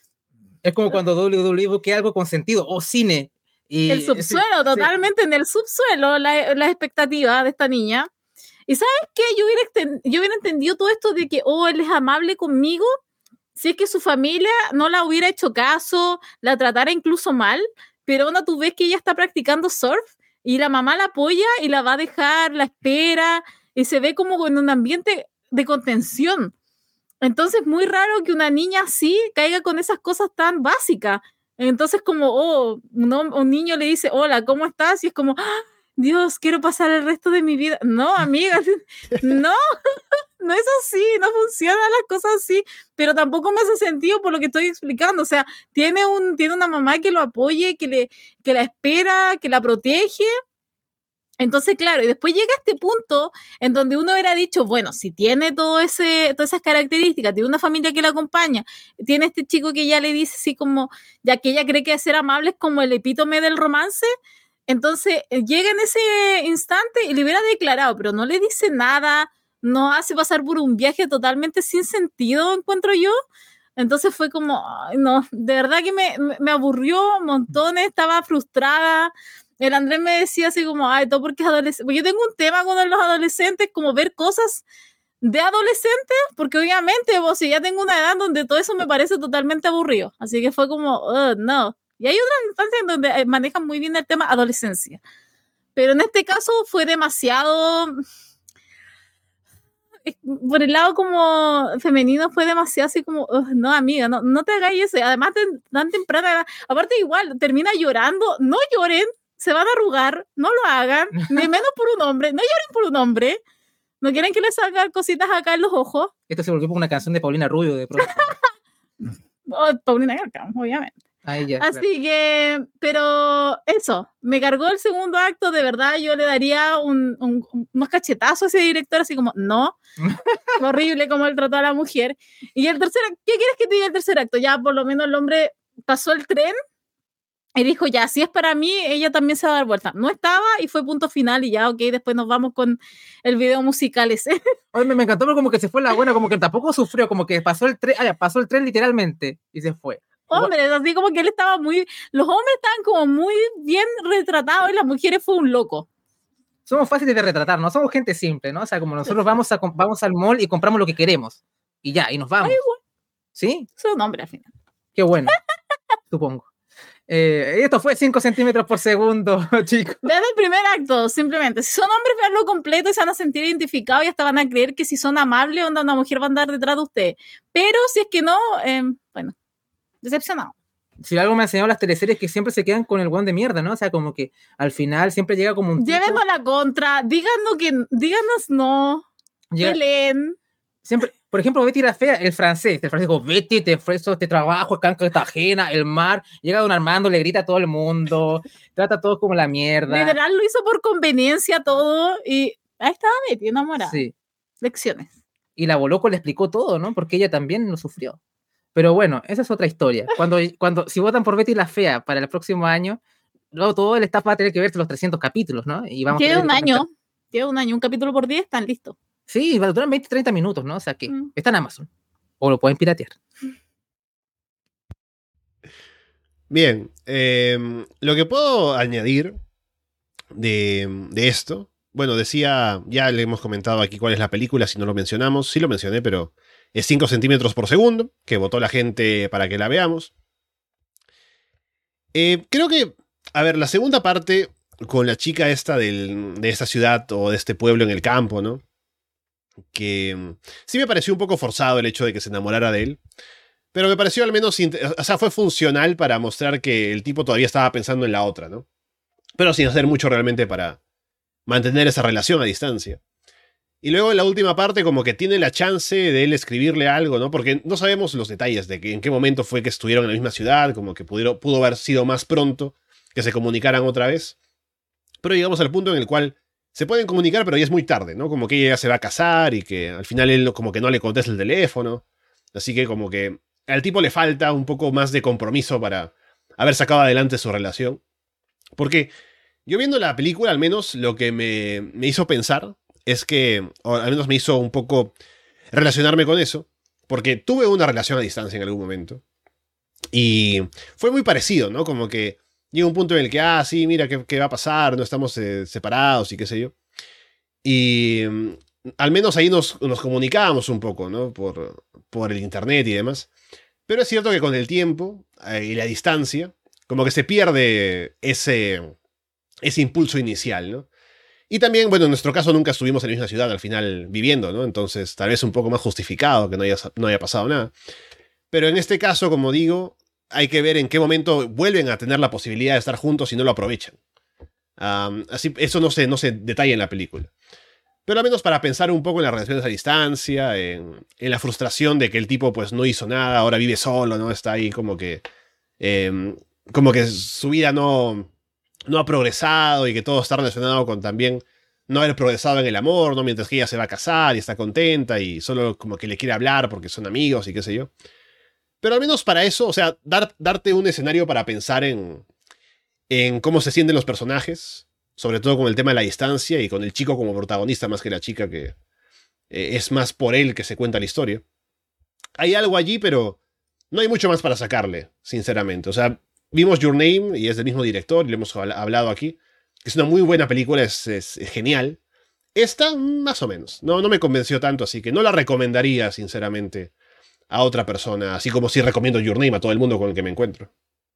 Es como cuando WWE busque algo con sentido, o cine. Y El subsuelo, sí. totalmente en el subsuelo, la expectativa de esta niña. ¿Y sabes qué? Yo hubiera entendido todo esto de que, él es amable conmigo, si es que su familia no la hubiera hecho caso, la tratara incluso mal, pero tú ves que ella está practicando surf y la mamá la apoya y la va a dejar, la espera, y se ve como en un ambiente de contención. Entonces, muy raro que una niña así caiga con esas cosas tan básicas. Entonces, como, un niño le dice, hola, ¿cómo estás? Y es como, ¡ah! Dios, quiero pasar el resto de mi vida. No, amiga, no, no es así, no funcionan las cosas así, pero tampoco me hace sentido por lo que estoy explicando. O sea, tiene una mamá que lo apoye, que la espera, que la protege. Entonces, claro, y después llega este punto en donde uno hubiera dicho, bueno, si tiene todas esas características, tiene una familia que la acompaña, tiene este chico que ya le dice así como, ya que ella cree que ser amable es como el epítome del romance, entonces llega en ese instante y le hubiera declarado, pero no le dice nada, no hace pasar por un viaje totalmente sin sentido, encuentro yo. Entonces fue como, ay, no, de verdad que me aburrió montones, estaba frustrada. El Andrés me decía así como, ay, todo porque es adolescente. Porque yo tengo un tema con los adolescentes, como ver cosas de adolescentes, porque obviamente, si ya tengo una edad donde todo eso me parece totalmente aburrido. Así que fue como, no. Y hay otras instancias en donde manejan muy bien el tema adolescencia. Pero en este caso fue demasiado... Por el lado como femenino fue demasiado así como, no, amiga, no te hagáis eso. Además, tan temprana edad. Aparte, igual, termina llorando. No lloren, se van a arrugar, no lo hagan, ni menos por un hombre, no lloren por un hombre, no quieren que les salgan cositas acá en los ojos. Esto se volvió como una canción de Paulina Rubio de pronto. Paulina Yarca, obviamente. Ahí ya, Así claro. que, pero eso, me cargó el segundo acto, de verdad yo le daría unos cachetazos a ese director, así como, no, horrible como él trató a la mujer. Y el tercer acto, ¿qué quieres que te diga el tercer acto? Ya por lo menos el hombre pasó el tren y dijo, ya, si es para mí, ella también se va a dar vuelta. No estaba y fue punto final y ya, ok, después nos vamos con el video musical ese. Oye, me encantó, pero como que se fue la buena, como que tampoco sufrió, como que pasó el tren literalmente y se fue. Hombre, así como que él estaba los hombres estaban como muy bien retratados y las mujeres fue un loco. Somos fáciles de retratar, no somos gente simple, ¿no? O sea, como nosotros vamos al mall y compramos lo que queremos y ya, y nos vamos. Ay, bueno. ¿Sí? Son hombres al final. Qué bueno, supongo. Esto fue 5 centímetros por segundo, chicos. Desde el primer acto, simplemente. Si son hombres, veanlo completo y se van a sentir identificados y hasta van a creer que si son amables, una mujer va a andar detrás de ustedes. Pero si es que no, bueno, decepcionado. Si algo me han enseñado las teleseries que siempre se quedan con el guan de mierda, ¿no? O sea, como que al final siempre llega como un tipo... Llévenos la contra, díganos no, peleen. Siempre, por ejemplo, Betty la Fea, el francés dijo, Betty, te ofrezco este trabajo acá en Cartagena, el mar, llega don Armando, le grita a todo el mundo, trata a todos como la mierda. Literal lo hizo por conveniencia todo y ahí estaba Betty enamorada. Sí. Lecciones. Y la Boloco le explicó todo, ¿no? Porque ella también lo sufrió. Pero bueno, esa es otra historia. Si votan por Betty la Fea para el próximo año, luego todo el staff va a tener que verse los 300 capítulos, ¿no? Y vamos Queda un año, un capítulo por 10, están listos. Sí, duran 20-30 minutos, ¿no? O sea que está en Amazon. O lo pueden piratear. Bien, lo que puedo añadir de esto, bueno, decía, ya le hemos comentado aquí cuál es la película, si no lo mencionamos, sí lo mencioné, pero es 5 centímetros por segundo, que votó la gente para que la veamos. Creo que, a ver, la segunda parte con la chica esta de esta ciudad o de este pueblo en el campo, ¿no? Que sí me pareció un poco forzado el hecho de que se enamorara de él, pero me pareció al menos, o sea, fue funcional para mostrar que el tipo todavía estaba pensando en la otra, ¿no? Pero sin hacer mucho realmente para mantener esa relación a distancia. Y luego en la última parte como que tiene la chance de él escribirle algo, ¿no? Porque no sabemos los detalles de que en qué momento fue que estuvieron en la misma ciudad, como que pudo haber sido más pronto que se comunicaran otra vez. Pero llegamos al punto en el cual se pueden comunicar, pero ya es muy tarde, ¿no? Como que ella ya se va a casar y que al final él como que no le contesta el teléfono. Así que como que al tipo le falta un poco más de compromiso para haber sacado adelante su relación. Porque yo viendo la película, al menos lo que me hizo pensar es que, o al menos me hizo un poco relacionarme con eso, porque tuve una relación a distancia en algún momento. Y fue muy parecido, ¿no? Como que llega un punto en el que, sí, mira, ¿qué va a pasar? No estamos separados y qué sé yo. Y al menos ahí nos comunicábamos un poco, ¿no? Por el internet y demás. Pero es cierto que con el tiempo y la distancia, como que se pierde ese impulso inicial, ¿no? Y también, bueno, en nuestro caso nunca estuvimos en la misma ciudad al final viviendo, ¿no? Entonces tal vez un poco más justificado que no haya pasado nada. Pero en este caso, como digo, hay que ver en qué momento vuelven a tener la posibilidad de estar juntos y no lo aprovechan. Así, eso no se detalla en la película. Pero al menos para pensar un poco en las relaciones a distancia, en la frustración de que el tipo pues no hizo nada, ahora vive solo, ¿no? Está ahí como que su vida no ha progresado y que todo está relacionado con también no haber progresado en el amor, ¿no? Mientras que ella se va a casar y está contenta y solo como que le quiere hablar porque son amigos y qué sé yo. Pero al menos para eso, o sea, darte un escenario para pensar en cómo se sienten los personajes, sobre todo con el tema de la distancia y con el chico como protagonista más que la chica, que es más por él que se cuenta la historia. Hay algo allí, pero no hay mucho más para sacarle, sinceramente. O sea, vimos Your Name y es del mismo director y lo hemos hablado aquí. Es una muy buena película, es genial. Esta, más o menos. No me convenció tanto, así que no la recomendaría, sinceramente, a otra persona, así como si recomiendo Your Name a todo el mundo con el que me encuentro.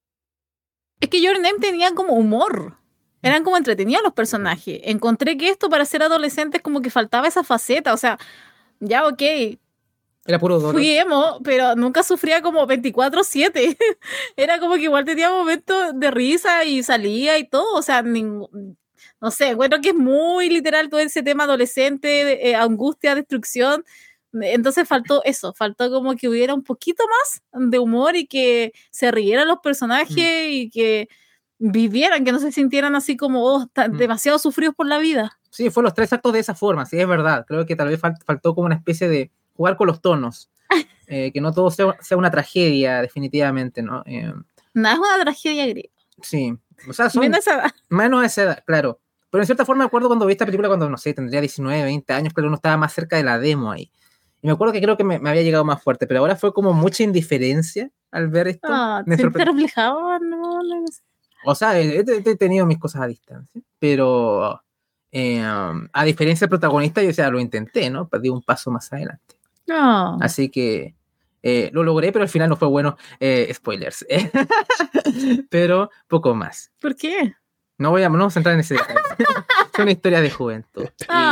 Es que Your Name tenía como humor. Eran como entretenidos los personajes. Encontré que esto para ser adolescentes como que faltaba esa faceta. O sea, ya ok, Era puro dolor. fui emo, pero nunca sufría como 24/7. Era como que igual tenía momentos de risa y salía y todo. O sea, no sé, encuentro que es muy literal todo ese tema adolescente, angustia, destrucción. Entonces faltó eso, faltó como que hubiera un poquito más de humor y que se rieran los personajes y que vivieran, que no se sintieran así como demasiado sufridos por la vida. Sí, fue los 3 actos de esa forma, sí, es verdad. Creo que tal vez faltó como una especie de jugar con los tonos. Que no todo sea una tragedia, definitivamente, ¿no? Nada es una tragedia griega. Sí, o sea, son Menos esa edad. menos a esa edad, claro. Pero en cierta forma me acuerdo cuando vi esta película cuando, no sé, tendría 19, 20 años, claro, uno estaba más cerca de la demo ahí. Y me acuerdo que creo que me había llegado más fuerte, pero ahora fue como mucha indiferencia al ver esto. Me ¿Te sorprendió. reflejaba? No sé. O sea, he tenido mis cosas a distancia, pero a diferencia del protagonista, yo, o sea, lo intenté, ¿no? Di un paso más adelante. No. Así que lo logré, pero al final no fue bueno. Spoilers. Pero poco más. ¿Por qué? No vamos a entrar en ese detalle. Es una historia de juventud.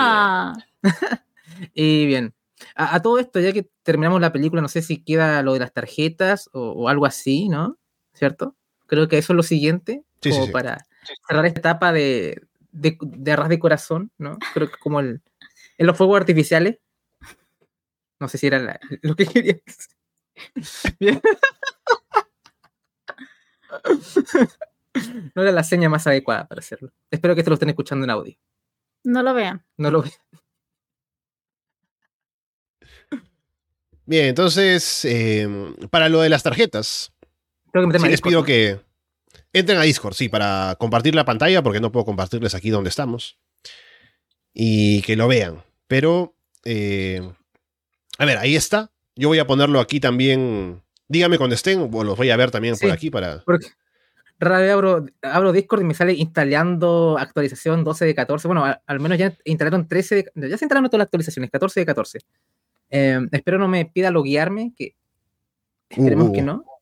Y bien, a todo esto, ya que terminamos la película, no sé si queda lo de las tarjetas o algo así, ¿no? ¿Cierto? Creo que eso es lo siguiente, Sí, como sí, sí. para cerrar esta etapa de arras de corazón, ¿no? Creo que como en los fuegos artificiales. No sé si era lo que quería decir. Bien. No era la seña más adecuada para hacerlo. Espero que esto lo estén escuchando en audio. No lo vean. No lo vean. Bien, entonces, para lo de las tarjetas, Tengo que meterme sí a les Discord, pido ¿no? que entren a Discord, sí, para compartir la pantalla, porque no puedo compartirles aquí donde estamos. Y que lo vean. Pero, a ver, ahí está. Yo voy a ponerlo aquí también. Dígame cuando estén, o los voy a ver también Sí. por aquí para... Porque rara vez abro Discord y me sale instalando actualización 12 de 14. Bueno, al menos ya instalaron 13 ya se instalaron todas las actualizaciones, 14 de 14. Espero no me pida loguearme, que esperemos que no.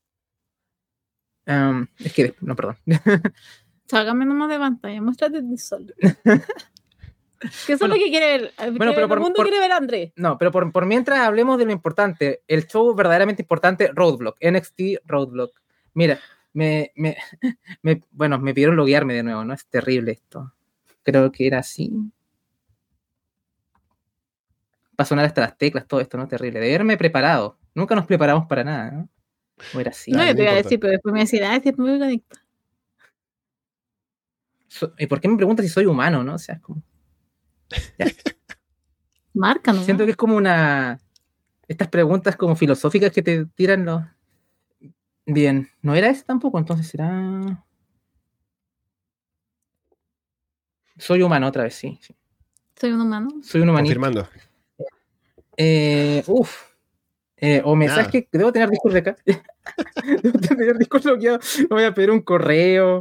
Es que, no, perdón. Sácame nomás de pantalla, muéstrate de sol. Que eso Bueno, es lo que quiere ver. bueno, pero el mundo quiere ver a Andrés. No, pero por mientras hablemos de lo importante, el show verdaderamente importante, Roadblock, NXT Roadblock. Mira, bueno, me pidieron loguearme de nuevo, ¿no? Es terrible esto. Creo que era así. Para sonar hasta las teclas, todo esto, ¿no? Terrible. De haberme preparado. Nunca nos preparamos para nada, ¿no? O era así. No, Dale, yo te no iba a importa. decir, pero después me decía, después me conecto. ¿Y por qué me preguntas si soy humano, no? O sea, es como... Marca, ¿no? Siento que es como estas preguntas como filosóficas que te tiran los... Bien, no era ese tampoco, entonces será... Soy humano otra vez, sí. Soy un humano. Soy un humanito. Confirmando. Uf. O me Nada. sabes que debo tener Discord de acá. Debo tener Discord bloqueado. Me voy a pedir un correo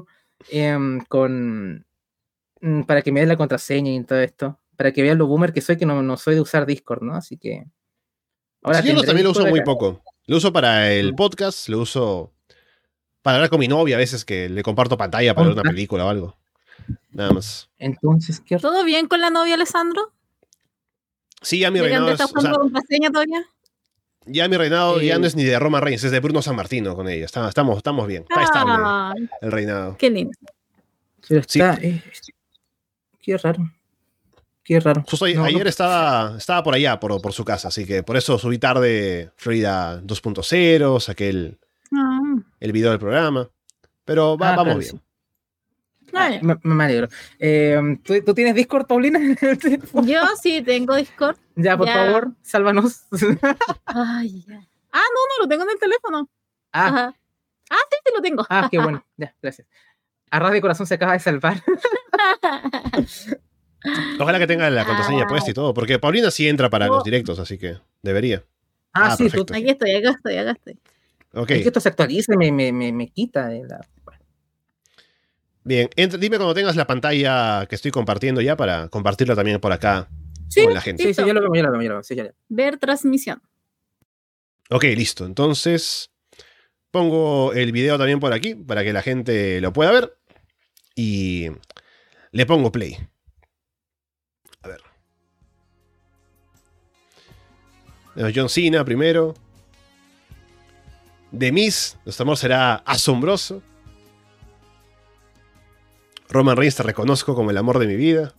para que me den la contraseña y todo esto. Para que vean lo boomer que soy, que no soy de usar Discord, ¿no? Así que. Ahora Sí, yo tendré también lo uso Discord muy acá. poco. Lo uso para el Mm. podcast, lo uso para hablar con mi novia a veces que le comparto pantalla para ver una Onda. película o algo. Nada más. Entonces, ¿qué? ¿Todo bien con la novia, Alessandro? Sí, ya mi ¿Ya que reinado Andrés es, está o sea, jugando contraseña todavía? ya mi reinado ya Eh, no es ni de Roma Reigns, es de Bruno Sammartino con ella. Estamos bien. Está estable Ay, el reinado. qué lindo. Pero Sí. está. Qué raro. Qué raro. Justo No, ayer no. estaba por allá, por su casa, así que por eso subí tarde Florida 2.0, saqué Ah, el video del programa. Pero vamos claro, bien. sí. ah, ya. Me alegro. ¿Tú tienes Discord, Paulina? Yo sí tengo Discord. Ya, por Ya. favor, sálvanos. Ay, ya. Ah, no lo tengo en el teléfono. Ah, Ajá. Ah, sí lo tengo. qué bueno. Ya, gracias. A ras de corazón se acaba de salvar. Ojalá que tenga la contraseña puesta y todo, porque Paulina sí entra para los directos, así que debería. Sí, perfecto. Aquí estoy, acá estoy. Ok, Es que esto se actualiza y me quita de la. bien. Dime cuando tengas la pantalla que estoy compartiendo ya para compartirla también por acá Sí, con la gente. Sí, yo lo veo. Sí, ya. ver transmisión. Ok, listo. Entonces, pongo el video también por aquí para que la gente lo pueda ver. Y le pongo play. A ver. John Cena primero. The Miz, nuestro amor será asombroso. Roman Reigns, te reconozco como el amor de mi vida.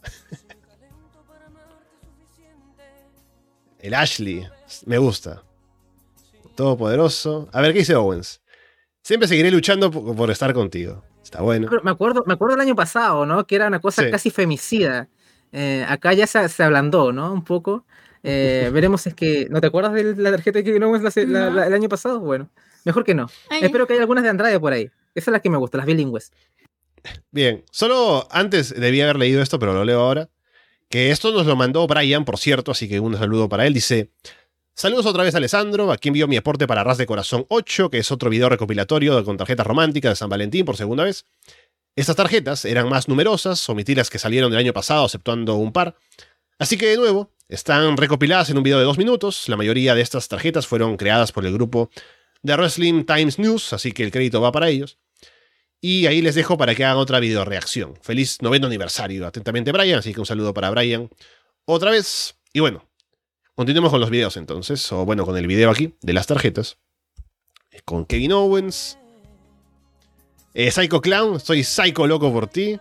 El Ashley, me gusta. Todopoderoso. A ver, ¿qué dice Owens? Siempre seguiré luchando por estar contigo. Está bueno. Me acuerdo el año pasado, ¿no? Que era una cosa Sí. casi femicida. Acá ya se ablandó, ¿no? Un poco. Veremos si es que. ¿No te acuerdas de la tarjeta que vino Owens No. el año pasado? Bueno, mejor que no. Ay, Espero que haya algunas de Andrade por ahí. Esas son las que me gustan, las bilingües. Bien, solo antes debía haber leído esto, pero lo leo ahora. Que esto nos lo mandó Brian, por cierto, así que un saludo para él. Dice: saludos otra vez a Alessandro, aquí envío mi aporte para Ras de Corazón 8, que es otro video recopilatorio con tarjetas románticas de San Valentín por segunda vez. Estas tarjetas eran más numerosas, omití las que salieron del año pasado, exceptuando un par. Así que de nuevo, están recopiladas en un video de 2 minutos. La mayoría de estas tarjetas fueron creadas por el grupo de Wrestling Times News, así que el crédito va para ellos. Y ahí les dejo para que hagan otra video reacción. Feliz 9º aniversario, atentamente Brian, así que un saludo para Brian otra vez. Y bueno, continuemos con los videos entonces, o bueno, con el video aquí de las tarjetas. Con Kevin Owens. Psycho Clown, estoy psycho loco por ti.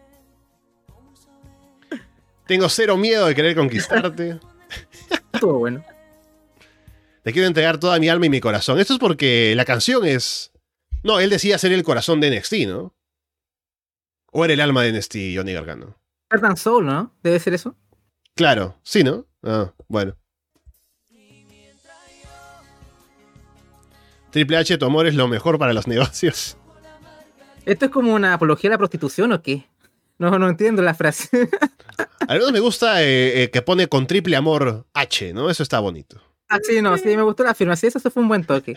Tengo cero miedo de querer conquistarte. Estuvo bueno. Te quiero entregar toda mi alma y mi corazón. Esto es porque la canción es... No, él decía ser el corazón de NXT, ¿no? ¿O era el alma de NXT, Johnny Gargano? Heart and Soul, ¿no? Debe ser eso. Claro, sí, ¿no? Ah, bueno. Triple H, tu amor es lo mejor para los negocios. ¿Esto es como una apología a la prostitución o qué? No entiendo la frase. A menos me gusta que pone con triple amor H, ¿no? Eso está bonito. Sí, me gustó la firma. Sí, eso fue un buen toque.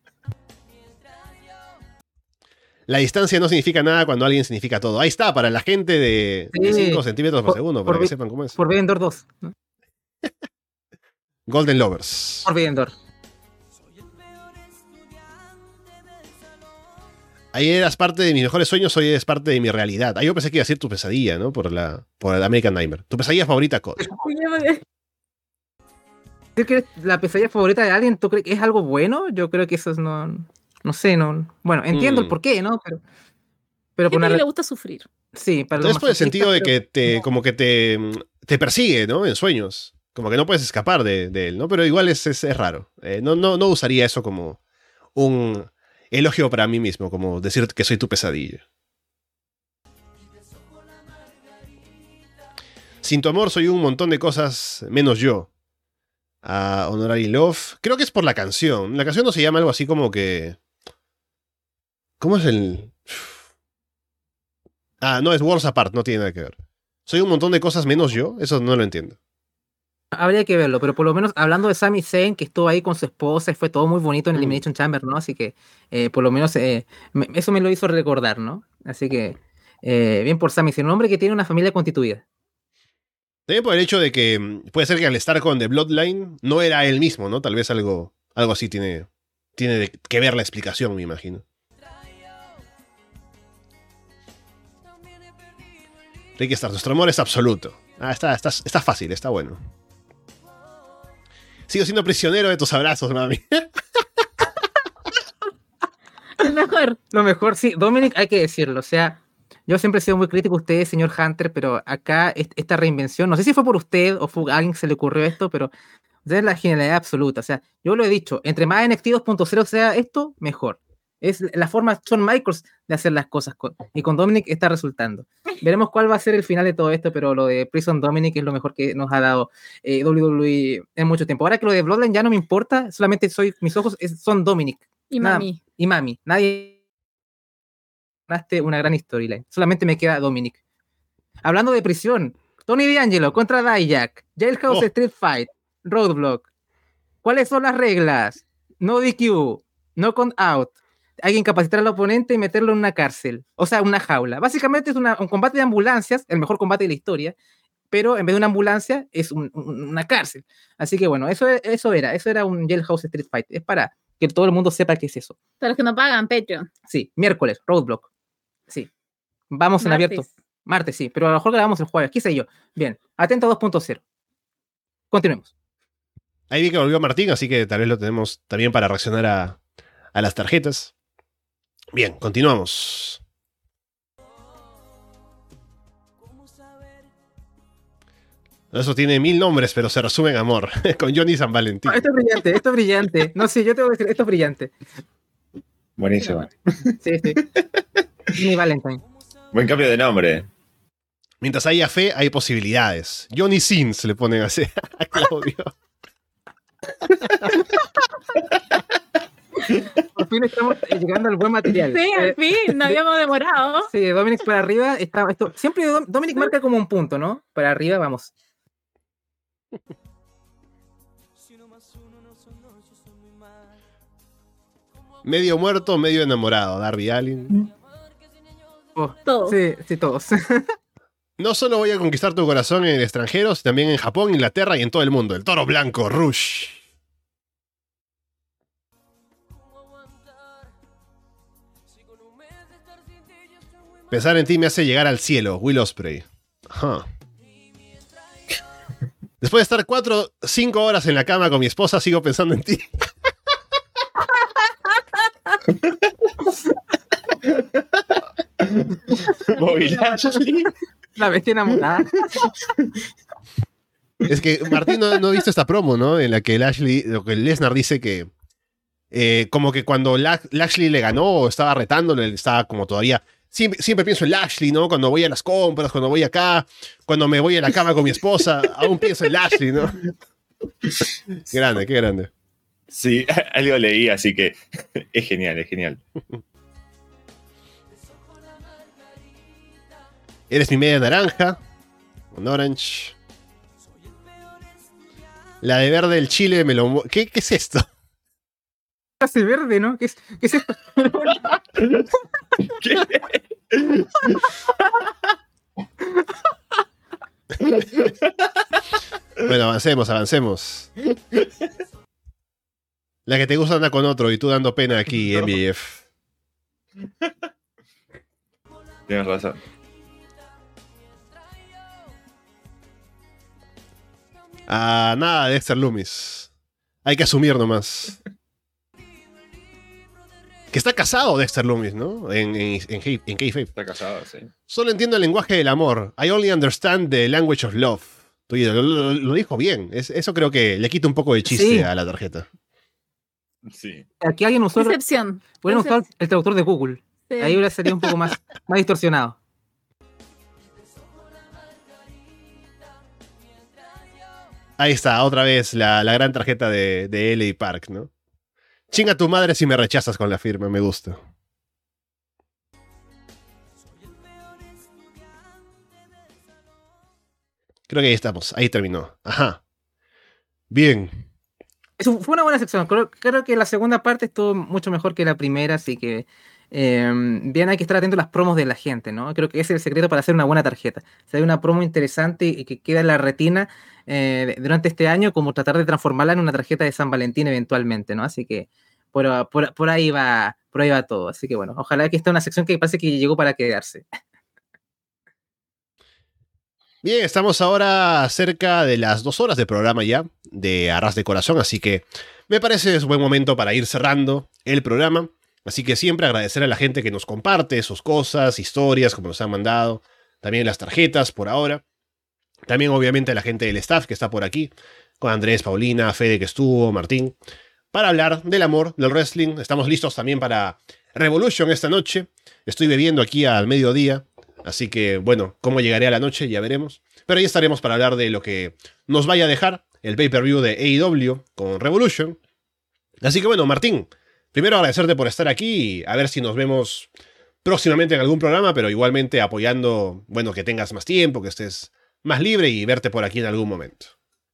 La distancia no significa nada cuando alguien significa todo. Ahí está, para la gente de Sí. 5 centímetros por segundo, para que vi- sepan cómo es. Por Vendor 2, ¿no? Golden Lovers. Por Vendor. Ayer eras parte de mis mejores sueños, hoy eres parte de mi realidad. Ahí yo pensé que iba a ser tu pesadilla, ¿no? Por el American Nightmare. Tu pesadilla favorita, Cody. ¿Crees que la pesadilla favorita de alguien, tú crees que es algo bueno? Yo creo que eso es no sé, no. Bueno, entiendo el porqué, ¿no? Pero por Gente una que le gusta sufrir. sí, para los Entonces por el masoquistas, sentido de pero- que como que te persigue, ¿no? En sueños. Como que no puedes escapar de él, ¿no? Pero igual es raro. No usaría eso como un elogio para mí mismo, como decir que soy tu pesadilla. Sin tu amor soy un montón de cosas menos yo. A Honorary Love. Creo que es por la canción. La canción no se llama algo así como que... ¿Cómo es el...? No, es Worlds Apart, no tiene nada que ver. Soy un montón de cosas menos yo, eso no lo entiendo. Habría que verlo, pero por lo menos hablando de Sami Zayn, que estuvo ahí con su esposa y fue todo muy bonito en Elimination Chamber, ¿no? Así que por lo menos eso me lo hizo recordar, ¿no? Así que bien por Sami Zayn, un hombre que tiene una familia constituida. También por el hecho de que puede ser que al estar con The Bloodline no era él mismo, ¿no? Tal vez algo así tiene que ver la explicación, me imagino. Ricky Starks, nuestro amor es absoluto. Está fácil, está bueno. Sigo siendo prisionero de tus abrazos, mami. El mejor. Lo mejor, sí, Dominic, hay que decirlo, o sea, yo siempre he sido muy crítico a usted, señor Hunter, pero acá esta reinvención, no sé si fue por usted o fue a alguien que se le ocurrió esto, pero es la genialidad absoluta, o sea, yo lo he dicho, entre más NXT 2.0 sea esto, mejor. Es la forma Shawn Michaels de hacer las cosas, y con Dominic está resultando. Veremos cuál va a ser el final de todo esto, pero lo de Prison Dominic es lo mejor que nos ha dado WWE en mucho tiempo. Ahora que lo de Bloodline ya no me importa, solamente mis ojos son Dominic. Y Nada- mami. Y Mami. Nadie una gran storyline. Solamente me queda Dominic. Hablando de prisión, Tony D'Angelo contra Dijak, Jailhouse Oh. Street Fight, Roadblock. ¿Cuáles son las reglas? No DQ, no count out. Hay que incapacitar al oponente y meterlo en una cárcel, o sea, una jaula. Básicamente es un combate de ambulancias, el mejor combate de la historia, pero en vez de una ambulancia es una cárcel. Así que bueno, eso era un Jailhouse Street Fight. Es para que todo el mundo sepa qué es eso. Para los que no pagan, Patreon. Sí, miércoles, Roadblock. Sí. Vamos en Martes. abierto. Martes, sí, pero a lo mejor grabamos el jueves, qué sé yo. Bien, atento 2.0. Continuemos. Ahí vi que volvió Martín, así que tal vez lo tenemos también para reaccionar a las tarjetas. Bien, continuamos. Eso tiene 1000 nombres, pero se resume en amor. Con Johnny San Valentín. Esto es brillante, esto es brillante. No, sí, yo te voy a decir, esto es brillante. Buenísimo. Sí, sí. Johnny Valentine. Buen cambio de nombre. Mientras haya fe, hay posibilidades. Johnny Sins le ponen así a Claudio. Por fin estamos llegando al buen material. Sí, al fin, no habíamos demorado. Sí, Dominic para arriba. Siempre Dominic marca como un punto, ¿no? Para arriba, vamos. Medio muerto, medio enamorado. Darby Allin. Oh, Todos. sí, sí, todos. No solo voy a conquistar tu corazón en el extranjero, sino también en Japón, Inglaterra y en todo el mundo. El toro blanco, Rush. Pensar en ti me hace llegar al cielo, Will Ospreay. Ajá. Después de estar 5 horas en la cama con mi esposa, sigo pensando en ti. Bobby Lashley. La bestia enamorada. Es que Martín no ha visto esta promo, ¿no? En la que Lesnar dice que como que cuando Lashley le ganó o estaba retándole, estaba como todavía... Siempre pienso en Lashley, ¿no? Cuando voy a las compras, cuando voy acá, cuando me voy a la cama con mi esposa, aún pienso en Lashley, ¿no? Qué grande, qué grande. Sí, algo leí, así que es genial, es genial. Eres mi media naranja. Un orange. La de verde del chile me lo... ¿Qué es esto? Hace verde, ¿no? ¿Qué es esto? ¿Qué? Bueno, avancemos. La que te gusta anda con otro y tú dando pena aquí, MJF. Tienes razón. Nada de Dexter Loomis. Hay que asumir nomás. Que está casado Dexter Loomis, ¿no? En Kayfabe. Está casado, sí. Solo entiendo el lenguaje del amor. I only understand the language of love. Lo dijo bien. Eso creo que le quita un poco de chiste Sí. a la tarjeta. Sí. Aquí alguien usó Excepción. hubieran usado el traductor de Google. Sí. Ahí hubiera sería un poco más distorsionado. Ahí está, otra vez la gran tarjeta de LA Park, ¿no? Chinga tu madre si me rechazas con la firma, me gusta. Creo que ahí estamos, ahí terminó. Ajá. Bien. Fue una buena sección. Creo que la segunda parte estuvo mucho mejor que la primera, así que bien, hay que estar atento a las promos de la gente, ¿no? Creo que ese es el secreto para hacer una buena tarjeta. Si hay una promo interesante y que queda en la retina durante este año, como tratar de transformarla en una tarjeta de San Valentín eventualmente, ¿no? Así que por ahí va todo. Así que bueno, ojalá que esté una sección que parece que llegó para quedarse. Bien, estamos ahora cerca de las 2 horas de programa ya, de Arras de Corazón, así que me parece es buen momento para ir cerrando el programa. Así que siempre agradecer a la gente que nos comparte sus cosas, historias, como nos han mandado, también las tarjetas por ahora. También obviamente a la gente del staff que está por aquí, con Andrés, Paulina, Fede que estuvo, Martín, para hablar del amor, del wrestling. Estamos listos también para Revolution esta noche. Estoy bebiendo aquí al mediodía. Así que, bueno, cómo llegaré a la noche ya veremos. Pero ahí estaremos para hablar de lo que nos vaya a dejar el pay-per-view de AEW con Revolution. Así que, bueno, Martín, primero agradecerte por estar aquí y a ver si nos vemos próximamente en algún programa, pero igualmente apoyando, bueno, que tengas más tiempo, que estés más libre y verte por aquí en algún momento.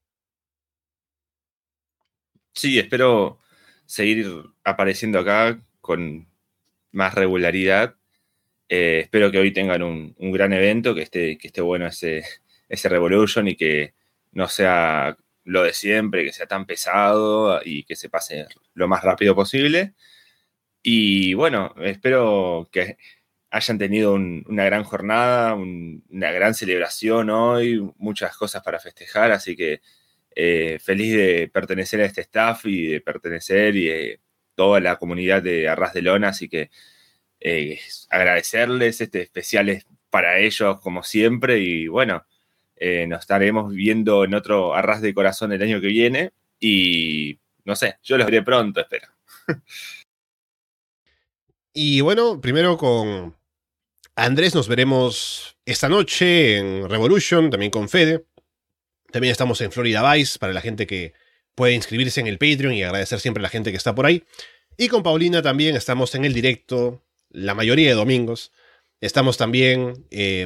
Sí, espero seguir apareciendo acá con más regularidad. Espero que hoy tengan un gran evento, que esté bueno ese Revolution y que no sea lo de siempre, que sea tan pesado y que se pase lo más rápido posible. Y bueno, espero que hayan tenido una gran jornada, una gran celebración hoy, muchas cosas para festejar, así que feliz de pertenecer a este staff y de pertenecer y de toda la comunidad de Arras de Lona, así que agradecerles, especiales para ellos como siempre y bueno, nos estaremos viendo en otro Arras de Corazón el año que viene y no sé, yo los veré pronto, espero. Y bueno, primero con Andrés nos veremos esta noche en Revolution, también con Fede. También estamos en Florida Vice para la gente que puede inscribirse en el Patreon y agradecer siempre a la gente que está por ahí. Y con Paulina también estamos en el directo la mayoría de domingos. Estamos también,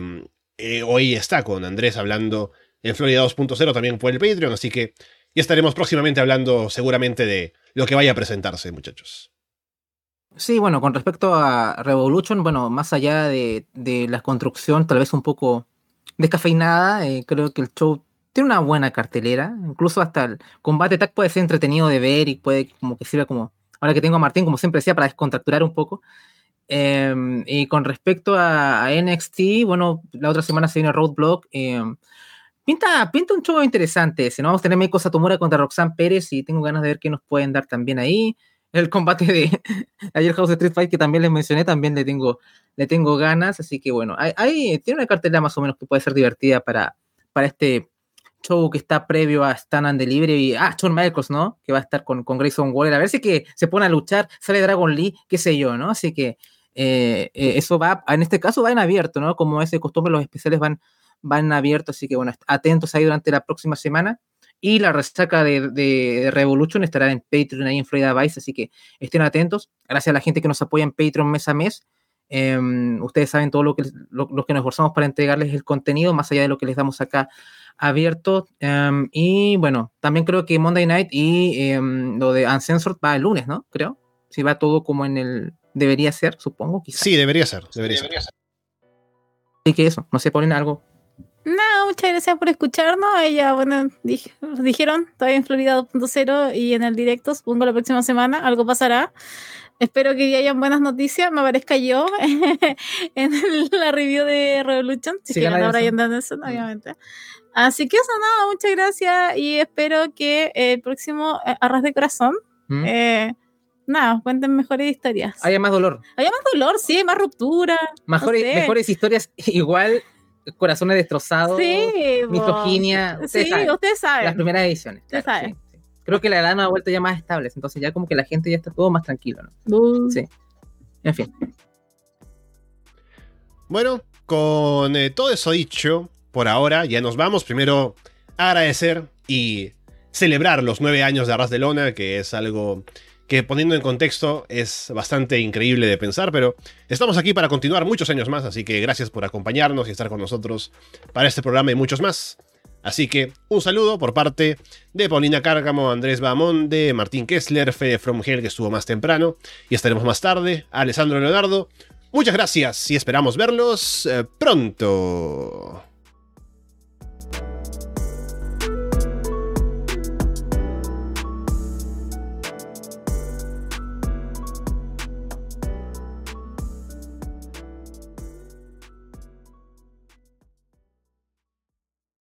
hoy está con Andrés hablando en Florida 2.0 también por el Patreon, así que ya estaremos próximamente hablando seguramente de lo que vaya a presentarse, muchachos. Sí, bueno, con respecto a Revolution, bueno, más allá de la construcción tal vez un poco descafeinada, creo que el show tiene una buena cartelera, incluso hasta el combate tag puede ser entretenido de ver y puede como que sirva como, ahora que tengo a Martín, como siempre decía, para descontracturar un poco. Y con respecto a NXT, bueno, la otra semana se viene Roadblock, pinta un show interesante ese, ¿no? Vamos a tener Meiko Satomura contra Roxanne Pérez y tengo ganas de ver qué nos pueden dar también ahí. El combate de ayer House Street Fight que también les mencioné, también le tengo ganas, así que bueno, tiene una cartelera más o menos que puede ser divertida para este show que está previo a Stand and Delivery y Shawn Michaels, ¿no? Que va a estar con Grayson Waller, a ver si que se pone a luchar, sale Dragon Lee, qué sé yo, ¿no? Así que eso va, en este caso va en abierto, ¿no? Como es de costumbre, los especiales van en abierto, así que bueno, atentos ahí durante la próxima semana. Y la resaca de Revolution estará en Patreon ahí en Florida Vice, así que estén atentos. Gracias a la gente que nos apoya en Patreon mes a mes. Ustedes saben todo lo que nos esforzamos para entregarles el contenido, más allá de lo que les damos acá abierto. Y bueno, también creo que Monday Night y lo de Uncensored va el lunes, ¿no? Creo. Si va todo como debería ser, supongo, quizás. Sí, debería ser. Así que eso, no sé, ponen algo. No, muchas gracias por escucharnos. Ella, bueno, dijeron, todavía en Florida 2.0 y en el directo, supongo la próxima semana, algo pasará. Espero que hayan buenas noticias, me aparezca yo en la review de Revolution, si que gana Bryan Danielson, obviamente. Así que eso, nada, muchas gracias y espero que el próximo Arras de Corazón, nada, cuenten mejores historias. Haya más dolor. Sí, más ruptura. Mejores historias, igual... Corazones destrozados, misoginia. Ustedes saben. Las primeras ediciones. Ustedes saben. Sí. Creo que la edad no ha vuelto ya más estable, entonces ya como que la gente ya está todo más tranquilo, ¿no? Sí. En fin. Bueno, con todo eso dicho, por ahora ya nos vamos. Primero, agradecer y celebrar los 9 años de Arras de Lona, que es algo que poniendo en contexto es bastante increíble de pensar, pero estamos aquí para continuar muchos años más, así que gracias por acompañarnos y estar con nosotros para este programa y muchos más. Así que un saludo por parte de Paulina Cárcamo, Andrés Bahamonde, Martín Kessler, Fede From Hell, que estuvo más temprano, y estaremos más tarde, Alessandro Leonardo. Muchas gracias y esperamos verlos pronto.